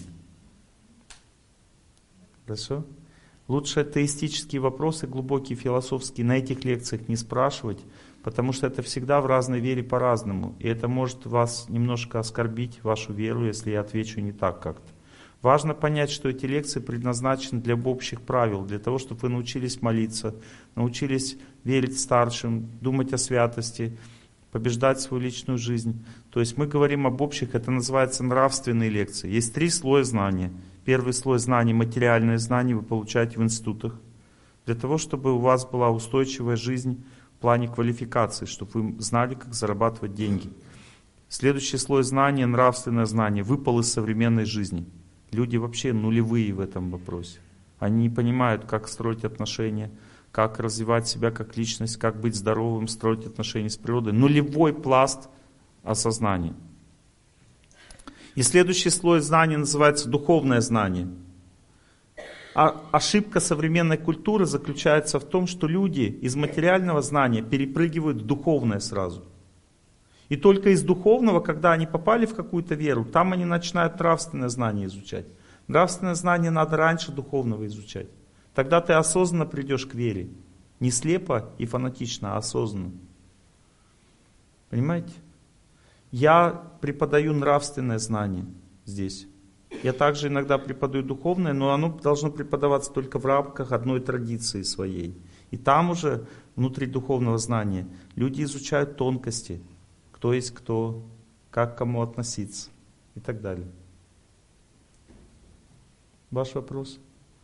Speaker 1: Хорошо? Лучше атеистические вопросы, глубокие философские, на этих лекциях не спрашивать, потому что это всегда в разной вере по-разному. И это может вас немножко оскорбить, вашу веру, если я отвечу не так как-то. Важно понять, что эти лекции предназначены для общих правил, для того, чтобы вы научились молиться, научились верить старшим, думать о святости, побеждать свою личную жизнь. То есть мы говорим об общих, это называется нравственные лекции. Есть 3 слоя знания. Первый слой знаний, материальные знания, вы получаете в институтах. Для того, чтобы у вас была устойчивая жизнь в плане квалификации, чтобы вы знали, как зарабатывать деньги. Следующий слой знаний, нравственное знание, выпал из современной жизни. Люди вообще нулевые в этом вопросе. Они не понимают, как строить отношения, как развивать себя как личность, как быть здоровым, строить отношения с природой. Нулевой пласт осознания. И следующий слой знаний называется духовное знание. А ошибка современной культуры заключается в том, что люди из материального знания перепрыгивают в духовное сразу. И только из духовного, когда они попали в какую-то веру, там они начинают нравственное знание изучать. Нравственное знание надо раньше духовного изучать. Тогда ты осознанно придешь к вере. Не слепо и фанатично, а осознанно. Понимаете? Я преподаю нравственное знание здесь. Я также иногда преподаю духовное, но оно должно преподаваться только в рамках одной традиции своей. И там уже, внутри духовного знания, люди изучают тонкости. Кто есть кто, как к кому относиться и так далее. Ваш вопрос?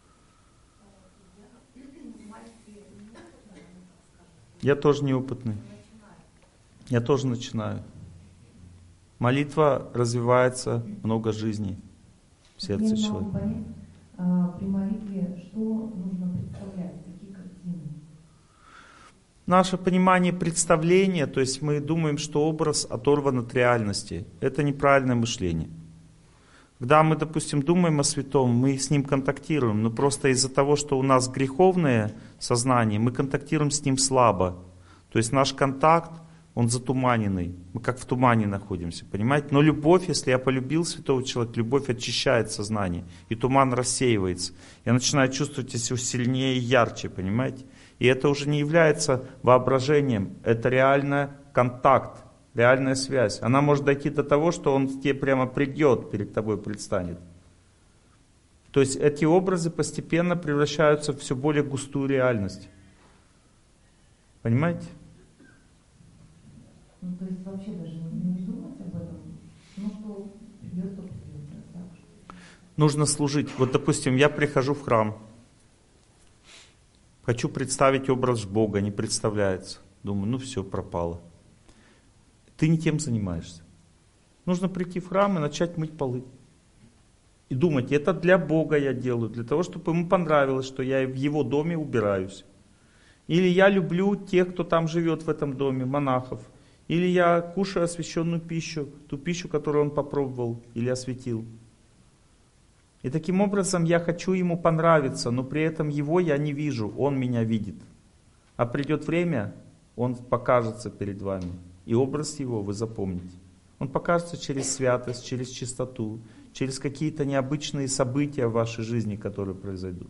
Speaker 1: Я тоже неопытный. Я тоже начинаю. Молитва развивается много жизней в сердце человека.
Speaker 8: При молитве что нужно представлять? Какие картины?
Speaker 1: Наше понимание представления, то есть мы думаем, что образ оторван от реальности. Это неправильное мышление. Когда мы, допустим, думаем о святом, мы с ним контактируем, но просто из-за того, что у нас греховное сознание, мы контактируем с ним слабо. То есть наш контакт, он затуманенный. Мы как в тумане находимся, понимаете? Но любовь, если я полюбил святого человека, любовь очищает сознание, и туман рассеивается. Я начинаю чувствовать себя сильнее и ярче, понимаете? И это уже не является воображением, это реальный контакт, реальная связь. Она может дойти до того, что он к тебе прямо придет, перед тобой предстанет. То есть эти образы постепенно превращаются в все более густую реальность. Понимаете?
Speaker 8: Ну, то есть вообще даже не думать об этом, ну что придет, то придет. Да?
Speaker 1: Нужно служить. Вот, допустим, я прихожу в храм, хочу представить образ Бога, не представляется. Думаю, ну все, пропало. Ты не тем занимаешься. Нужно прийти в храм и начать мыть полы. И думать, это для Бога я делаю, для того, чтобы ему понравилось, что я в его доме убираюсь. Или я люблю тех, кто там живет в этом доме, монахов. Или я кушаю освященную пищу, ту пищу, которую он попробовал или осветил. И таким образом я хочу ему понравиться, но при этом его я не вижу, он меня видит. А придет время, он покажется перед вами. И образ его вы запомните. Он покажется через святость, через чистоту, через какие-то необычные события в вашей жизни, которые произойдут.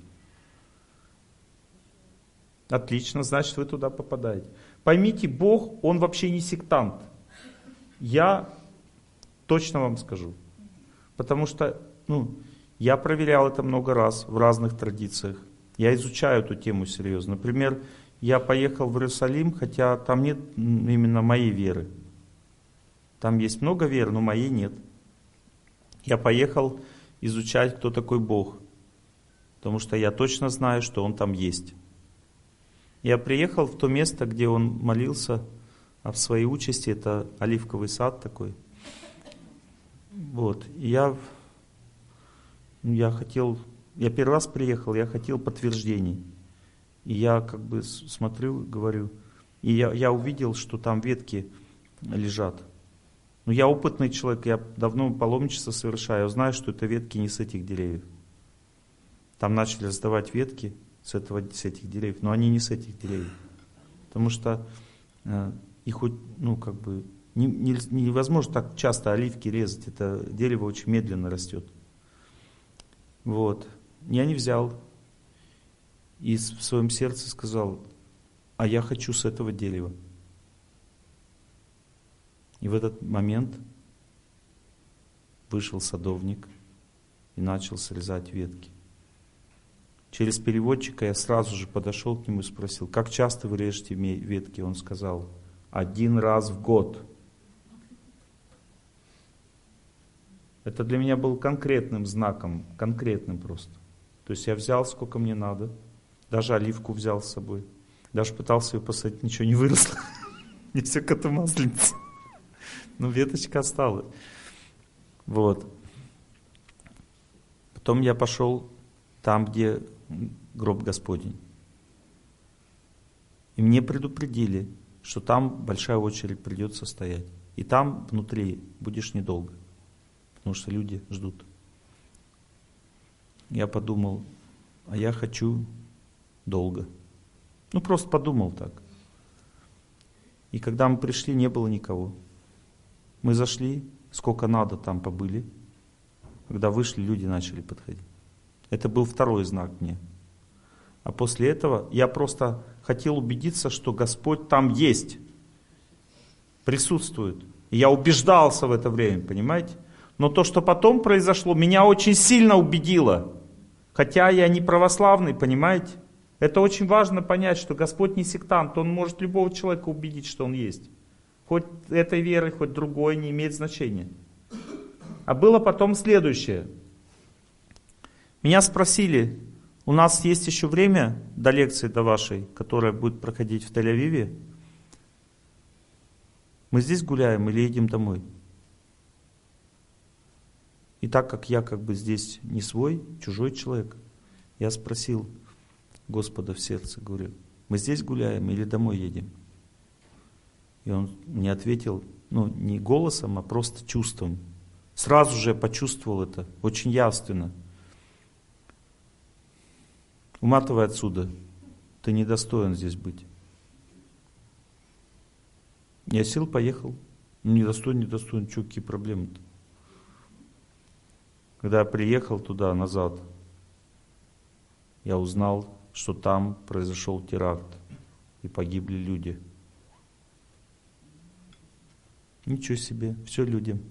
Speaker 1: Отлично, значит вы туда попадаете. Поймите, Бог, Он вообще не сектант. Я точно вам скажу. Потому что я проверял это много раз в разных традициях. Я изучаю эту тему серьезно. Например, я поехал в Иерусалим, хотя там нет именно моей веры. Там есть много веры, но моей нет. Я поехал изучать, кто такой Бог. Потому что я точно знаю, что Он там есть. Я приехал в то место, где он молился о своей участи, это оливковый сад такой. Вот. И я первый раз приехал, я хотел подтверждений. И я как бы смотрю, говорю, и я увидел, что там ветки лежат. Но я опытный человек, я давно паломничество совершаю, я знаю, что это ветки не с этих деревьев. Там начали раздавать ветки с этих деревьев, но они не с этих деревьев. Потому что их невозможно так часто оливки резать, это дерево очень медленно растет. Вот. Я не взял. И в своем сердце сказал, а я хочу с этого дерева. И в этот момент вышел садовник и начал срезать ветки. Через переводчика я сразу же подошел к нему и спросил, как часто вы режете ветки? Он сказал, 1 раз в год. Это для меня был конкретным знаком, конкретным просто. То есть я взял, сколько мне надо, даже оливку взял с собой, даже пытался ее посадить, ничего не выросло. Не все коту масленица. Но веточка осталась. Вот. Потом я пошел там, где гроб Господень. И мне предупредили, что там большая очередь придется стоять. И там внутри будешь недолго. потому что люди ждут. Я подумал, а я хочу долго. Ну, просто подумал так. И когда мы пришли, не было никого. Мы зашли, сколько надо там побыли. Когда вышли, люди начали подходить. Это был второй знак мне. А после этого я просто хотел убедиться, что Господь там есть, присутствует. И я убеждался в это время, понимаете? Но то, что потом произошло, меня очень сильно убедило. Хотя я не православный, понимаете? Это очень важно понять, что Господь не сектант. Он может любого человека убедить, что Он есть. Хоть этой веры, хоть другой, не имеет значения. А было потом следующее. Меня спросили, у нас есть еще время до лекции, до вашей, которая будет проходить в Тель-Авиве. Мы здесь гуляем или едем домой? И так как я как бы здесь не свой, чужой человек, я спросил Господа в сердце, говорю, мы здесь гуляем или домой едем? И он мне ответил, не голосом, а просто чувством. Сразу же я почувствовал это, очень явственно. Уматывай отсюда, ты недостоин здесь быть. Я сел, поехал. Недостоин, что, какие проблемы-то? Когда я приехал туда, назад, я узнал, что там произошел теракт и погибли люди. Ничего себе, все людям.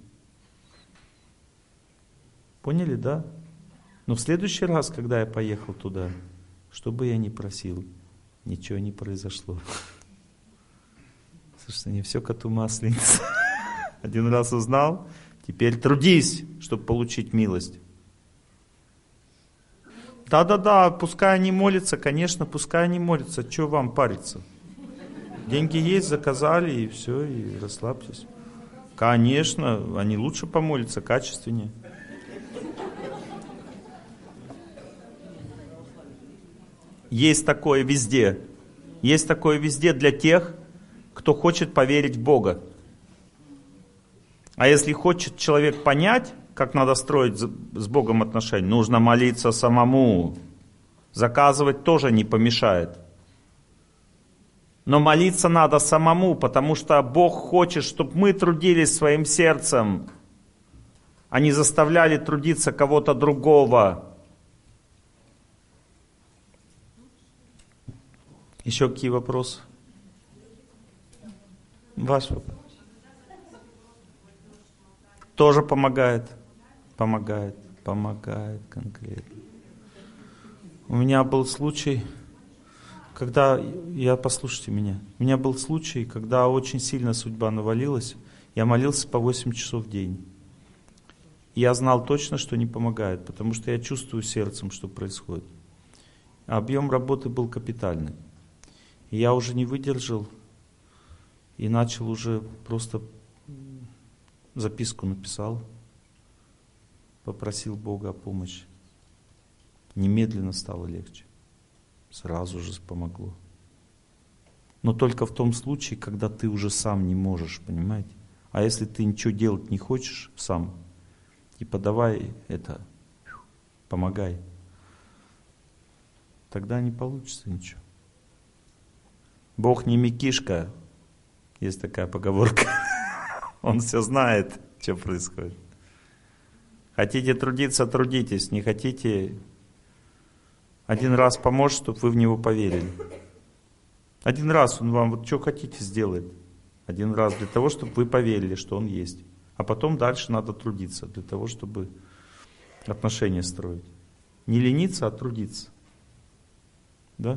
Speaker 1: Поняли, да? Но в следующий раз, когда я поехал туда, что бы я ни просил, ничего не произошло. Слушайте, не все коту масленица. Один раз узнал, теперь трудись, чтобы получить милость. Да, пускай они молятся, конечно, пускай они молятся, что вам париться? Деньги есть, заказали, и все, и расслабьтесь. Конечно, они лучше помолятся, качественнее. Есть такое везде. Есть такое везде для тех, кто хочет поверить в Бога. А если хочет человек понять, как надо строить с Богом отношения, нужно молиться самому. Заказывать тоже не помешает. Но молиться надо самому, потому что Бог хочет, чтобы мы трудились своим сердцем, а не заставляли трудиться кого-то другого. Еще какие вопросы? Ваш вопрос. Тоже помогает. Помогает конкретно. У меня был случай, послушайте меня, у меня был случай, когда очень сильно судьба навалилась, я молился по 8 часов в день. И я знал точно, что не помогает, потому что я чувствую сердцем, что происходит. Объем работы был капитальный. И я уже не выдержал и начал уже просто записку написал, попросил Бога о помощи. Немедленно стало легче. Сразу же помогло. Но только в том случае, когда ты уже сам не можешь, понимаете? А если ты ничего делать не хочешь сам, типа давай это, помогай, тогда не получится ничего. Бог не Микишка, есть такая поговорка. Он все знает, что происходит. Хотите трудиться, трудитесь. Не хотите, один раз поможет, чтобы вы в Него поверили. Один раз Он вам, что хотите, сделает. Один раз для того, чтобы вы поверили, что Он есть. А потом дальше надо трудиться, для того, чтобы отношения строить. Не лениться, а трудиться. Да?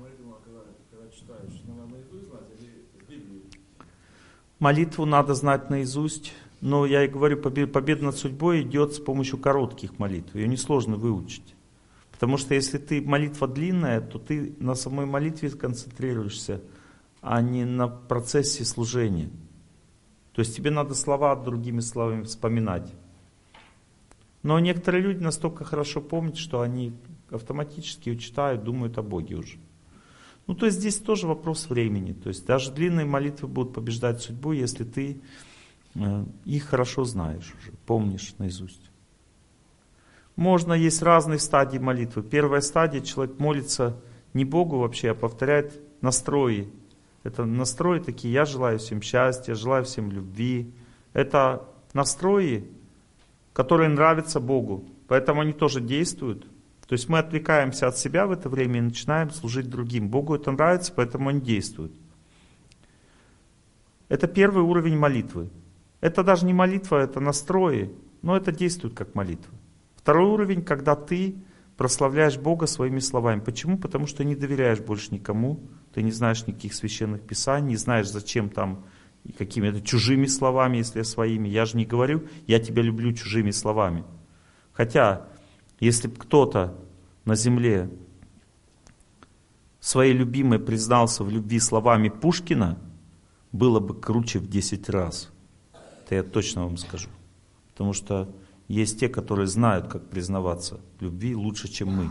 Speaker 1: Молитву надо знать наизусть, но я и говорю, победа над судьбой идет с помощью коротких молитв. Ее несложно выучить. Потому что если молитва длинная, то ты на самой молитве концентрируешься, а не на процессе служения. То есть тебе надо слова другими словами вспоминать. Но некоторые люди настолько хорошо помнят, что они автоматически читают, думают о Боге уже. То есть здесь тоже вопрос времени. То есть даже длинные молитвы будут побеждать судьбу, если ты их хорошо знаешь уже, помнишь наизусть. Можно, есть разные стадии молитвы. Первая стадия, человек молится не Богу вообще, а повторяет настрои. Это настрои такие: я желаю всем счастья, желаю всем любви. Это настрои, которые нравятся Богу. Поэтому они тоже действуют. То есть мы отвлекаемся от себя в это время и начинаем служить другим. Богу это нравится, поэтому они действуют. Это первый уровень молитвы. Это даже не молитва, это настрои, но это действует как молитва. Второй уровень, когда ты прославляешь Бога своими словами. Почему? Потому что не доверяешь больше никому, ты не знаешь никаких священных писаний, не знаешь, зачем там какими-то чужими словами, если своими. Я же не говорю, я тебя люблю чужими словами. Хотя, если бы кто-то на земле своей любимой признался в любви словами Пушкина, было бы круче в 10 раз. Это я точно вам скажу. Потому что есть те, которые знают, как признаваться в любви лучше, чем мы.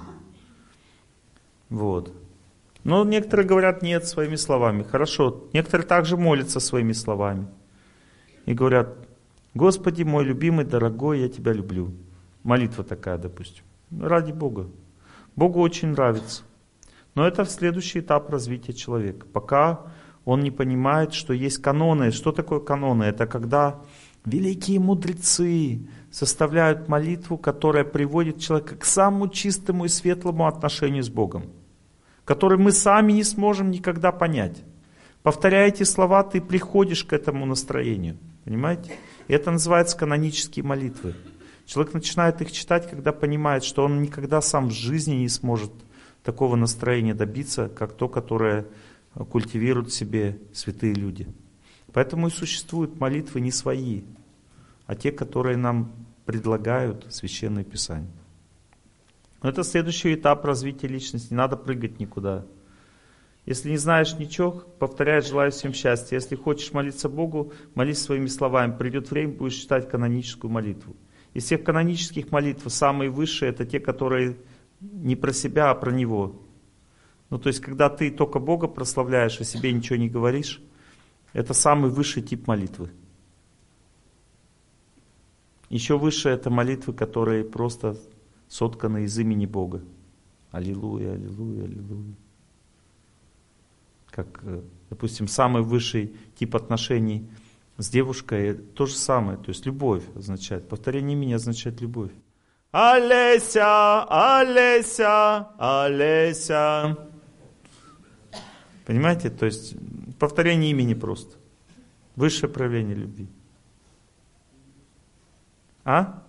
Speaker 1: Вот. Но некоторые говорят нет своими словами. Хорошо. Некоторые также молятся своими словами. И говорят: Господи мой любимый, дорогой, я тебя люблю. Молитва такая, допустим. Ради Бога. Богу очень нравится. Но это следующий этап развития человека. Пока он не понимает, что есть каноны. Что такое каноны? Это когда великие мудрецы составляют молитву, которая приводит человека к самому чистому и светлому отношению с Богом, который мы сами не сможем никогда понять. Повторяя эти слова, ты приходишь к этому настроению. Понимаете? И это называется канонические молитвы. Человек начинает их читать, когда понимает, что он никогда сам в жизни не сможет такого настроения добиться, как то, которое культивируют в себе святые люди. Поэтому и существуют молитвы не свои, а те, которые нам предлагают Священное Писание. Но это следующий этап развития личности. Не надо прыгать никуда. Если не знаешь ничего, повторяй: желаю всем счастья. Если хочешь молиться Богу, молись своими словами. Придет время, будешь читать каноническую молитву. Из всех канонических молитв самые высшие — это те, которые не про себя, а про Него. Ну, то есть, когда ты только Бога прославляешь, о себе ничего не говоришь, это самый высший тип молитвы. Еще выше — это молитвы, которые просто сотканы из имени Бога. Аллилуйя, аллилуйя, аллилуйя. Как, допустим, самый высший тип отношений с девушкой — то же самое. То есть любовь означает. Повторение имени означает любовь. Олеся, Олеся, Олеся. Понимаете? То есть повторение имени просто. Высшее проявление любви. А?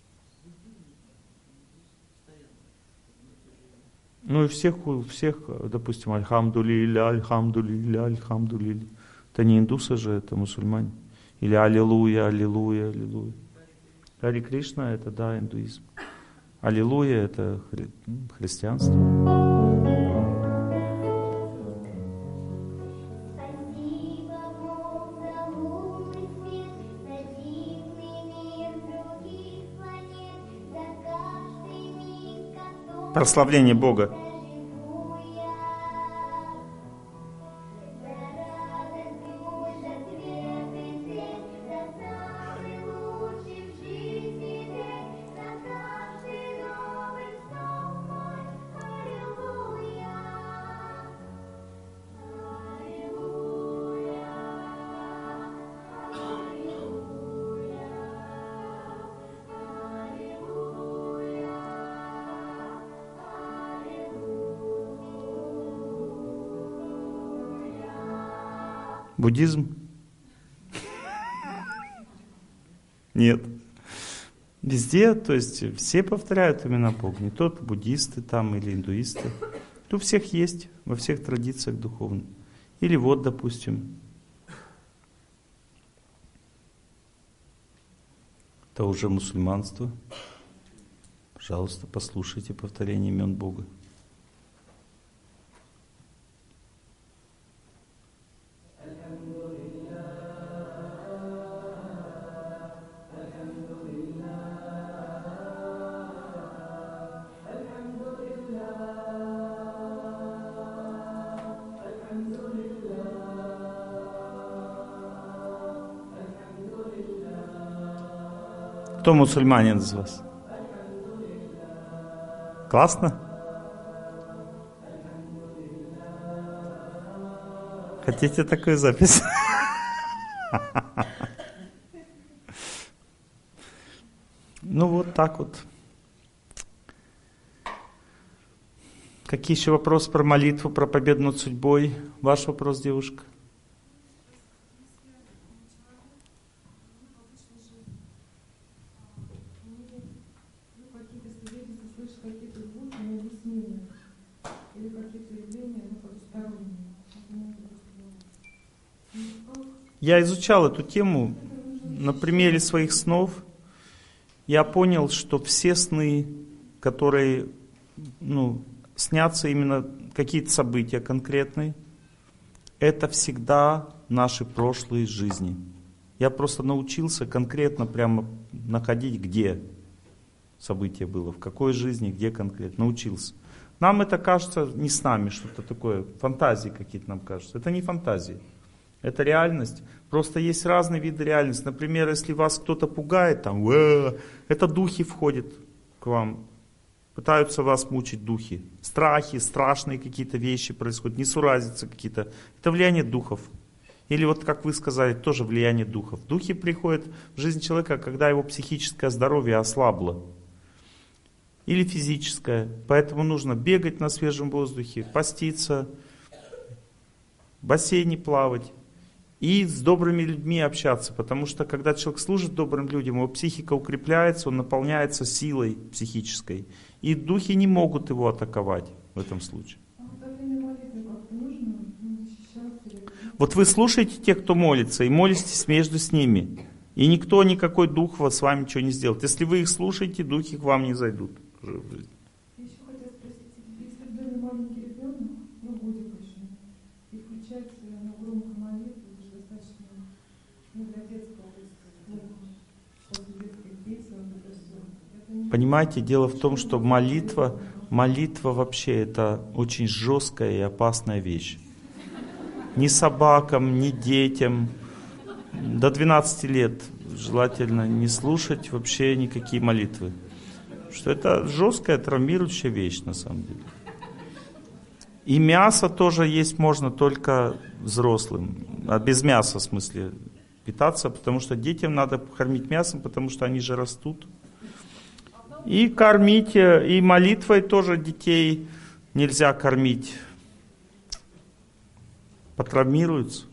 Speaker 1: Ну и у всех, допустим, альхамдулилля, альхамдулилля, альхамдулилля. Это не индусы же, это мусульмане. Или аллилуйя, аллилуйя, аллилуйя. Хари Кришна — это, да, индуизм. Аллилуйя — это христианство. Прославление Бога. Буддизм? Нет. Везде, то есть все повторяют имена Бога. Не только буддисты там или индуисты. У всех есть, во всех традициях духовных. Или вот, допустим, это уже мусульманство. Пожалуйста, послушайте повторение имен Бога. Кто мусульманин из вас? Классно? Хотите такую запись? Ну вот так вот. Какие еще вопросы про молитву, про победу над судьбой? Ваш вопрос, девушка? Я изучал эту тему на примере своих снов. Я понял, что все сны, которые снятся именно какие-то события конкретные, это всегда наши прошлые жизни. Я просто научился конкретно прямо находить, где событие было, в какой жизни, где конкретно. Научился. Нам это кажется не с нами, что-то такое, фантазии какие-то нам кажутся. Это не фантазии. Это реальность. Просто есть разные виды реальности. Например, если вас кто-то пугает, там, это духи входят к вам. Пытаются вас мучить духи. Страхи, страшные какие-то вещи происходят, несуразицы какие-то. Это влияние духов. Или вот, как вы сказали, тоже влияние духов. Духи приходят в жизнь человека, когда его психическое здоровье ослабло. Или физическое. Поэтому нужно бегать на свежем воздухе, поститься, в бассейне плавать. И с добрыми людьми общаться, потому что когда человек служит добрым людям, его психика укрепляется, он наполняется силой психической. И духи не могут его атаковать в этом случае. Вот вы слушаете тех, кто молится, и молитесь между с ними. И никто, никакой дух с вами ничего не сделает. Если вы их слушаете, духи к вам не зайдут.
Speaker 8: Еще хотела спросить, если в доме маленький ребенок, годик еще, и включается на громкую молитву, это же достаточно для детского после детских песен, это все.
Speaker 1: Понимаете, дело в том, что молитва вообще это очень жесткая и опасная вещь. Ни собакам, ни детям до 12 лет желательно не слушать вообще никакие молитвы. Что это жесткая, травмирующая вещь на самом деле. И мясо тоже есть можно только взрослым. А без мяса, в смысле, питаться, потому что детям надо кормить мясом, потому что они же растут. И кормить, и молитвой тоже детей нельзя кормить. Потравмируются.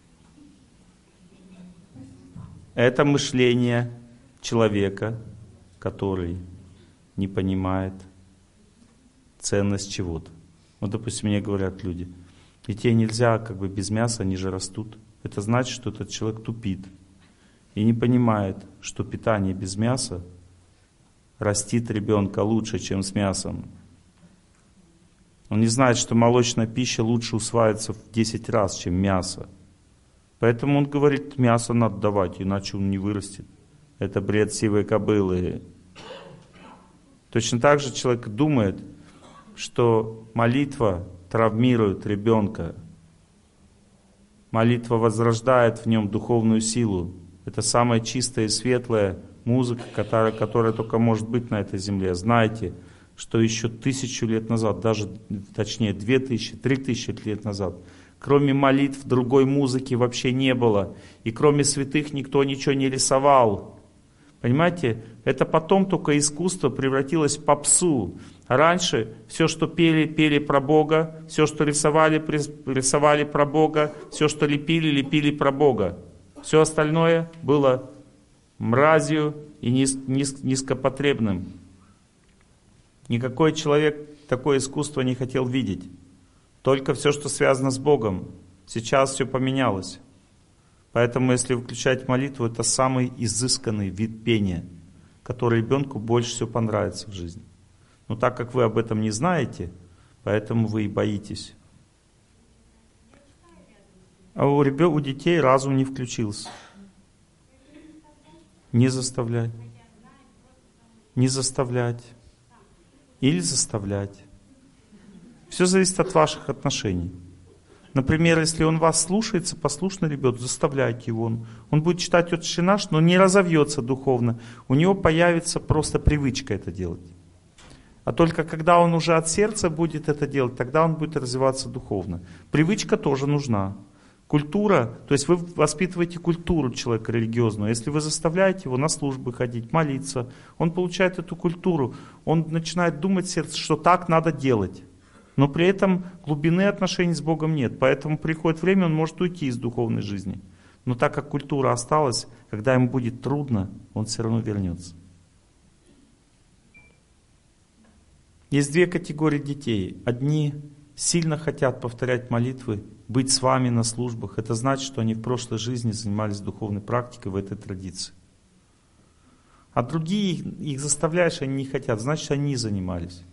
Speaker 1: Это мышление человека, который не понимает ценность чего-то. Вот, допустим, мне говорят люди, детей нельзя без мяса, они же растут. Это значит, что этот человек тупит и не понимает, что питание без мяса растит ребенка лучше, чем с мясом. Он не знает, что молочная пища лучше усваивается в 10 раз, чем мясо. Поэтому он говорит, мясо надо давать, иначе он не вырастет. Это бред сивой кобылы. Точно так же человек думает, что молитва травмирует ребенка. Молитва возрождает в нем духовную силу. Это самая чистая и светлая музыка, которая только может быть на этой земле. Знайте, что еще 1000 лет назад, даже точнее 2000, 3000 лет назад, кроме молитв другой музыки вообще не было. И кроме святых никто ничего не рисовал. Понимаете, это потом только искусство превратилось в попсу. А раньше все, что пели, пели про Бога, все, что рисовали, рисовали про Бога, все, что лепили, лепили про Бога. Все остальное было мразью и низкопотребным. Никакой человек такое искусство не хотел видеть. Только все, что связано с Богом. Сейчас все поменялось. Поэтому, если выключать молитву, это самый изысканный вид пения, который ребенку больше всего понравится в жизни. Но так как вы об этом не знаете, поэтому вы и боитесь. А у детей разум не включился. Не заставлять. Не заставлять. Или заставлять. Все зависит от ваших отношений. Например, если он вас слушается, послушный ребенок, заставляйте его. Он будет читать «Отче наш», но не разовьется духовно. У него появится просто привычка это делать. А только когда он уже от сердца будет это делать, тогда он будет развиваться духовно. Привычка тоже нужна. Культура, то есть вы воспитываете культуру человека религиозную. Если вы заставляете его на службы ходить, молиться, он получает эту культуру. Он начинает думать в сердце, что так надо делать. Но при этом глубины отношений с Богом нет. Поэтому приходит время, он может уйти из духовной жизни. Но так как культура осталась, когда ему будет трудно, он все равно вернется. Есть две категории детей. Одни сильно хотят повторять молитвы, быть с вами на службах. Это значит, что они в прошлой жизни занимались духовной практикой в этой традиции. А другие, их заставляешь, они не хотят, значит, они не занимались.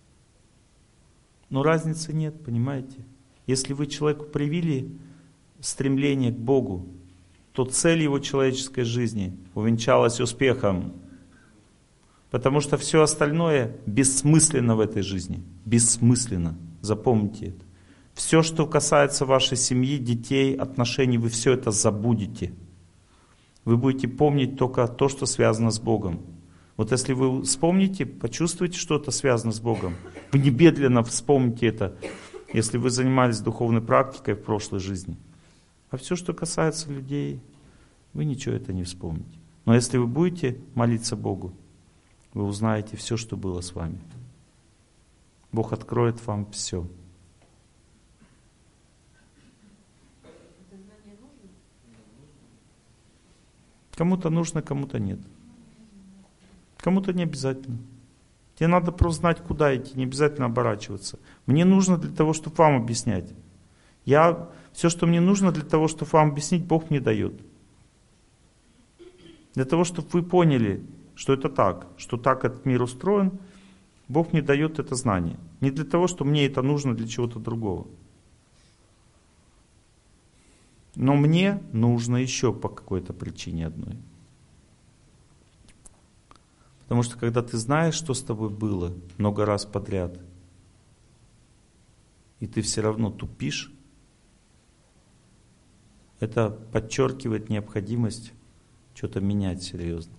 Speaker 1: Но разницы нет, понимаете? Если вы человеку привили стремление к Богу, то цель его человеческой жизни увенчалась успехом. Потому что все остальное бессмысленно в этой жизни. Бессмысленно. Запомните это. Все, что касается вашей семьи, детей, отношений, вы все это забудете. Вы будете помнить только то, что связано с Богом. Вот если вы вспомните, почувствуете, что это связано с Богом, вы немедленно вспомните это, если вы занимались духовной практикой в прошлой жизни. А все, что касается людей, вы ничего это не вспомните. Но если вы будете молиться Богу, вы узнаете все, что было с вами. Бог откроет вам все. Кому-то нужно, кому-то нет. Кому-то не обязательно. Тебе надо просто знать, куда идти, не обязательно оборачиваться. Мне нужно для того, чтобы вам объяснять. Все, что мне нужно для того, чтобы вам объяснить, Бог мне дает. Для того, чтобы вы поняли, что это так, что так этот мир устроен, Бог мне дает это знание. Не для того, что мне это нужно для чего-то другого. Но мне нужно еще по какой-то причине одной. Потому что когда ты знаешь, что с тобой было много раз подряд, и ты все равно тупишь, это подчеркивает необходимость что-то менять серьезно.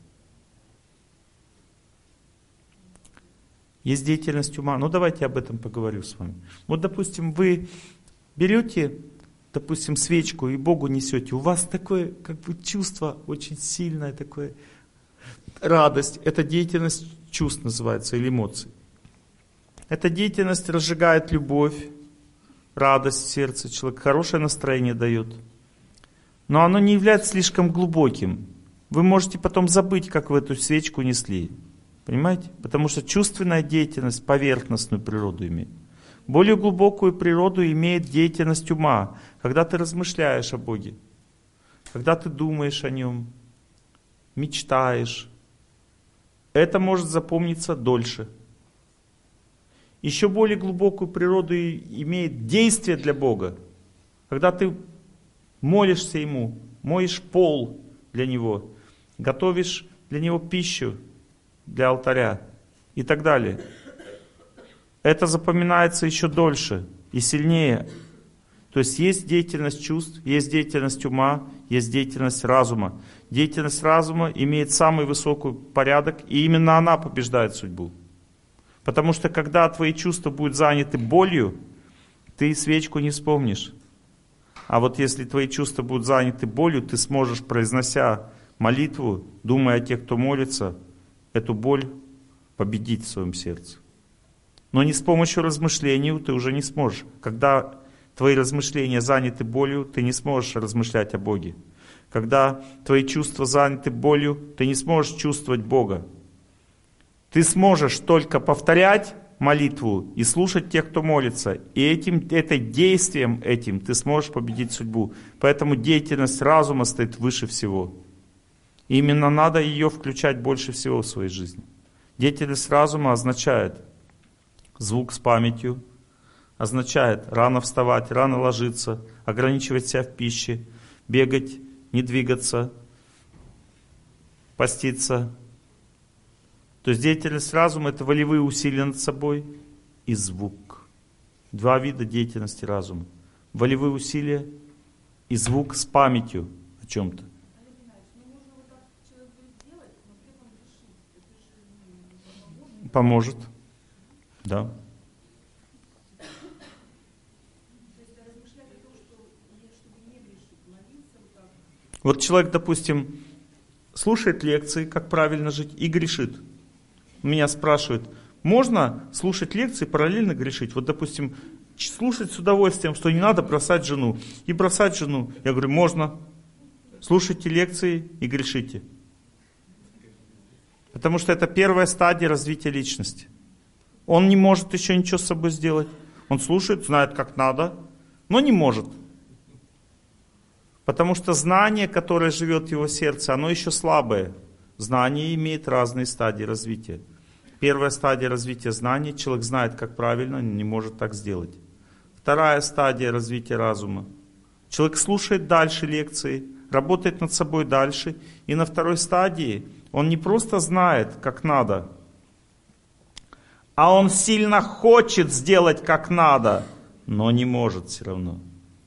Speaker 1: Есть деятельность ума. Ну давайте об этом поговорю с вами. Вот, допустим, вы берете, допустим, свечку и Богу несете. У вас такое как бы чувство очень сильное, такое радость. Это деятельность чувств называется, или эмоций. Эта деятельность разжигает любовь, радость в сердце человека, хорошее настроение дает. Но оно не является слишком глубоким. Вы можете потом забыть, как вы эту свечку несли. Понимаете? Потому что чувственная деятельность поверхностную природу имеет. Более глубокую природу имеет деятельность ума. Когда ты размышляешь о Боге, когда ты думаешь о Нем, мечтаешь, это может запомниться дольше. Еще более глубокую природу имеет действие для Бога. Когда ты молишься Ему, моешь пол для Него, готовишь для Него пищу, для алтаря и так далее. Это запоминается еще дольше и сильнее. То есть есть деятельность чувств, есть деятельность ума, есть деятельность разума. Деятельность разума имеет самый высокий порядок, и именно она побеждает судьбу. Потому что когда твои чувства будут заняты болью, ты свечку не вспомнишь. А вот если твои чувства будут заняты болью, ты сможешь, произнося молитву, думая о тех, кто молится, эту боль победить в своем сердце. Но не с помощью размышлений ты уже не сможешь. Когда твои размышления заняты болью, ты не сможешь размышлять о Боге. Когда твои чувства заняты болью, ты не сможешь чувствовать Бога. Ты сможешь только повторять молитву и слушать тех, кто молится. И этим действием ты сможешь победить судьбу. Поэтому деятельность разума стоит выше всего. И именно надо ее включать больше всего в своей жизни. Деятельность разума означает звук с памятью, означает рано вставать, рано ложиться, ограничивать себя в пище, бегать, не двигаться, поститься. То есть деятельность разума — это волевые усилия над собой и звук. Два вида деятельности разума. волевые усилия и звук с памятью о чем-то. Поможет. Да. Вот человек, допустим, слушает лекции, как правильно жить, и грешит. Меня спрашивают, можно слушать лекции и параллельно грешить? Вот, допустим, слушать с удовольствием, что не надо бросать жену, и бросать жену. Я говорю, можно. Слушайте лекции и грешите. Потому что это первая стадия развития личности. Он не может еще ничего с собой сделать. Он слушает, знает, как надо, но не может. Потому что знание, которое живет в его сердце, оно еще слабое. Знание имеет разные стадии развития. Первая стадия развития знаний, человек знает, как правильно, но не может так сделать. Вторая стадия развития разума. Человек слушает дальше лекции, работает над собой дальше. И на второй стадии он не просто знает, как надо, а он сильно хочет сделать, как надо, но не может все равно.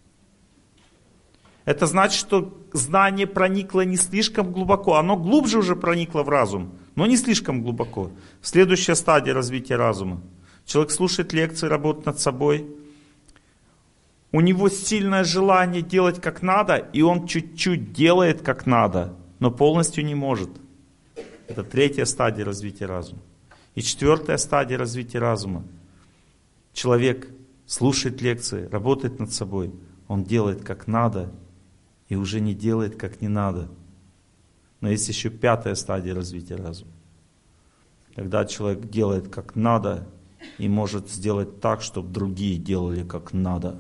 Speaker 1: Это значит, что знание проникло не слишком глубоко. Оно глубже уже проникло в разум, но не слишком глубоко. Следующая стадия развития разума. Человек слушает лекции, работает над собой. У него сильное желание делать как надо, и он чуть-чуть делает как надо, но полностью не может. Это третья стадия развития разума. И четвертая стадия развития разума. Человек слушает лекции, работает над собой. Он делает как надо и уже не делает как не надо. Но есть еще пятая стадия развития разума. Когда человек делает как надо и может сделать так, чтобы другие делали как надо.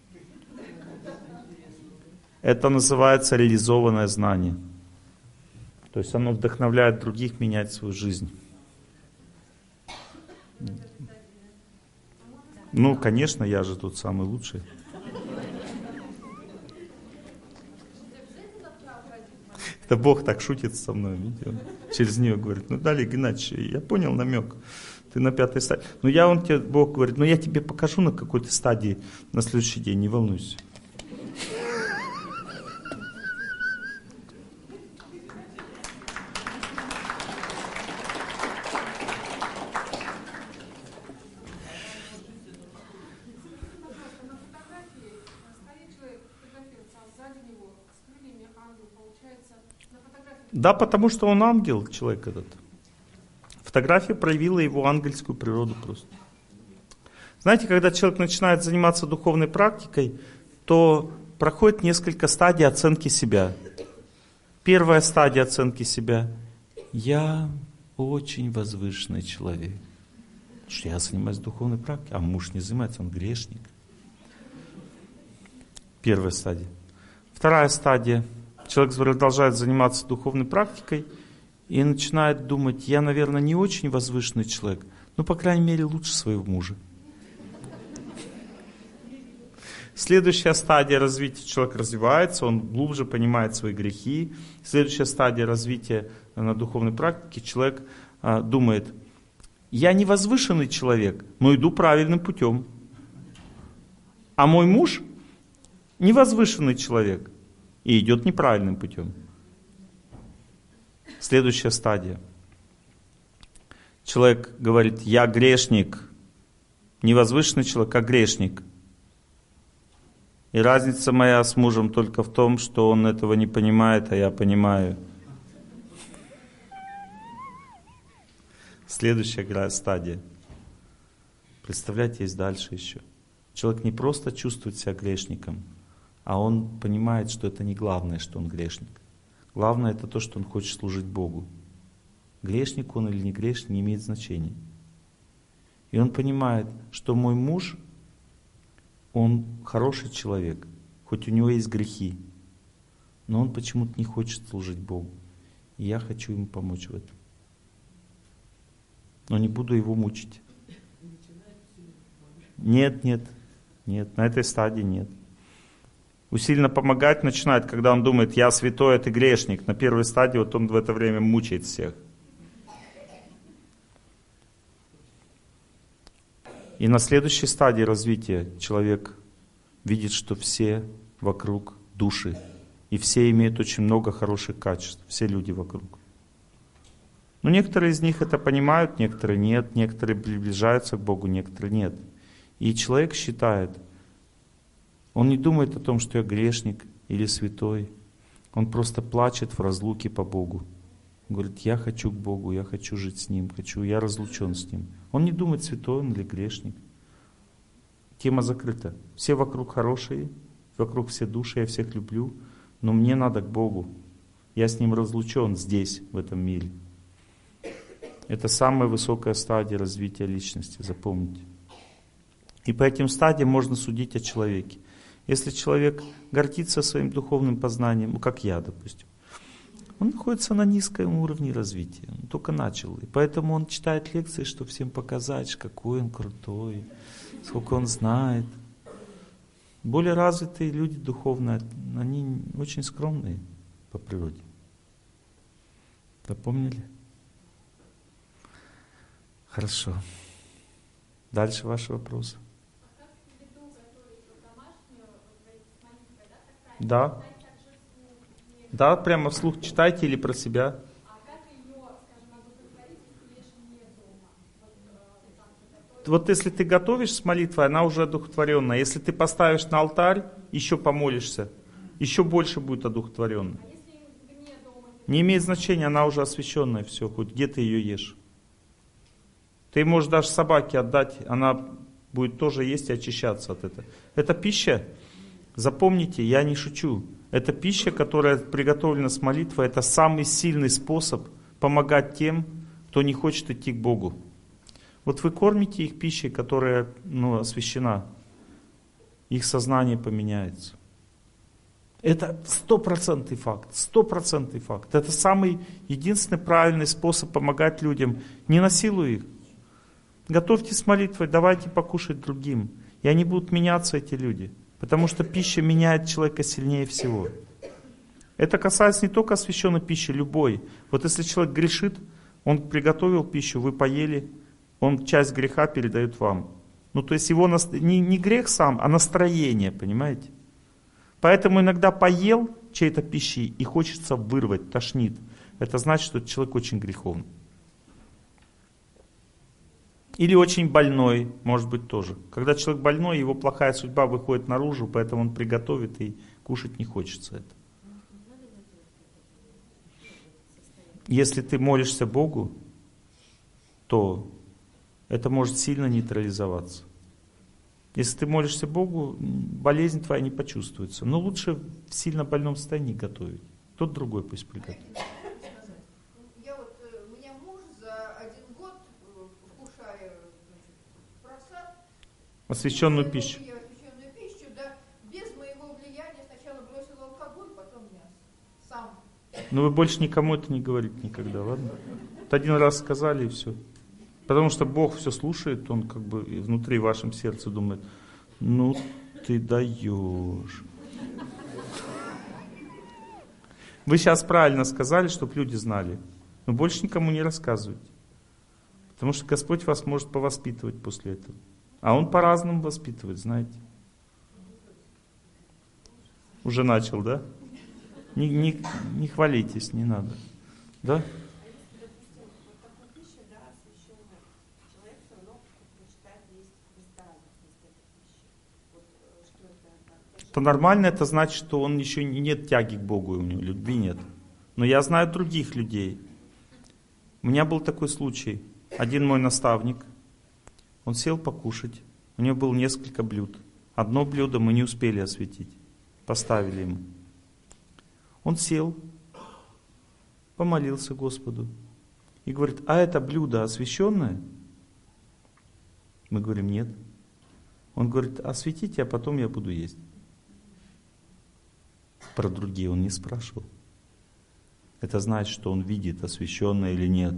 Speaker 1: Это называется реализованное знание. То есть оно вдохновляет других менять свою жизнь. Ну, конечно, я же тут самый лучший. Это Бог так шутит со мной, видите, он через нее говорит, ну, Далее Геннадьевич, я понял намек, ты на 5-й стадии. Ну, Бог говорит, ну, я тебе покажу на какой-то стадии на следующий день, не волнуйся. Да, потому что он ангел, человек этот. Фотография проявила его ангельскую природу просто. Знаете, когда человек начинает заниматься духовной практикой, то проходит несколько стадий оценки себя. Первая стадия оценки себя. Я очень возвышенный человек. Потому что я занимаюсь духовной практикой, а муж не занимается, он грешник. Первая стадия. Вторая стадия. Человек продолжает заниматься духовной практикой и начинает думать, я, наверное, не очень возвышенный человек, но, по крайней мере, лучше своего мужа. Следующая стадия развития, человек развивается, он глубже понимает свои грехи. Следующая стадия развития на духовной практике, человек думает, я не возвышенный человек, но иду правильным путем. А мой муж не возвышенный человек и идет неправильным путем. Следующая стадия. Человек говорит, я грешник. Не возвышенный человек, а грешник. И разница моя с мужем только в том, что он этого не понимает, а я понимаю. Следующая стадия. Представляете, есть дальше еще. Человек не просто чувствует себя грешником, а он понимает, что это не главное, что он грешник. Главное это то, что он хочет служить Богу. Грешник он или не грешник, не имеет значения. И он понимает, что мой муж, он хороший человек, хоть у него есть грехи, но он почему-то не хочет служить Богу. И я хочу ему помочь в этом. Но не буду его мучить. Нет, на этой стадии нет. Усиленно помогать начинает, когда он думает, я святой, а ты грешник. На первой стадии вот он в это время мучает всех. И на следующей стадии развития человек видит, что все вокруг души. И все имеют очень много хороших качеств, все люди вокруг. Но некоторые из них это понимают, некоторые нет, некоторые приближаются к Богу, некоторые нет. И человек считает, он не думает о том, что я грешник или святой. Он просто плачет в разлуке по Богу. Он говорит, я хочу к Богу, я хочу жить с Ним, я разлучен с Ним. Он не думает, святой он или грешник. Тема закрыта. Все вокруг хорошие, вокруг все души, я всех люблю, но мне надо к Богу. Я с Ним разлучен здесь, в этом мире. Это самая высокая стадия развития личности, запомните. И по этим стадиям можно судить о человеке. Если человек гордится своим духовным познанием, как я, допустим, он находится на низком уровне развития, он только начал. И поэтому он читает лекции, чтобы всем показать, какой он крутой, сколько он знает. Более развитые люди духовные, они очень скромные по природе. Запомнили? Хорошо. Дальше ваши вопросы. Да. Да, прямо вслух читайте или про себя. Вот если ты готовишь с молитвой, она уже одухотворенная. Если ты поставишь на алтарь, еще помолишься, еще больше будет одухотворенная. Не имеет значения, она уже освященная, все, хоть где ты ее ешь. Ты можешь даже собаке отдать, она будет тоже есть и очищаться от этого. Это пища, запомните, я не шучу. Это пища, которая приготовлена с молитвой, это самый сильный способ помогать тем, кто не хочет идти к Богу. Вот вы кормите их пищей, которая освящена, их сознание поменяется. Это 100% факт, 100% факт. Это самый единственный правильный способ помогать людям. Не насилуй их. Готовьте с молитвой, давайте покушать другим. И они будут меняться, эти люди. Потому что пища меняет человека сильнее всего. Это касается не только освященной пищи, любой. Вот если человек грешит, он приготовил пищу, вы поели, он часть греха передает вам. То есть его не грех сам, а настроение, понимаете? Поэтому иногда поел чьей-то пищи и хочется вырвать, тошнит. Это значит, что этот человек очень греховный. Или очень больной, может быть тоже. Когда человек больной, его плохая судьба выходит наружу, поэтому он приготовит и кушать не хочется это. Если ты молишься Богу, то это может сильно нейтрализоваться. Если ты молишься Богу, болезнь твоя не почувствуется. Но лучше в сильно больном состоянии готовить. Тот другой пусть приготовит.
Speaker 9: У меня муж за 1 год, вкушая просад,
Speaker 1: освященную пищу.
Speaker 9: Освященную пищу, да, без моего влияния сначала бросил алкоголь, потом мясо. Сам.
Speaker 1: Но вы больше никому это не говорите никогда, ладно? Вот 1 раз сказали и все. Потому что Бог все слушает, Он как бы внутри в вашем сердце думает, ты даешь. Вы сейчас правильно сказали, чтобы люди знали. Но больше никому не рассказывайте. Потому что Господь вас может повоспитывать после этого. А Он по-разному воспитывает, знаете. Уже начал, да? Не хвалитесь, не надо. Да? То нормально, это значит, что он еще нет тяги к Богу, у него любви нет. Но я знаю других людей. У меня был такой случай. Один мой наставник, он сел покушать, у него было несколько блюд. Одно блюдо мы не успели осветить, поставили ему. Он сел, помолился Господу и говорит, а это блюдо освященное? Мы говорим, нет. Он говорит, осветите, а потом я буду есть. Про другие он не спрашивал. Это значит, что он видит, освященное или нет.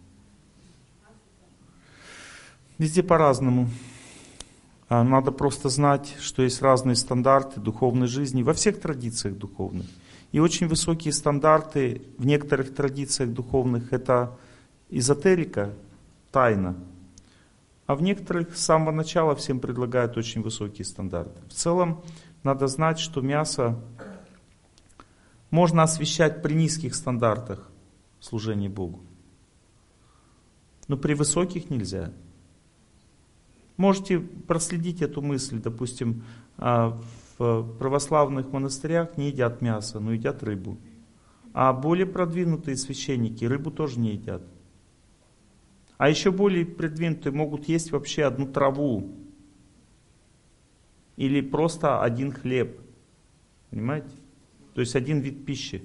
Speaker 1: Везде по-разному. Надо просто знать, что есть разные стандарты духовной жизни во всех традициях духовных. И очень высокие стандарты в некоторых традициях духовных — это эзотерика, тайна. А в некоторых с самого начала всем предлагают очень высокие стандарты. В целом надо знать, что мясо можно освящать при низких стандартах служения Богу. Но при высоких нельзя. Можете проследить эту мысль. Допустим, в православных монастырях не едят мясо, но едят рыбу. А более продвинутые священники рыбу тоже не едят. А еще более продвинутые могут есть вообще одну траву. Или просто один хлеб. Понимаете? То есть один вид пищи.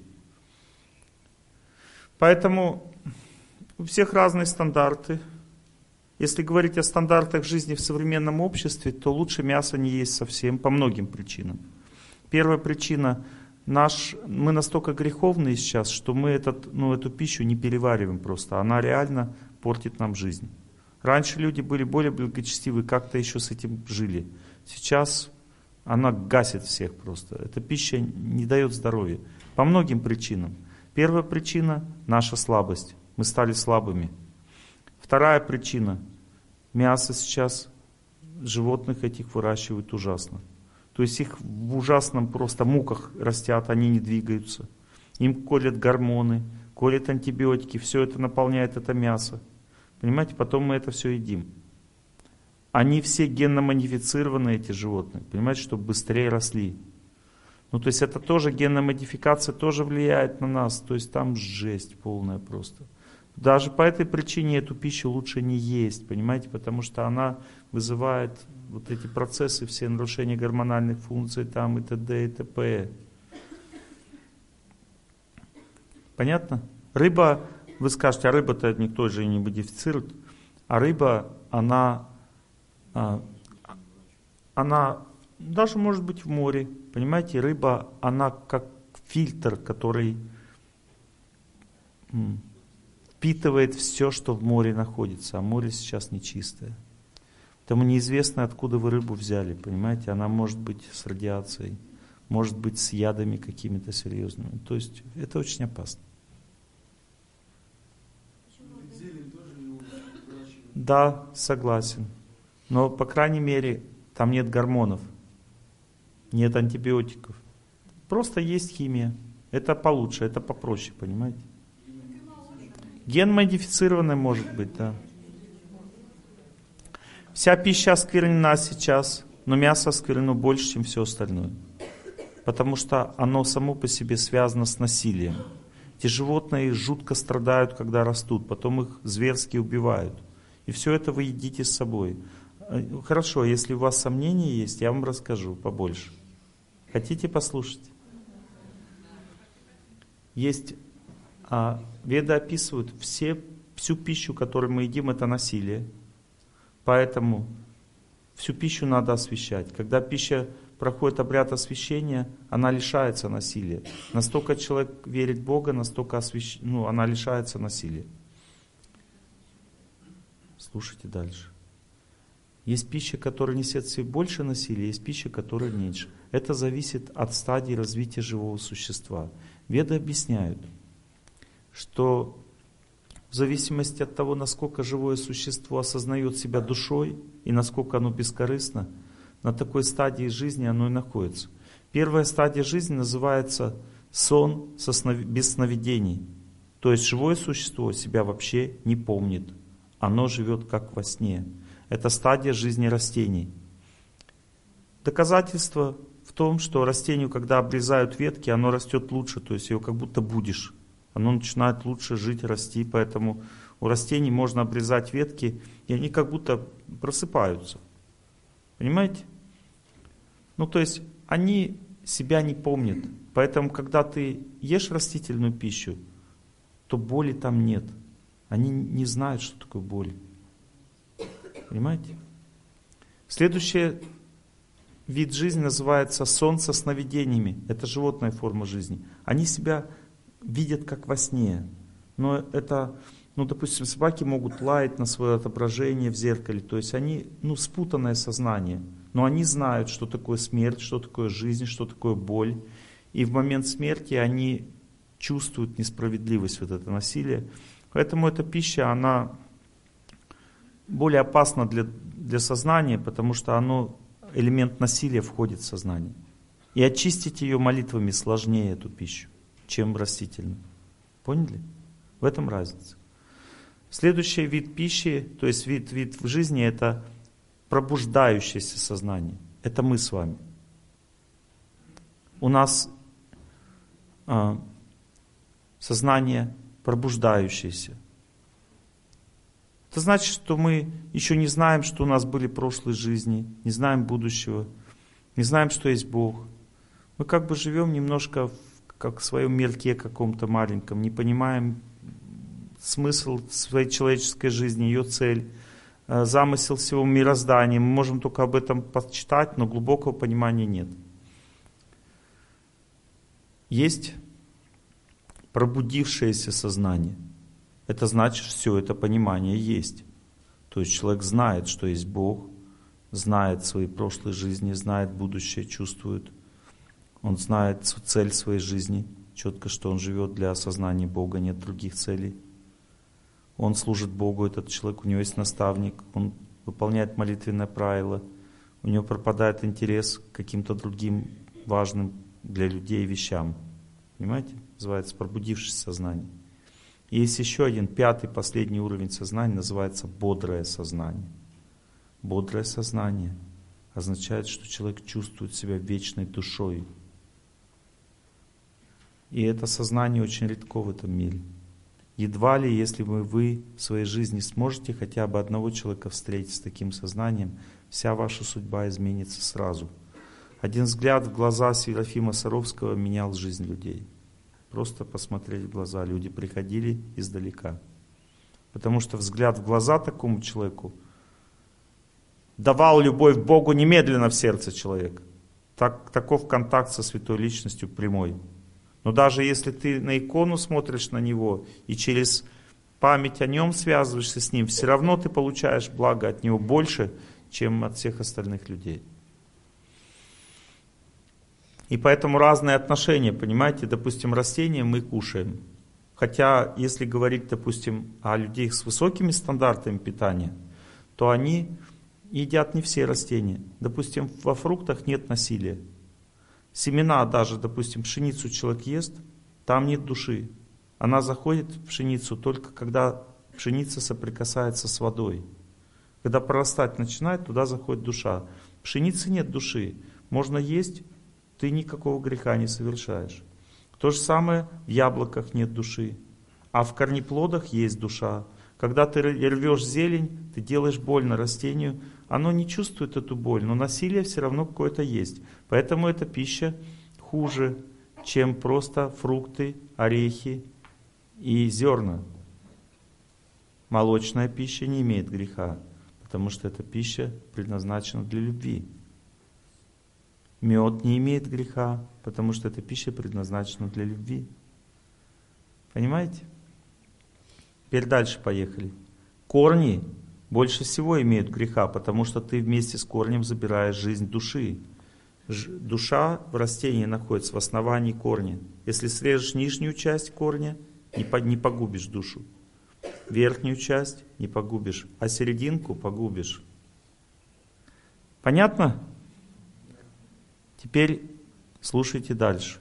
Speaker 1: Поэтому у всех разные стандарты. Если говорить о стандартах жизни в современном обществе, то лучше мясо не есть совсем по многим причинам. Первая причина. Мы настолько греховные сейчас, что мы эту пищу не перевариваем просто. Она реально портит нам жизнь. Раньше люди были более благочестивы, как-то еще с этим жили. Сейчас она гасит всех просто. Эта пища не дает здоровья. По многим причинам. Первая причина – наша слабость. Мы стали слабыми. Вторая причина – мясо сейчас животных этих выращивают ужасно. То есть их в ужасном просто муках растят, они не двигаются. Им колят гормоны, колят антибиотики, все это наполняет это мясо. Понимаете, потом мы это все едим. Они все генно-модифицированы, эти животные, понимаете, чтобы быстрее росли. Ну, то есть это тоже, генная модификация тоже влияет на нас, то есть там жесть полная просто. Даже по этой причине эту пищу лучше не есть, понимаете, потому что она вызывает вот эти процессы, все нарушения гормональных функций там и т.д. и т.п. Понятно? Рыба, вы скажете, а рыба-то никто же и не модифицирует. А рыба, она даже может быть в море. Понимаете, рыба, она как фильтр, который впитывает все, что в море находится. А море сейчас нечистое. Поэтому неизвестно, откуда вы рыбу взяли. Понимаете, она может быть с радиацией, может быть с ядами какими-то серьезными. То есть это очень опасно. Да, согласен. Но, по крайней мере, там нет гормонов, нет антибиотиков. Просто есть химия. Это получше, это попроще, понимаете? Ген-модифицированная может быть, да. Вся пища осквернена сейчас, но мясо осквернено больше, чем все остальное. Потому что оно само по себе связано с насилием. Эти животные жутко страдают, когда растут, потом их зверски убивают. И все это вы едите с собой. Хорошо, если у вас сомнения есть, я вам расскажу побольше. Хотите послушать? Есть, Веды описывают, всю пищу, которую мы едим, это насилие. Поэтому всю пищу надо освящать. Когда пища проходит обряд освящения, она лишается насилия. Настолько человек верит в Бога, настолько она лишается насилия. Слушайте дальше. Есть пища, которая несет в себе больше насилия, есть пища, которая меньше. Это зависит от стадии развития живого существа. Веды объясняют, что в зависимости от того, насколько живое существо осознает себя душой и насколько оно бескорыстно, на такой стадии жизни оно и находится. Первая стадия жизни называется сон без сновидений. То есть живое существо себя вообще не помнит. Оно живет как во сне. Это стадия жизни растений. Доказательство в том, что растению, когда обрезают ветки, оно растет лучше, то есть его как будто будешь. Оно начинает лучше жить, расти, поэтому у растений можно обрезать ветки, и они как будто просыпаются. Понимаете? Ну, то есть они себя не помнят. Поэтому, когда ты ешь растительную пищу, то боли там нет. Они не знают, что такое боль. Понимаете? Следующий вид жизни называется сон со сновидениями. Это животная форма жизни. Они себя видят как во сне. Но это, допустим, собаки могут лаять на свое отображение в зеркале. То есть они, спутанное сознание. Но они знают, что такое смерть, что такое жизнь, что такое боль. И в момент смерти они чувствуют несправедливость, вот это насилие. Поэтому эта пища, она более опасно для сознания, потому что элемент насилия входит в сознание. И очистить ее молитвами сложнее, эту пищу, чем растительную. Поняли? В этом разница. Следующий вид пищи, то есть вид в жизни, это пробуждающееся сознание. Это мы с вами. У нас сознание пробуждающееся. Это значит, что мы еще не знаем, что у нас были прошлые жизни, не знаем будущего, не знаем, что есть Бог. Мы как бы живем немножко как в своем мирке каком-то маленьком, не понимаем смысл своей человеческой жизни, ее цель, замысел всего мироздания. Мы можем только об этом почитать, но глубокого понимания нет. Есть пробудившееся сознание. Это значит, все это понимание есть. То есть человек знает, что есть Бог, знает свои прошлые жизни, знает будущее, чувствует. Он знает цель своей жизни, четко, что он живет для осознания Бога, нет других целей. Он служит Богу, этот человек, у него есть наставник, он выполняет молитвенное правило, у него пропадает интерес к каким-то другим важным для людей вещам. Понимаете? Называется пробудившееся сознание. И есть еще один, 5-й, последний уровень сознания, называется бодрое сознание. Бодрое сознание означает, что человек чувствует себя вечной душой. И это сознание очень редко в этом мире. Едва ли, если вы в своей жизни сможете хотя бы одного человека встретить с таким сознанием, вся ваша судьба изменится сразу. Один взгляд в глаза Серафима Саровского менял жизнь людей. Просто посмотреть в глаза. Люди приходили издалека. Потому что взгляд в глаза такому человеку давал любовь к Богу немедленно в сердце человека. Таков контакт со святой личностью прямой. Но даже если ты на икону смотришь на него и через память о нем связываешься с ним, все равно ты получаешь благо от него больше, чем от всех остальных людей. И поэтому разные отношения, понимаете, допустим, растения мы кушаем. Хотя, если говорить, допустим, о людях с высокими стандартами питания, то они едят не все растения. Допустим, во фруктах нет насилия. Семена даже, допустим, пшеницу человек ест, там нет души. Она заходит в пшеницу только когда пшеница соприкасается с водой. Когда прорастать начинает, туда заходит душа. В пшенице нет души. Можно есть, ты никакого греха не совершаешь. То же самое в яблоках нет души. А в корнеплодах есть душа. Когда ты рвешь зелень, ты делаешь больно растению, оно не чувствует эту боль, но насилие все равно какое-то есть. Поэтому эта пища хуже, чем просто фрукты, орехи и зерна. Молочная пища не имеет греха, потому что эта пища предназначена для любви. Мед не имеет греха, потому что эта пища предназначена для любви. Понимаете? Теперь дальше поехали. Корни больше всего имеют греха, потому что ты вместе с корнем забираешь жизнь души. Душа в растении находится в основании корня. Если срежешь нижнюю часть корня, не погубишь душу. Верхнюю часть не погубишь, а серединку погубишь. Понятно? Теперь слушайте дальше.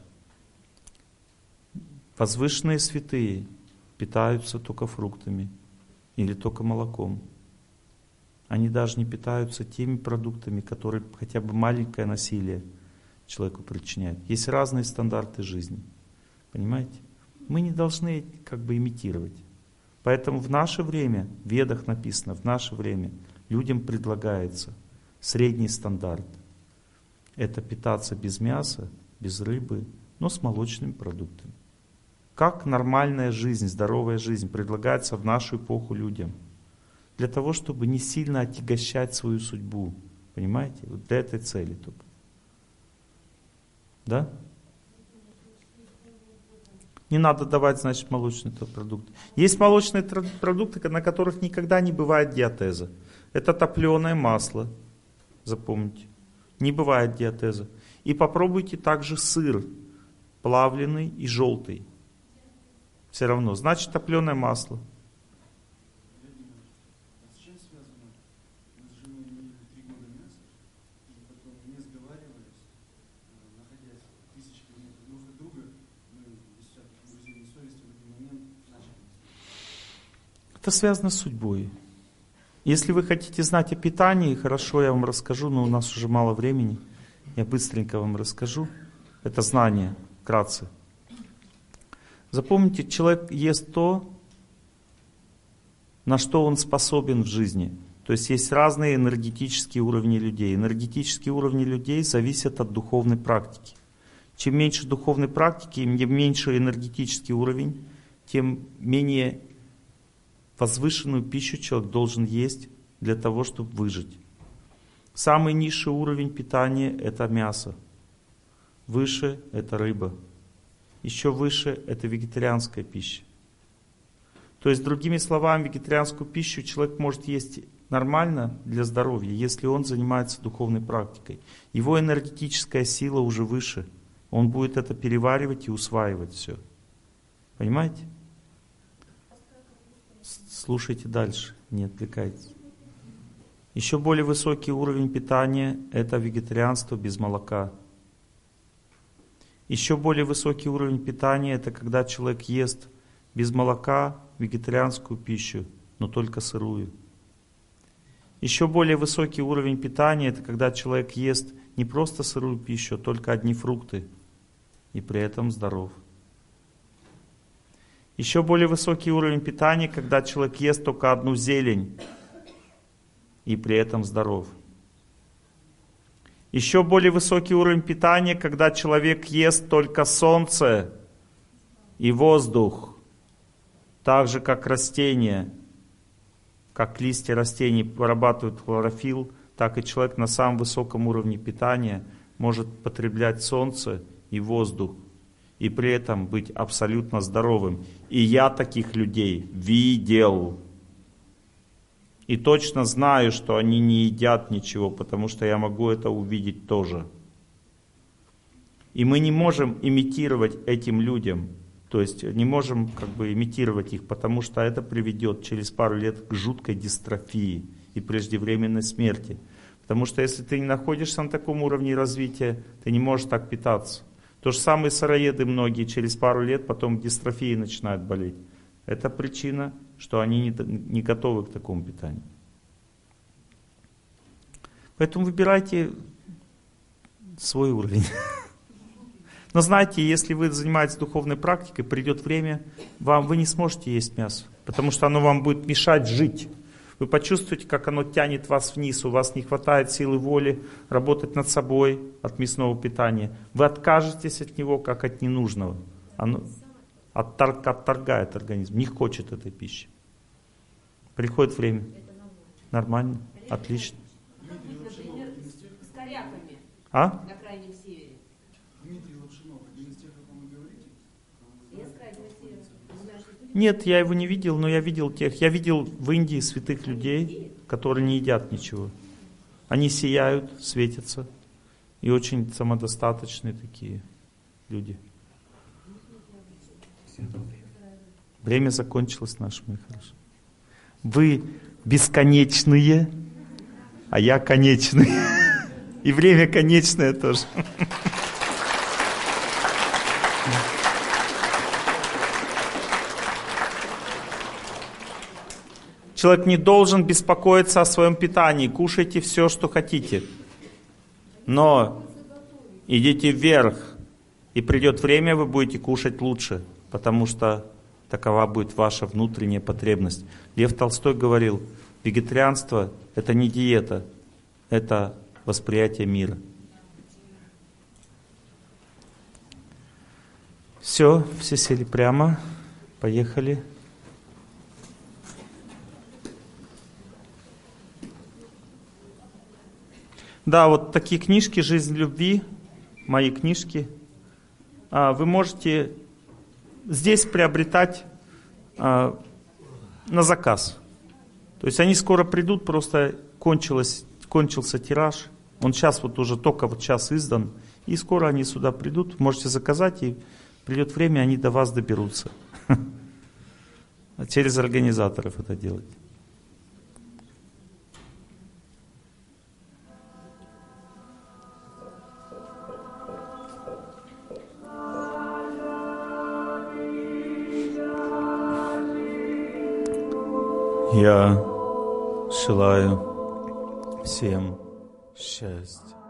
Speaker 1: Возвышенные святые питаются только фруктами или только молоком. Они даже не питаются теми продуктами, которые хотя бы маленькое насилие человеку причиняют. Есть разные стандарты жизни. Понимаете? Мы не должны как бы имитировать. Поэтому в наше время, в Ведах написано, в наше время людям предлагается средний стандарт. Это питаться без мяса, без рыбы, но с молочными продуктами. Как нормальная жизнь, здоровая жизнь предлагается в нашу эпоху людям. Для того, чтобы не сильно отягощать свою судьбу. Понимаете? Вот для этой цели только. Да? Не надо давать, значит, молочные продукты. Есть молочные продукты, на которых никогда не бывает диатеза. Это топленое масло. Запомните. Не бывает диатеза. И попробуйте также сыр, плавленый и желтый. Все равно. Значит, топленое масло.
Speaker 10: С чем связано
Speaker 1: Это связано с судьбой. Если вы хотите знать о питании, хорошо, я вам расскажу, но у нас уже мало времени. Я быстренько вам расскажу. Это знание, вкратце. Запомните, человек ест то, на что он способен в жизни. То есть есть разные энергетические уровни людей. Энергетические уровни людей зависят от духовной практики. Чем меньше духовной практики, чем меньше энергетический уровень, тем менее возвышенную пищу человек должен есть для того, чтобы выжить. Самый низший уровень питания – это мясо. Выше – это рыба. Еще выше – это вегетарианская пища. То есть, другими словами, вегетарианскую пищу человек может есть нормально для здоровья, если он занимается духовной практикой. Его энергетическая сила уже выше. Он будет это переваривать и усваивать все. Понимаете? Слушайте дальше, не отвлекайтесь. Еще более высокий уровень питания – это вегетарианство без молока. Еще более высокий уровень питания – это когда человек ест без молока вегетарианскую пищу, но только сырую. Еще более высокий уровень питания – это когда человек ест не просто сырую пищу, а только одни фрукты, и при этом здоров. Еще более высокий уровень питания, когда человек ест только одну зелень, и при этом здоров. Еще более высокий уровень питания, когда человек ест только солнце и воздух, так же как растения, как листья растений вырабатывают хлорофилл, так и человек на самом высоком уровне питания может потреблять солнце и воздух, и при этом быть абсолютно здоровым. И я таких людей видел. И точно знаю, что они не едят ничего, потому что я могу это увидеть тоже. И мы не можем имитировать этим людям, то есть не можем имитировать их, потому что это приведет через пару лет к жуткой дистрофии и преждевременной смерти. Потому что если ты не находишься на таком уровне развития, ты не можешь так питаться. То же самое сыроеды многие через пару лет потом дистрофией начинают болеть. Это причина, что они не готовы к такому питанию. Поэтому выбирайте свой уровень. Но знаете, если вы занимаетесь духовной практикой, придет время, вы не сможете есть мясо, потому что оно вам будет мешать жить. Вы почувствуете, как оно тянет вас вниз, у вас не хватает силы воли работать над собой от мясного питания. Вы откажетесь от него, как от ненужного. Оно отторгает организм, не хочет этой пищи. Приходит время. Нормально, отлично.
Speaker 10: Например, с коряками
Speaker 1: на
Speaker 10: крайнем севере.
Speaker 11: Дмитрий Лапшинов, один из тех, о ком вы говорите?
Speaker 10: Я с крайнего севера.
Speaker 1: Нет, я его не видел, но я видел тех. Я видел в Индии святых людей, которые не едят ничего. Они сияют, светятся. И очень самодостаточные такие люди. Время закончилось наше, мои хорошие. Вы бесконечные, а я конечный. И время конечное тоже. Человек не должен беспокоиться о своем питании. Кушайте все, что хотите. Но идите вверх. И придет время, вы будете кушать лучше. Потому что такова будет ваша внутренняя потребность. Лев Толстой говорил, вегетарианство – это не диета, это восприятие мира. Все сели прямо, поехали. Да, вот такие книжки «Жизнь любви», мои книжки, вы можете здесь приобретать на заказ. То есть они скоро придут, просто кончился тираж. Он сейчас уже только сейчас издан. И скоро они сюда придут. Можете заказать, и придет время, они до вас доберутся. Через организаторов это делать. Я желаю всем счастья.